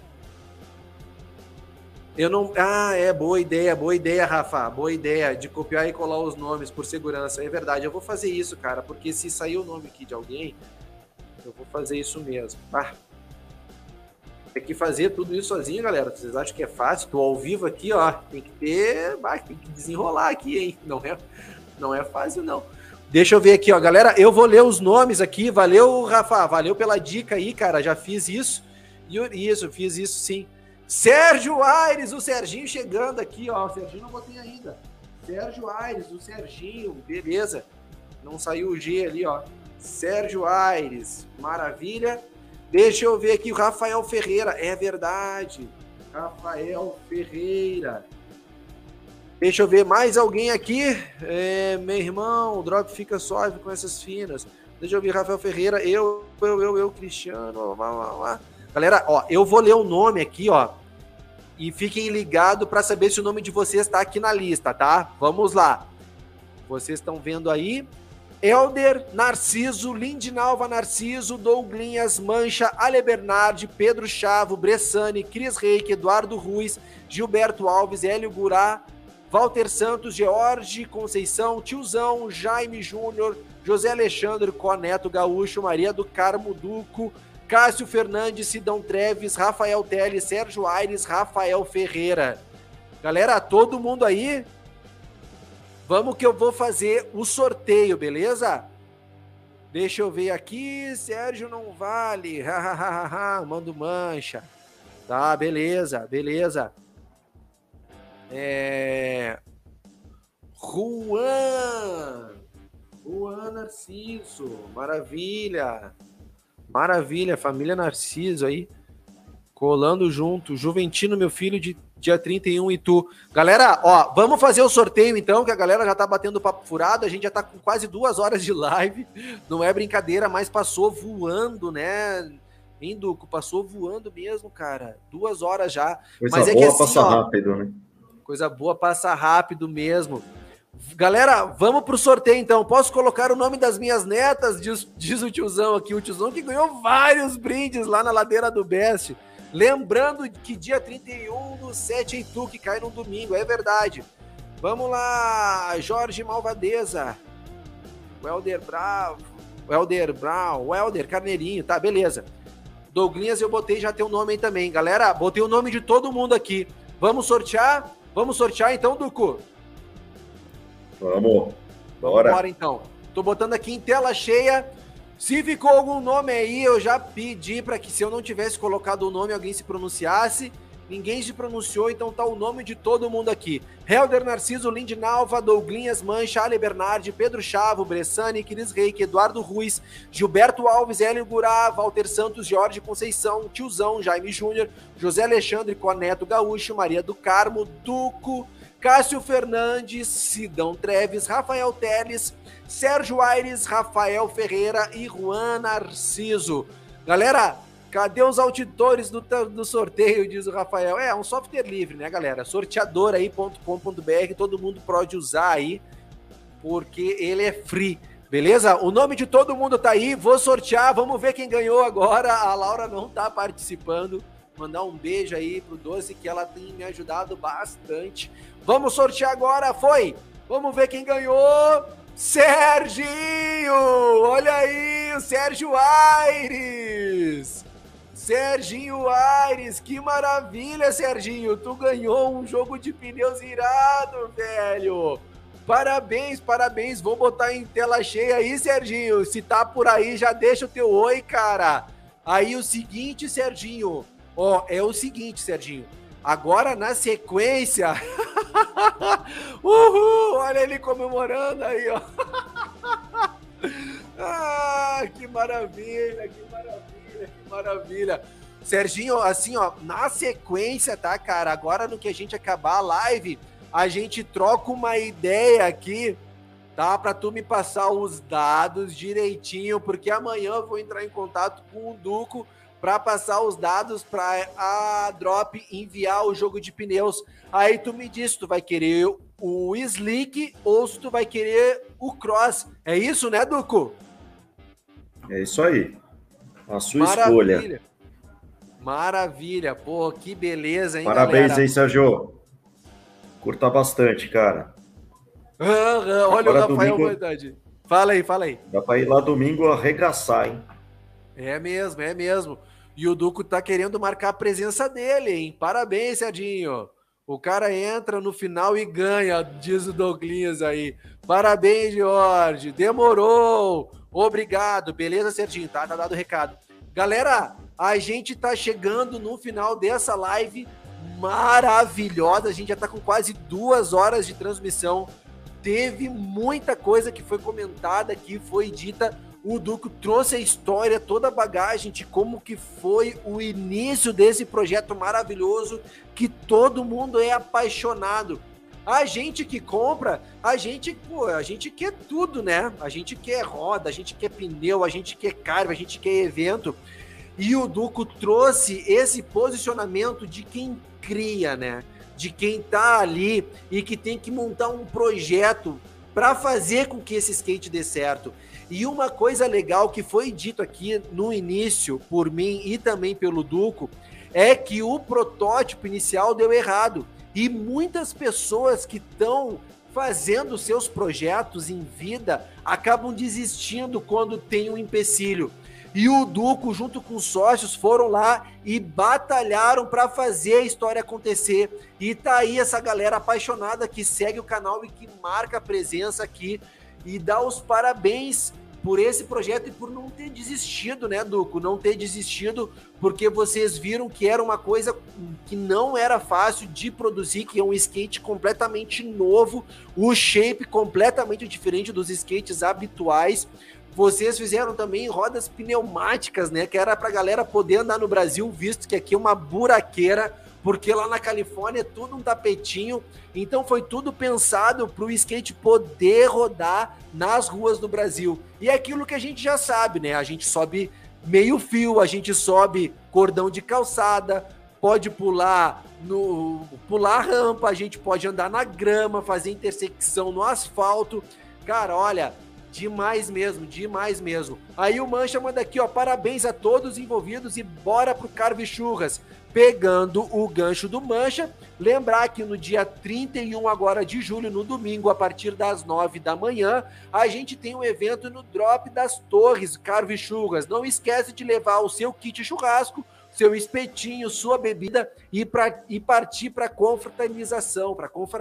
Eu não... Ah, boa ideia, Rafa. Boa ideia de copiar e colar os nomes por segurança. É verdade, eu vou fazer isso, cara, porque se sair o nome aqui de alguém, eu vou fazer isso mesmo. Tem que fazer tudo isso sozinho, galera. Vocês acham que é fácil? Tô ao vivo aqui, ó. Tem que ter... tem que desenrolar aqui, hein? Não é fácil, não. Deixa eu ver aqui, ó, galera. Eu vou ler os nomes aqui. Valeu, Rafa. Valeu pela dica aí, cara. Já fiz isso. Fiz isso sim. Sérgio Aires, o Serginho chegando aqui, ó. O Serginho não botei ainda. Sérgio Aires, o Serginho, beleza. Não saiu o G ali, ó. Sérgio Aires, maravilha. Deixa eu ver aqui o Rafael Ferreira. É verdade. Rafael Ferreira. Deixa eu ver mais alguém aqui. Meu irmão, o drop fica suave com essas finas. Deixa eu ver, Rafael Ferreira. Eu, Cristiano. Galera, ó, eu vou ler o nome aqui, ó. E fiquem ligados para saber se o nome de vocês está aqui na lista, tá? Vamos lá. Vocês estão vendo aí. Helder, Narciso, Lindinalva Narciso, Douglinhas, Mancha, Ale Bernardi, Pedro Chavo, Bressani, Cris Reik, Eduardo Ruiz, Gilberto Alves, Hélio Gurá, Walter Santos, George Conceição, Tiozão, Jaime Júnior, José Alexandre, Coneto Gaúcho, Maria do Carmo Duco, Cássio Fernandes, Sidão Treves, Rafael Teles, Sérgio Aires, Rafael Ferreira. Galera, todo mundo aí? Vamos que eu vou fazer o sorteio, beleza? Deixa eu ver aqui. Sérgio não vale. Mando Mancha. Tá, beleza. Juan Narciso. Maravilha, família Narciso aí. Colando junto. Juventino, meu filho, de dia 31 e tu. Galera, ó, vamos fazer o sorteio então, que a galera já tá batendo papo furado. A gente já tá com quase 2 horas de live. Não é brincadeira, mas passou voando, né? Induco, passou voando mesmo, cara. 2 horas já. Coisa mas é boa, que assim, passa rápido, né? Coisa boa, passa rápido mesmo. Galera, vamos pro sorteio então. Posso colocar o nome das minhas netas? Diz o tiozão aqui. O tiozão que ganhou vários brindes lá na ladeira do Best. Lembrando que dia 31/7 em Tu, que cai no domingo, é verdade. Vamos lá, Jorge Malvadeza, Welder Brown, Welder Carneirinho, tá, beleza. Douglinhas eu botei, já tem o nome aí também. Galera, botei o nome de todo mundo aqui. Vamos sortear? Vamos sortear então, Duco? Vamos. Bora então. Tô botando aqui em tela cheia. Se ficou algum nome aí, eu já pedi para que, se eu não tivesse colocado o nome, alguém se pronunciasse. Ninguém se pronunciou, então tá o nome de todo mundo aqui. Helder Narciso, Lindinalva, Douglinhas, Mancha, Ale Bernardi, Pedro Chavo, Bressani, Cris Reik, Eduardo Ruiz, Gilberto Alves, Hélio Gurá, Walter Santos, Jorge Conceição, Tiozão, Jaime Júnior, José Alexandre, Coneto Gaúcho, Maria do Carmo, Duco, Cássio Fernandes, Sidão Treves, Rafael Teles, Sérgio Aires, Rafael Ferreira e Juan Narciso. Galera, cadê os auditores do sorteio, diz o Rafael. É um software livre, né, galera? Sorteador.com.br, todo mundo pode usar aí, porque ele é free, beleza? O nome de todo mundo tá aí, vou sortear, vamos ver quem ganhou agora. A Laura não tá participando. Mandar um beijo aí pro Doce, que ela tem me ajudado bastante. Vamos sortear agora, foi! Vamos ver quem ganhou! Serginho! Olha aí, o Sérgio Aires! Serginho Aires, que maravilha, Serginho! Tu ganhou um jogo de pneus irado, velho! Parabéns, parabéns! Vou botar em tela cheia aí, Serginho. Se tá por aí, já deixa o teu oi, cara. Aí o seguinte, Serginho. Ó, é o seguinte, Serginho. Agora na sequência. Uhul! Olha ele comemorando aí, ó. Ah, que maravilha, que maravilha, que maravilha. Serginho, assim, ó, na sequência, tá, cara? Agora no que a gente acabar a live, a gente troca uma ideia aqui, tá? Pra tu me passar os dados direitinho, porque amanhã eu vou entrar em contato com o Duco para passar os dados para a Drop enviar o jogo de pneus. Aí tu me diz se tu vai querer o Slick ou se tu vai querer o Cross. É isso, né, Duco? É isso aí. A sua escolha. Maravilha. Pô, que beleza, hein, Parabéns, galera? aí, Sérgio. Curta bastante, cara. Olha agora, o Rafael, domingo, verdade. Fala aí, fala aí. Dá pra ir lá domingo arregaçar, hein? É mesmo, é mesmo. E o Duco tá querendo marcar a presença dele, hein? Parabéns, Serginho. O cara entra no final e ganha, diz o Douglas aí. Parabéns, Jorge. Demorou. Obrigado. Beleza, Serginho? Tá dado o recado. Galera, a gente tá chegando no final dessa live maravilhosa. A gente já tá com quase 2 horas de transmissão. Teve muita coisa que foi comentada aqui, foi dita. O Duco trouxe a história, toda a bagagem de como que foi o início desse projeto maravilhoso que todo mundo é apaixonado. A gente que compra, a gente quer tudo, né? A gente quer roda, a gente quer pneu, a gente quer carga, a gente quer evento. E o Duco trouxe esse posicionamento de quem cria, né? De quem tá ali e que tem que montar um projeto para fazer com que esse skate dê certo. E uma coisa legal que foi dito aqui no início por mim e também pelo Duco é que o protótipo inicial deu errado. E muitas pessoas que estão fazendo seus projetos em vida acabam desistindo quando tem um empecilho. E o Duco, junto com os sócios, foram lá e batalharam para fazer a história acontecer. E tá aí essa galera apaixonada que segue o canal e que marca a presença aqui e dá os parabéns por esse projeto e por não ter desistido, né, Duco? Não ter desistido porque vocês viram que era uma coisa que não era fácil de produzir, que é um skate completamente novo, o shape completamente diferente dos skates habituais. Vocês fizeram também rodas pneumáticas, né? Que era pra galera poder andar no Brasil, visto que aqui é uma buraqueira, porque lá na Califórnia é tudo um tapetinho. Então foi tudo pensado pro skate poder rodar nas ruas do Brasil. E é aquilo que a gente já sabe, né? A gente sobe meio fio, a gente sobe cordão de calçada, pode pular rampa, a gente pode andar na grama, fazer intersecção no asfalto. Cara, olha, demais mesmo, demais mesmo. Aí o Mancha manda aqui, ó, parabéns a todos os envolvidos e bora pro Carve Churras. Pegando o gancho do Mancha, lembrar que no dia 31 agora de julho, no domingo, a partir das 9 da manhã, a gente tem um evento no Drop das Torres, Carve Churras. Não esquece de levar o seu kit churrasco, seu espetinho, sua bebida e partir para confraternização,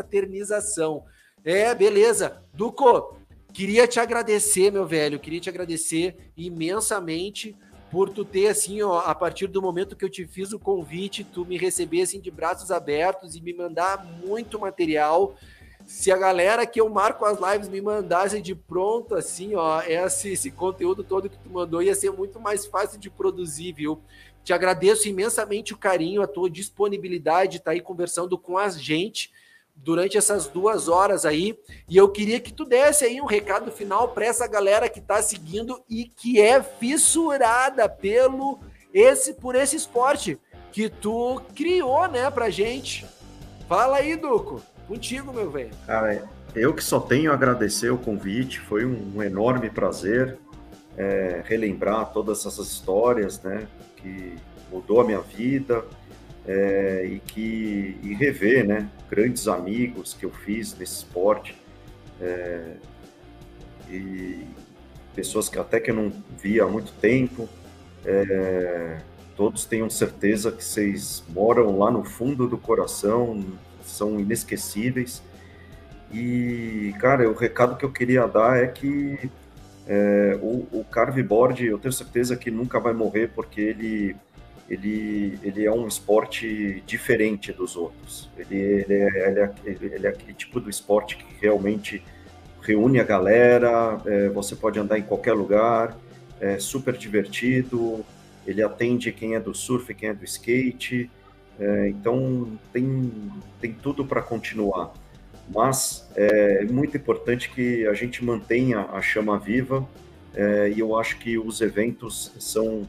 É, beleza. Duco, queria te agradecer, meu velho, queria te agradecer imensamente por tu ter, assim, ó, a partir do momento que eu te fiz o convite, tu me receber, assim, de braços abertos e me mandar muito material. Se a galera que eu marco as lives me mandasse de pronto, assim, ó, esse conteúdo todo que tu mandou ia ser muito mais fácil de produzir, viu? Te agradeço imensamente o carinho, a tua disponibilidade de estar aí conversando com a gente durante essas 2 horas aí, e eu queria que tu desse aí um recado final para essa galera que tá seguindo e que é fissurada por esse esporte que tu criou, né, pra gente. Fala aí, Duco, contigo, meu velho. Cara, eu que só tenho a agradecer o convite, foi um enorme prazer relembrar todas essas histórias, né, que mudou a minha vida, e rever, né, grandes amigos que eu fiz nesse esporte. e pessoas que até que eu não via há muito tempo. Todos tenham certeza que vocês moram lá no fundo do coração, são inesquecíveis. E, cara, o recado que eu queria dar é que o carveboard, eu tenho certeza que nunca vai morrer, porque ele é um esporte diferente dos outros. Ele é aquele tipo do esporte que realmente reúne a galera, você pode andar em qualquer lugar, é super divertido, ele atende quem é do surf, quem é do skate, então tem tudo para continuar. Mas é muito importante que a gente mantenha a chama viva, e eu acho que os eventos são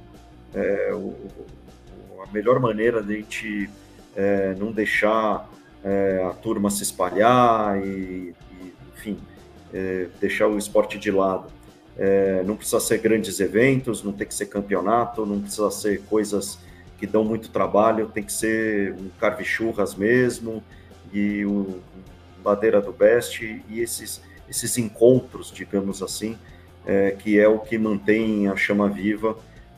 a melhor maneira de a gente não deixar a turma se espalhar enfim, deixar o esporte de lado. Não precisa ser grandes eventos, não tem que ser campeonato, não precisa ser coisas que dão muito trabalho, tem que ser um carve churras mesmo, e o Ladeira do Best, e esses encontros, digamos assim, que é o que mantém a chama viva,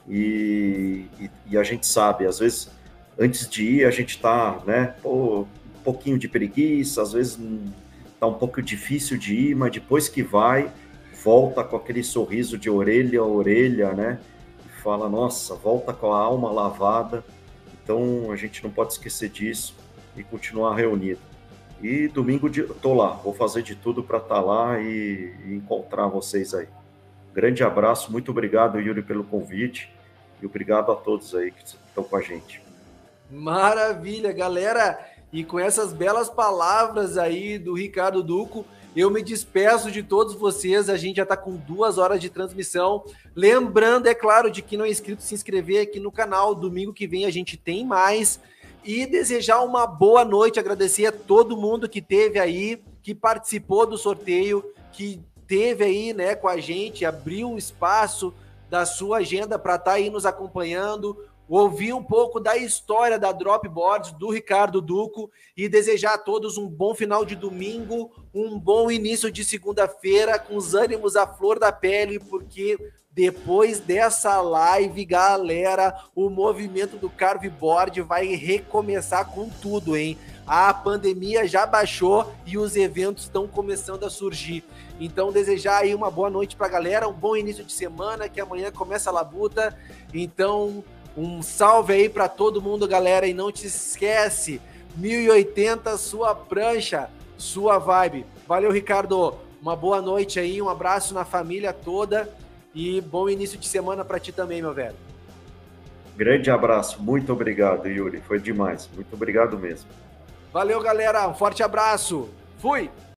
e a gente sabe, às vezes, antes de ir, a gente tá, né, um pouquinho de preguiça, às vezes tá um pouco difícil de ir, mas depois que vai, volta com aquele sorriso de orelha a orelha, né, e fala, nossa, volta com a alma lavada. Então, a gente não pode esquecer disso e continuar reunido. E domingo tô lá, vou fazer de tudo para estar lá e encontrar vocês aí. Grande abraço, muito obrigado, Yuri, pelo convite, e obrigado a todos aí que estão com a gente. Maravilha, galera! E com essas belas palavras aí do Ricardo Duco, eu me despeço de todos vocês. A gente já está com 2 horas de transmissão. Lembrando, é claro, de quem não é inscrito, se inscrever aqui no canal. Domingo que vem a gente tem mais. E desejar uma boa noite, agradecer a todo mundo que teve aí, que participou do sorteio, que teve aí, né, com a gente, abriu um espaço da sua agenda para estar aí nos acompanhando, ouvir um pouco da história da Dropboards do Ricardo Duco, e desejar a todos um bom final de domingo, um bom início de segunda-feira, com os ânimos à flor da pele, porque depois dessa live, galera, o movimento do carveboard vai recomeçar com tudo, hein? A pandemia já baixou e os eventos estão começando a surgir. Então, desejar aí uma boa noite pra galera, um bom início de semana, que amanhã começa a labuta. Então, um salve aí para todo mundo, galera, e não te esquece, 1080, sua prancha, sua vibe. Valeu, Ricardo, uma boa noite aí, um abraço na família toda e bom início de semana para ti também, meu velho. Grande abraço, muito obrigado, Yuri, foi demais, muito obrigado mesmo. Valeu, galera, um forte abraço, fui!